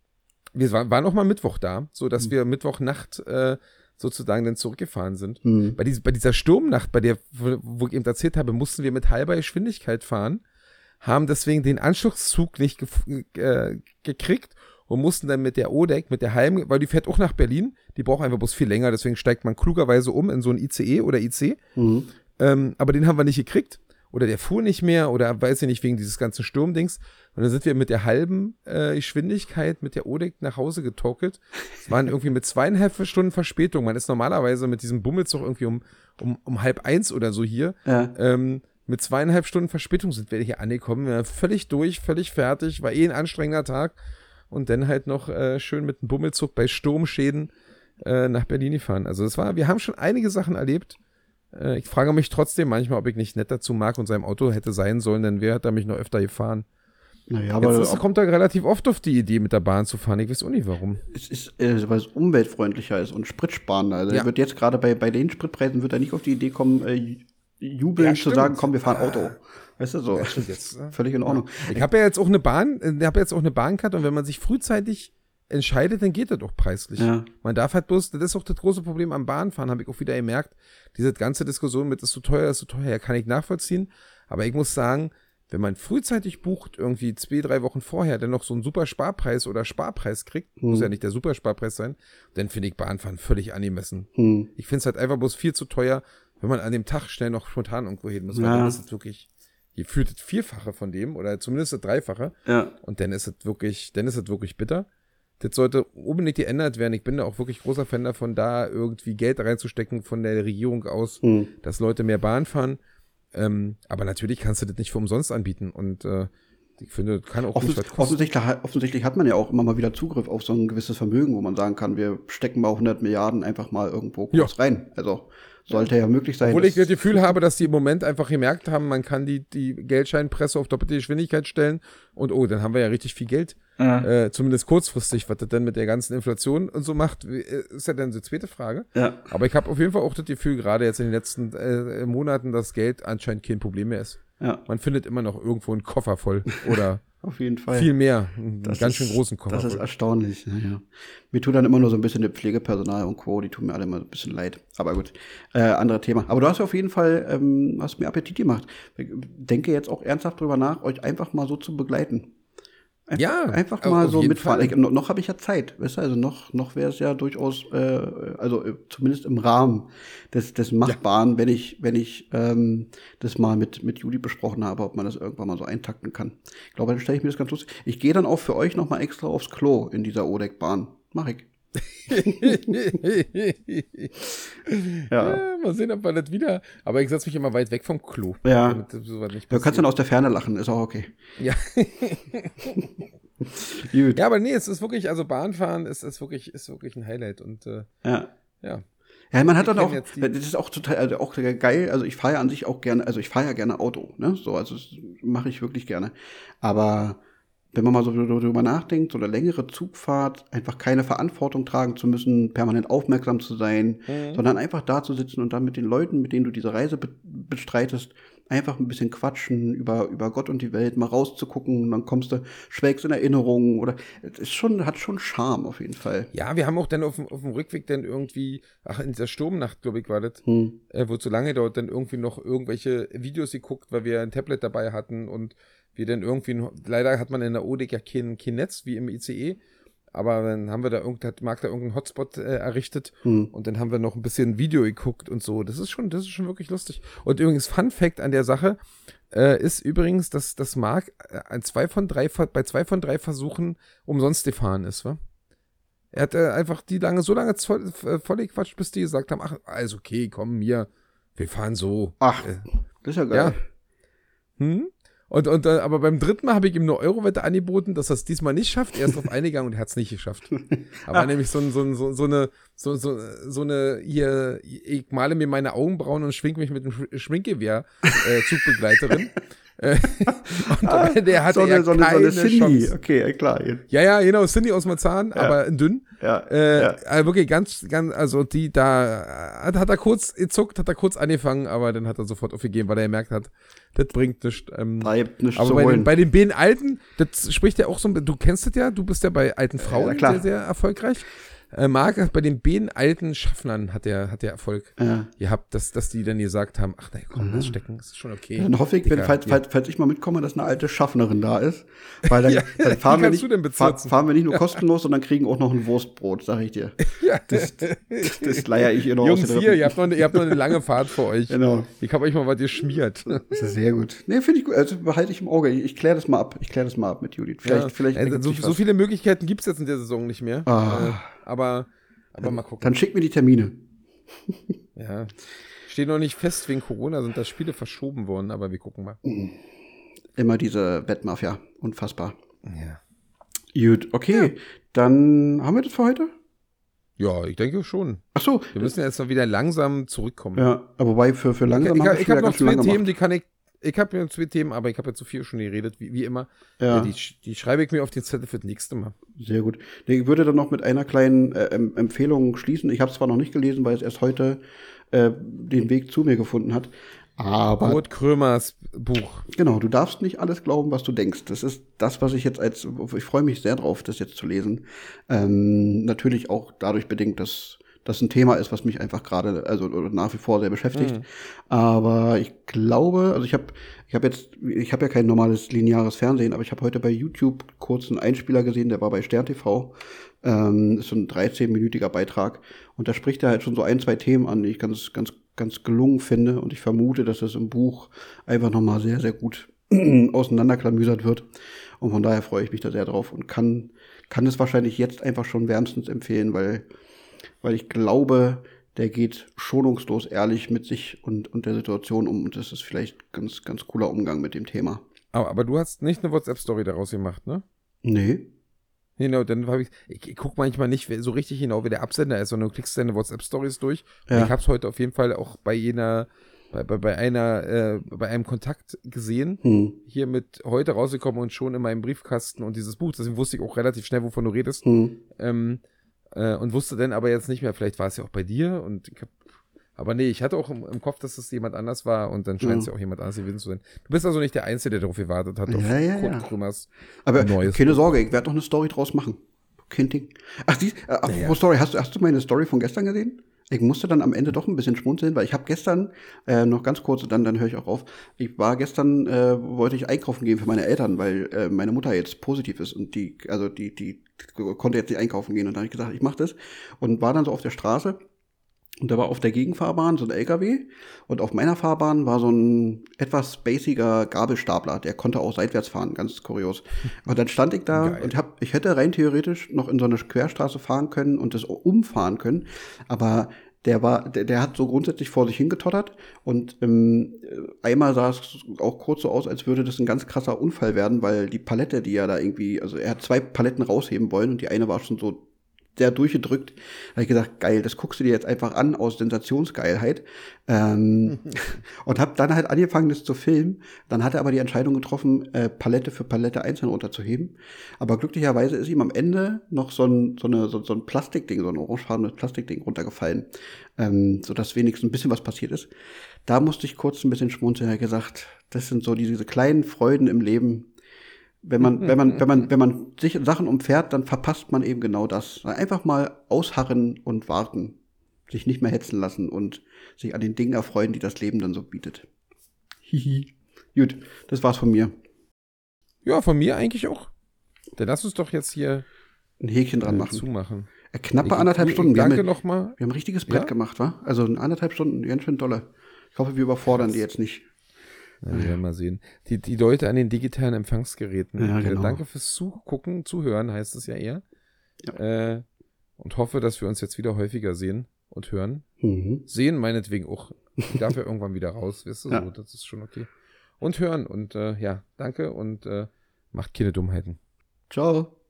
Wir waren, waren auch mal Mittwoch da, so dass wir Mittwochnacht äh, sozusagen dann zurückgefahren sind.
Mhm.
Bei, dies, bei dieser Sturmnacht, bei der, wo, wo ich eben erzählt habe, mussten wir mit halber Geschwindigkeit fahren, haben deswegen den Anschlusszug nicht gef- äh, gekriegt und mussten dann mit der Odeck, mit der halben, weil die fährt auch nach Berlin, die braucht einfach bloß viel länger, deswegen steigt man klugerweise um in so ein I C E oder I C.
Mhm.
Ähm, aber den haben wir nicht gekriegt. Oder der fuhr nicht mehr oder weiß ich nicht, wegen dieses ganzen Sturmdings. Und dann sind wir mit der halben äh, Geschwindigkeit mit der Odeck nach Hause getorkelt. Es waren irgendwie mit zweieinhalb Stunden Verspätung. Man ist normalerweise mit diesem Bummelzug irgendwie um, um, um halb eins oder so hier.
Ja.
Ähm, mit zweieinhalb Stunden Verspätung sind wir hier angekommen. Wir waren völlig durch, völlig fertig. War eh ein anstrengender Tag. Und dann halt noch äh, schön mit dem Bummelzug bei Sturmschäden äh, nach Berlin gefahren. Also es war, wir haben schon einige Sachen erlebt. Ich frage mich trotzdem manchmal, ob ich nicht netter zu Marc und seinem Auto hätte sein sollen, denn wer hat da mich noch öfter gefahren?
Naja, aber
Jetzt ist, kommt er relativ oft auf die Idee, mit der Bahn zu fahren. Ich weiß auch nicht, warum.
es ist, äh, weil es umweltfreundlicher ist und spritsparender. Also
Ja.
er wird jetzt gerade bei, bei den Spritpreisen wird er nicht auf die Idee kommen, äh, jubelnd
Ja,
zu
stimmt.
sagen, komm, wir fahren Auto. Weißt du, so.
Ja, stimmt jetzt, ne?
Völlig in Ordnung.
Ich habe ja jetzt auch eine Bahn, ich habe jetzt auch eine Bahncard und wenn man sich frühzeitig entscheidet, dann geht das auch preislich.
Ja.
Man darf halt bloß, das ist auch das große Problem am Bahnfahren, habe ich auch wieder gemerkt, diese ganze Diskussion mit, ist so teuer, ist so teuer, ja, kann ich nachvollziehen, aber ich muss sagen, wenn man frühzeitig bucht, irgendwie zwei, drei Wochen vorher, dann noch so einen super Sparpreis oder Sparpreis kriegt,
Hm.
muss ja nicht der super Sparpreis sein, dann finde ich Bahnfahren völlig angemessen.
Hm.
Ich finde es halt einfach bloß viel zu teuer, wenn man an dem Tag schnell noch spontan irgendwo hin muss, weil
Ja.
dann ist es wirklich, ihr fühlt das Vierfache von dem oder zumindest das Dreifache
Ja.
und dann ist es wirklich, dann ist es wirklich bitter. Das sollte unbedingt geändert werden. Ich bin da auch wirklich großer Fan davon, da irgendwie Geld reinzustecken von der Regierung aus,
Hm.
dass Leute mehr Bahn fahren. Ähm, aber natürlich kannst du das nicht für umsonst anbieten. Und äh, ich finde, das kann auch
Offens
nicht was kosten.
offensichtlich, offensichtlich hat man ja auch immer mal wieder Zugriff auf so ein gewisses Vermögen, wo man sagen kann, wir stecken mal hundert Milliarden einfach mal irgendwo kurz
Ja.
rein. Also sollte ja möglich sein.
Obwohl ich das
dass-
Gefühl habe, dass die im Moment einfach gemerkt haben, man kann die, die Geldscheinpresse auf doppelte Geschwindigkeit stellen und oh, dann haben wir ja richtig viel Geld. Äh, zumindest kurzfristig, was das denn mit der ganzen Inflation und so macht, wie- ist ja dann die zweite Frage.
Ja.
Aber ich habe auf jeden Fall auch das Gefühl, gerade jetzt in den letzten äh, Monaten, dass Geld anscheinend kein Problem mehr ist.
Ja,
Man findet immer noch irgendwo einen Koffer voll oder
auf jeden Fall.
viel mehr, einen
Das
ganz
ist-
schön großen Koffer
Das ist
voll.
erstaunlich. Ja, ja. Mir tut dann immer nur so ein bisschen das Pflegepersonal und Co., die tun mir alle immer ein bisschen leid. Aber gut, äh, anderes Thema. Aber du hast auf jeden Fall, ähm, hast mir Appetit gemacht. Ich denke jetzt auch ernsthaft drüber nach, euch einfach mal so zu begleiten. Einfach,
Ja,
einfach
auf-
mal
auf
so
jeden
mitfahren.
Fall.
Ich, noch noch habe ich ja Zeit, weißt du? Also noch, noch wäre es ja durchaus, äh, also äh, zumindest im Rahmen des, des Machbaren, wenn ich, wenn ich ähm, das mal mit, mit Judy besprochen habe, ob man das irgendwann mal so eintakten kann. Ich glaube, dann stelle ich mir das ganz lustig. Ich gehe dann auch für euch noch mal extra aufs Klo in dieser Odeck-Bahn. Mach ich. Ja.
Ja, mal sehen, ob wir das wieder. Aber ich setze mich immer weit weg vom Klo.
Ja.
Damit das sowas nicht
Du kannst
passiert.
dann aus der Ferne lachen, ist auch okay.
Ja.
Gut.
Ja, aber nee, es ist wirklich, also Bahnfahren ist, ist wirklich, ist wirklich ein Highlight und äh,
Ja.
ja.
Ja, man hat
Wir
dann auch,
kennen jetzt die-
das ist auch total, also auch geil, also ich fahre ja an sich auch gerne, also ich fahre ja gerne Auto, ne, so, also das mache ich wirklich gerne. Aber wenn man mal so darüber nachdenkt, so eine längere Zugfahrt, einfach keine Verantwortung tragen zu müssen, permanent aufmerksam zu sein,
Mhm.
sondern einfach da zu sitzen und dann mit den Leuten, mit denen du diese Reise be- bestreitest, einfach ein bisschen quatschen über, über Gott und die Welt, mal rauszugucken, dann kommst du, schwelgst in Erinnerungen oder, es ist schon, hat schon Charme auf jeden Fall.
Ja, wir haben auch dann auf dem, auf dem Rückweg dann irgendwie, ach, in dieser Sturmnacht, glaube ich, war das,
Hm.
äh, wo es so lange dauert, dann irgendwie noch irgendwelche Videos geguckt, weil wir ein Tablet dabei hatten und wir dann irgendwie, noch- leider hat man in der O D ja kein, kein Netz wie im I C E, aber dann haben wir da irgend, hat Marc da irgendeinen Hotspot äh, errichtet
Hm.
und dann haben wir noch ein bisschen Video geguckt und so. Das ist schon, das ist schon wirklich lustig. Und übrigens, Fun Fact an der Sache äh, ist übrigens, dass, dass Marc äh, an zwei von drei, Ver- bei zwei von drei Versuchen umsonst gefahren ist, wa? Er hat äh, einfach die lange, so lange voll, äh, voll gequatscht, bis die gesagt haben, ach, alles okay, komm, mir, wir fahren so.
Ach,
Äh,
das ist ja geil.
ja. Hm? Und, und, äh, aber beim dritten Mal habe ich ihm eine Eurowette angeboten, dass er es diesmal nicht schafft. Er ist drauf eingegangen und er hat es nicht geschafft. Aber nämlich so, ein- so, ein- so, so eine, so, so, so eine, hier, ich male mir meine Augenbrauen und schwing mich mit dem Sch- Schminkgewehr, äh, Zugbegleiterin. Äh, und
Ah,
der hatte
so eine,
ja
so eine, so
keine
eine Cindy.
Chance.
Okay, klar.
Ja, ja, genau, Cindy aus Marzahn, aber in dünn.
Ja,
Äh,
ja.
also wirklich ganz, ganz, also die da, hat, hat er kurz gezuckt, hat er kurz angefangen, aber dann hat er sofort aufgegeben, weil er gemerkt hat, das bringt nichts. Ähm,
Bleibt nichts
aber
zu
bei den,
holen.
bei den beiden Alten, das spricht ja auch so, du kennst das ja, du bist ja bei alten Frauen
Ja, klar.
sehr, sehr erfolgreich. Äh, Marc, bei den beiden alten Schaffnern hat der, hat der Erfolg
Ja.
gehabt, dass, dass die dann gesagt haben, ach nein, komm, lass stecken, das ist schon okay.
Dann hoffe ich, wenn,
Dicker,
falls,
ja.
falls, falls ich mal mitkomme, dass eine alte Schaffnerin da ist. Weil dann,
Ja,
dann
die
fahren, wir
kannst
nicht,
du denn
fahr,
bezirzen.
fahren wir nicht nur kostenlos, sondern kriegen auch noch ein Wurstbrot, sag ich dir.
Ja.
Das, das leier ich ihr noch
Jungs,
aus den
hier,
Rippen.
ihr habt, noch eine, ihr habt noch eine lange Fahrt vor euch.
Genau.
Ich habe euch mal was geschmiert.
Das ist sehr gut. Nee, finde ich gut. Also behalte ich im Auge. Ich, ich kläre das mal ab. Ich kläre das mal ab mit Judith. Vielleicht,
Ja.
vielleicht
Äh,
ergibt
so,
sich
so
was.
viele Möglichkeiten gibt es jetzt in der Saison nicht mehr.
Ah.
Äh, aber, aber mal gucken.
Dann schick mir die Termine.
Ja. Steht noch nicht fest, wegen Corona sind da Spiele verschoben worden, aber wir gucken mal.
Immer diese Wettmafia. Unfassbar.
Ja.
Gut, okay. Dann haben wir das für heute?
Ja, ich denke schon.
Ach so.
Wir müssen jetzt noch wieder langsam zurückkommen.
Ja, aber wobei für, für
ich
langsam
ich,
haben wir
ich, ich
schon
habe
wieder
noch
ganz schön
zwei
lang
Themen,
gemacht.
die kann ich. Ich habe ja zwei Themen, aber ich habe ja zu viel schon geredet, wie, wie immer.
Ja.
Die, die schreibe ich mir auf den Zettel für das nächste Mal.
Sehr gut. Nee, ich würde dann noch mit einer kleinen äh, Em- Empfehlung schließen. Ich habe es zwar noch nicht gelesen, weil es erst heute äh, den Weg zu mir gefunden hat. Aber
Kurt Krömers Buch.
genau, du darfst nicht alles glauben, was du denkst. Das ist das, was ich jetzt als, ich freue mich sehr drauf, das jetzt zu lesen. Ähm, natürlich auch dadurch bedingt, dass das ein Thema ist, was mich einfach gerade, also nach wie vor sehr beschäftigt.
Mhm.
Aber ich glaube, also ich habe ich habe jetzt, ich habe ja kein normales lineares Fernsehen, aber ich habe heute bei YouTube kurz einen Einspieler gesehen, der war bei Stern T V. Ähm, ist so ein dreizehnminütiger Beitrag. Und da spricht er halt schon so ein, zwei Themen an, die ich ganz, ganz, ganz gelungen finde. Und ich vermute, dass das im Buch einfach nochmal sehr, sehr gut auseinanderklamüsert wird. Und von daher freue ich mich da sehr drauf und kann, kann es wahrscheinlich jetzt einfach schon wärmstens empfehlen, weil, weil ich glaube, der geht schonungslos ehrlich mit sich und, und der Situation um. Und das ist vielleicht ganz, ganz cooler Umgang mit dem Thema.
Aber, aber du hast nicht eine WhatsApp-Story daraus gemacht, ne?
Nee.
Genau, dann habe ich, ich, ich gucke manchmal nicht so richtig genau, wie der Absender ist, sondern du klickst deine WhatsApp-Stories durch. Und
Ja.
ich habe es heute auf jeden Fall auch bei jener, bei, bei, bei einer, äh, bei einem Kontakt gesehen,
Hm.
hier mit heute rausgekommen und schon in meinem Briefkasten und dieses Buch, deswegen wusste ich auch relativ schnell, wovon du redest.
Hm.
Ähm, äh, und wusste dann aber jetzt nicht mehr, vielleicht war es ja auch bei dir und ich hab, aber nee, ich hatte auch im, im Kopf, dass es jemand anders war und dann scheint es ja.
Ja.
auch jemand anders gewesen zu sein. Du bist also nicht der Einzige, der darauf gewartet hat, auf
Ja, ja,
Kurt
ja.
Krömers
Aber
Neues.
keine Sorge, ich werde noch eine Story draus machen. Kein Ding. Ach, die, äh, apropos
Ja, ja.
Story, hast du, hast du meine Story von gestern gesehen? Ich musste dann am Ende doch ein bisschen schmunzeln, weil ich habe gestern, äh, noch ganz kurz, dann, dann höre ich auch auf, ich war gestern, äh, wollte ich einkaufen gehen für meine Eltern, weil äh, meine Mutter jetzt positiv ist und die, also die, die konnte jetzt nicht einkaufen gehen und dann habe ich gesagt, ich mache das und war dann so auf der Straße Und da war auf der Gegenfahrbahn so ein L K W und auf meiner Fahrbahn war so ein etwas spaciger Gabelstapler, der konnte auch seitwärts fahren, ganz kurios. Und dann stand ich da
Geil.
und hab, ich hätte rein theoretisch noch in so eine Querstraße fahren können und das umfahren können, aber der war, der, der hat so grundsätzlich vor sich hingetottert und ähm, einmal sah es auch kurz so aus, als würde das ein ganz krasser Unfall werden, weil die Palette, die er da irgendwie, also er hat zwei Paletten rausheben wollen und die eine war schon so sehr durchgedrückt. Da habe ich gesagt, geil, das guckst du dir jetzt einfach an aus Sensationsgeilheit. Ähm, und habe dann halt angefangen, das zu filmen. Dann hat er aber die Entscheidung getroffen, äh, Palette für Palette einzeln runterzuheben. Aber glücklicherweise ist ihm am Ende noch so ein, so eine, so, so ein Plastikding, so ein orangefarbenes Plastikding runtergefallen, ähm, sodass wenigstens ein bisschen was passiert ist. Da musste ich kurz ein bisschen schmunzeln. Er hat gesagt, das sind so diese, diese kleinen Freuden im Leben. Wenn man, wenn man, wenn man, wenn man sich Sachen umfährt, dann verpasst man eben genau das. Einfach mal ausharren und warten. Sich nicht mehr hetzen lassen und sich an den Dingen erfreuen, die das Leben dann so bietet. Hihi. Gut, das war's von mir.
Ja, von mir eigentlich auch. Dann lass uns doch jetzt hier
Ein Häkchen dran
äh,
machen.
zumachen.
Äh, Knappe
Ich-
anderthalb
ich-
Stunden. Wir haben,
Danke
ja-
nochmal.
wir haben ein richtiges Brett
Ja?
gemacht, wa? Also in anderthalb Stunden, ganz schön dolle. Ich hoffe, wir überfordern die jetzt nicht.
Ja, wir werden mal sehen. Die, die Leute an den digitalen Empfangsgeräten.
Ja,
äh,
genau.
Danke fürs Zugucken, Zuhören heißt es ja eher. Äh, und hoffe, dass wir uns jetzt wieder häufiger sehen und hören.
Mhm.
Sehen meinetwegen auch. Ich darf ja irgendwann wieder raus, weißt du,
Ja.
so, das ist schon okay. Und hören und äh, ja, danke und äh, macht keine Dummheiten.
Ciao.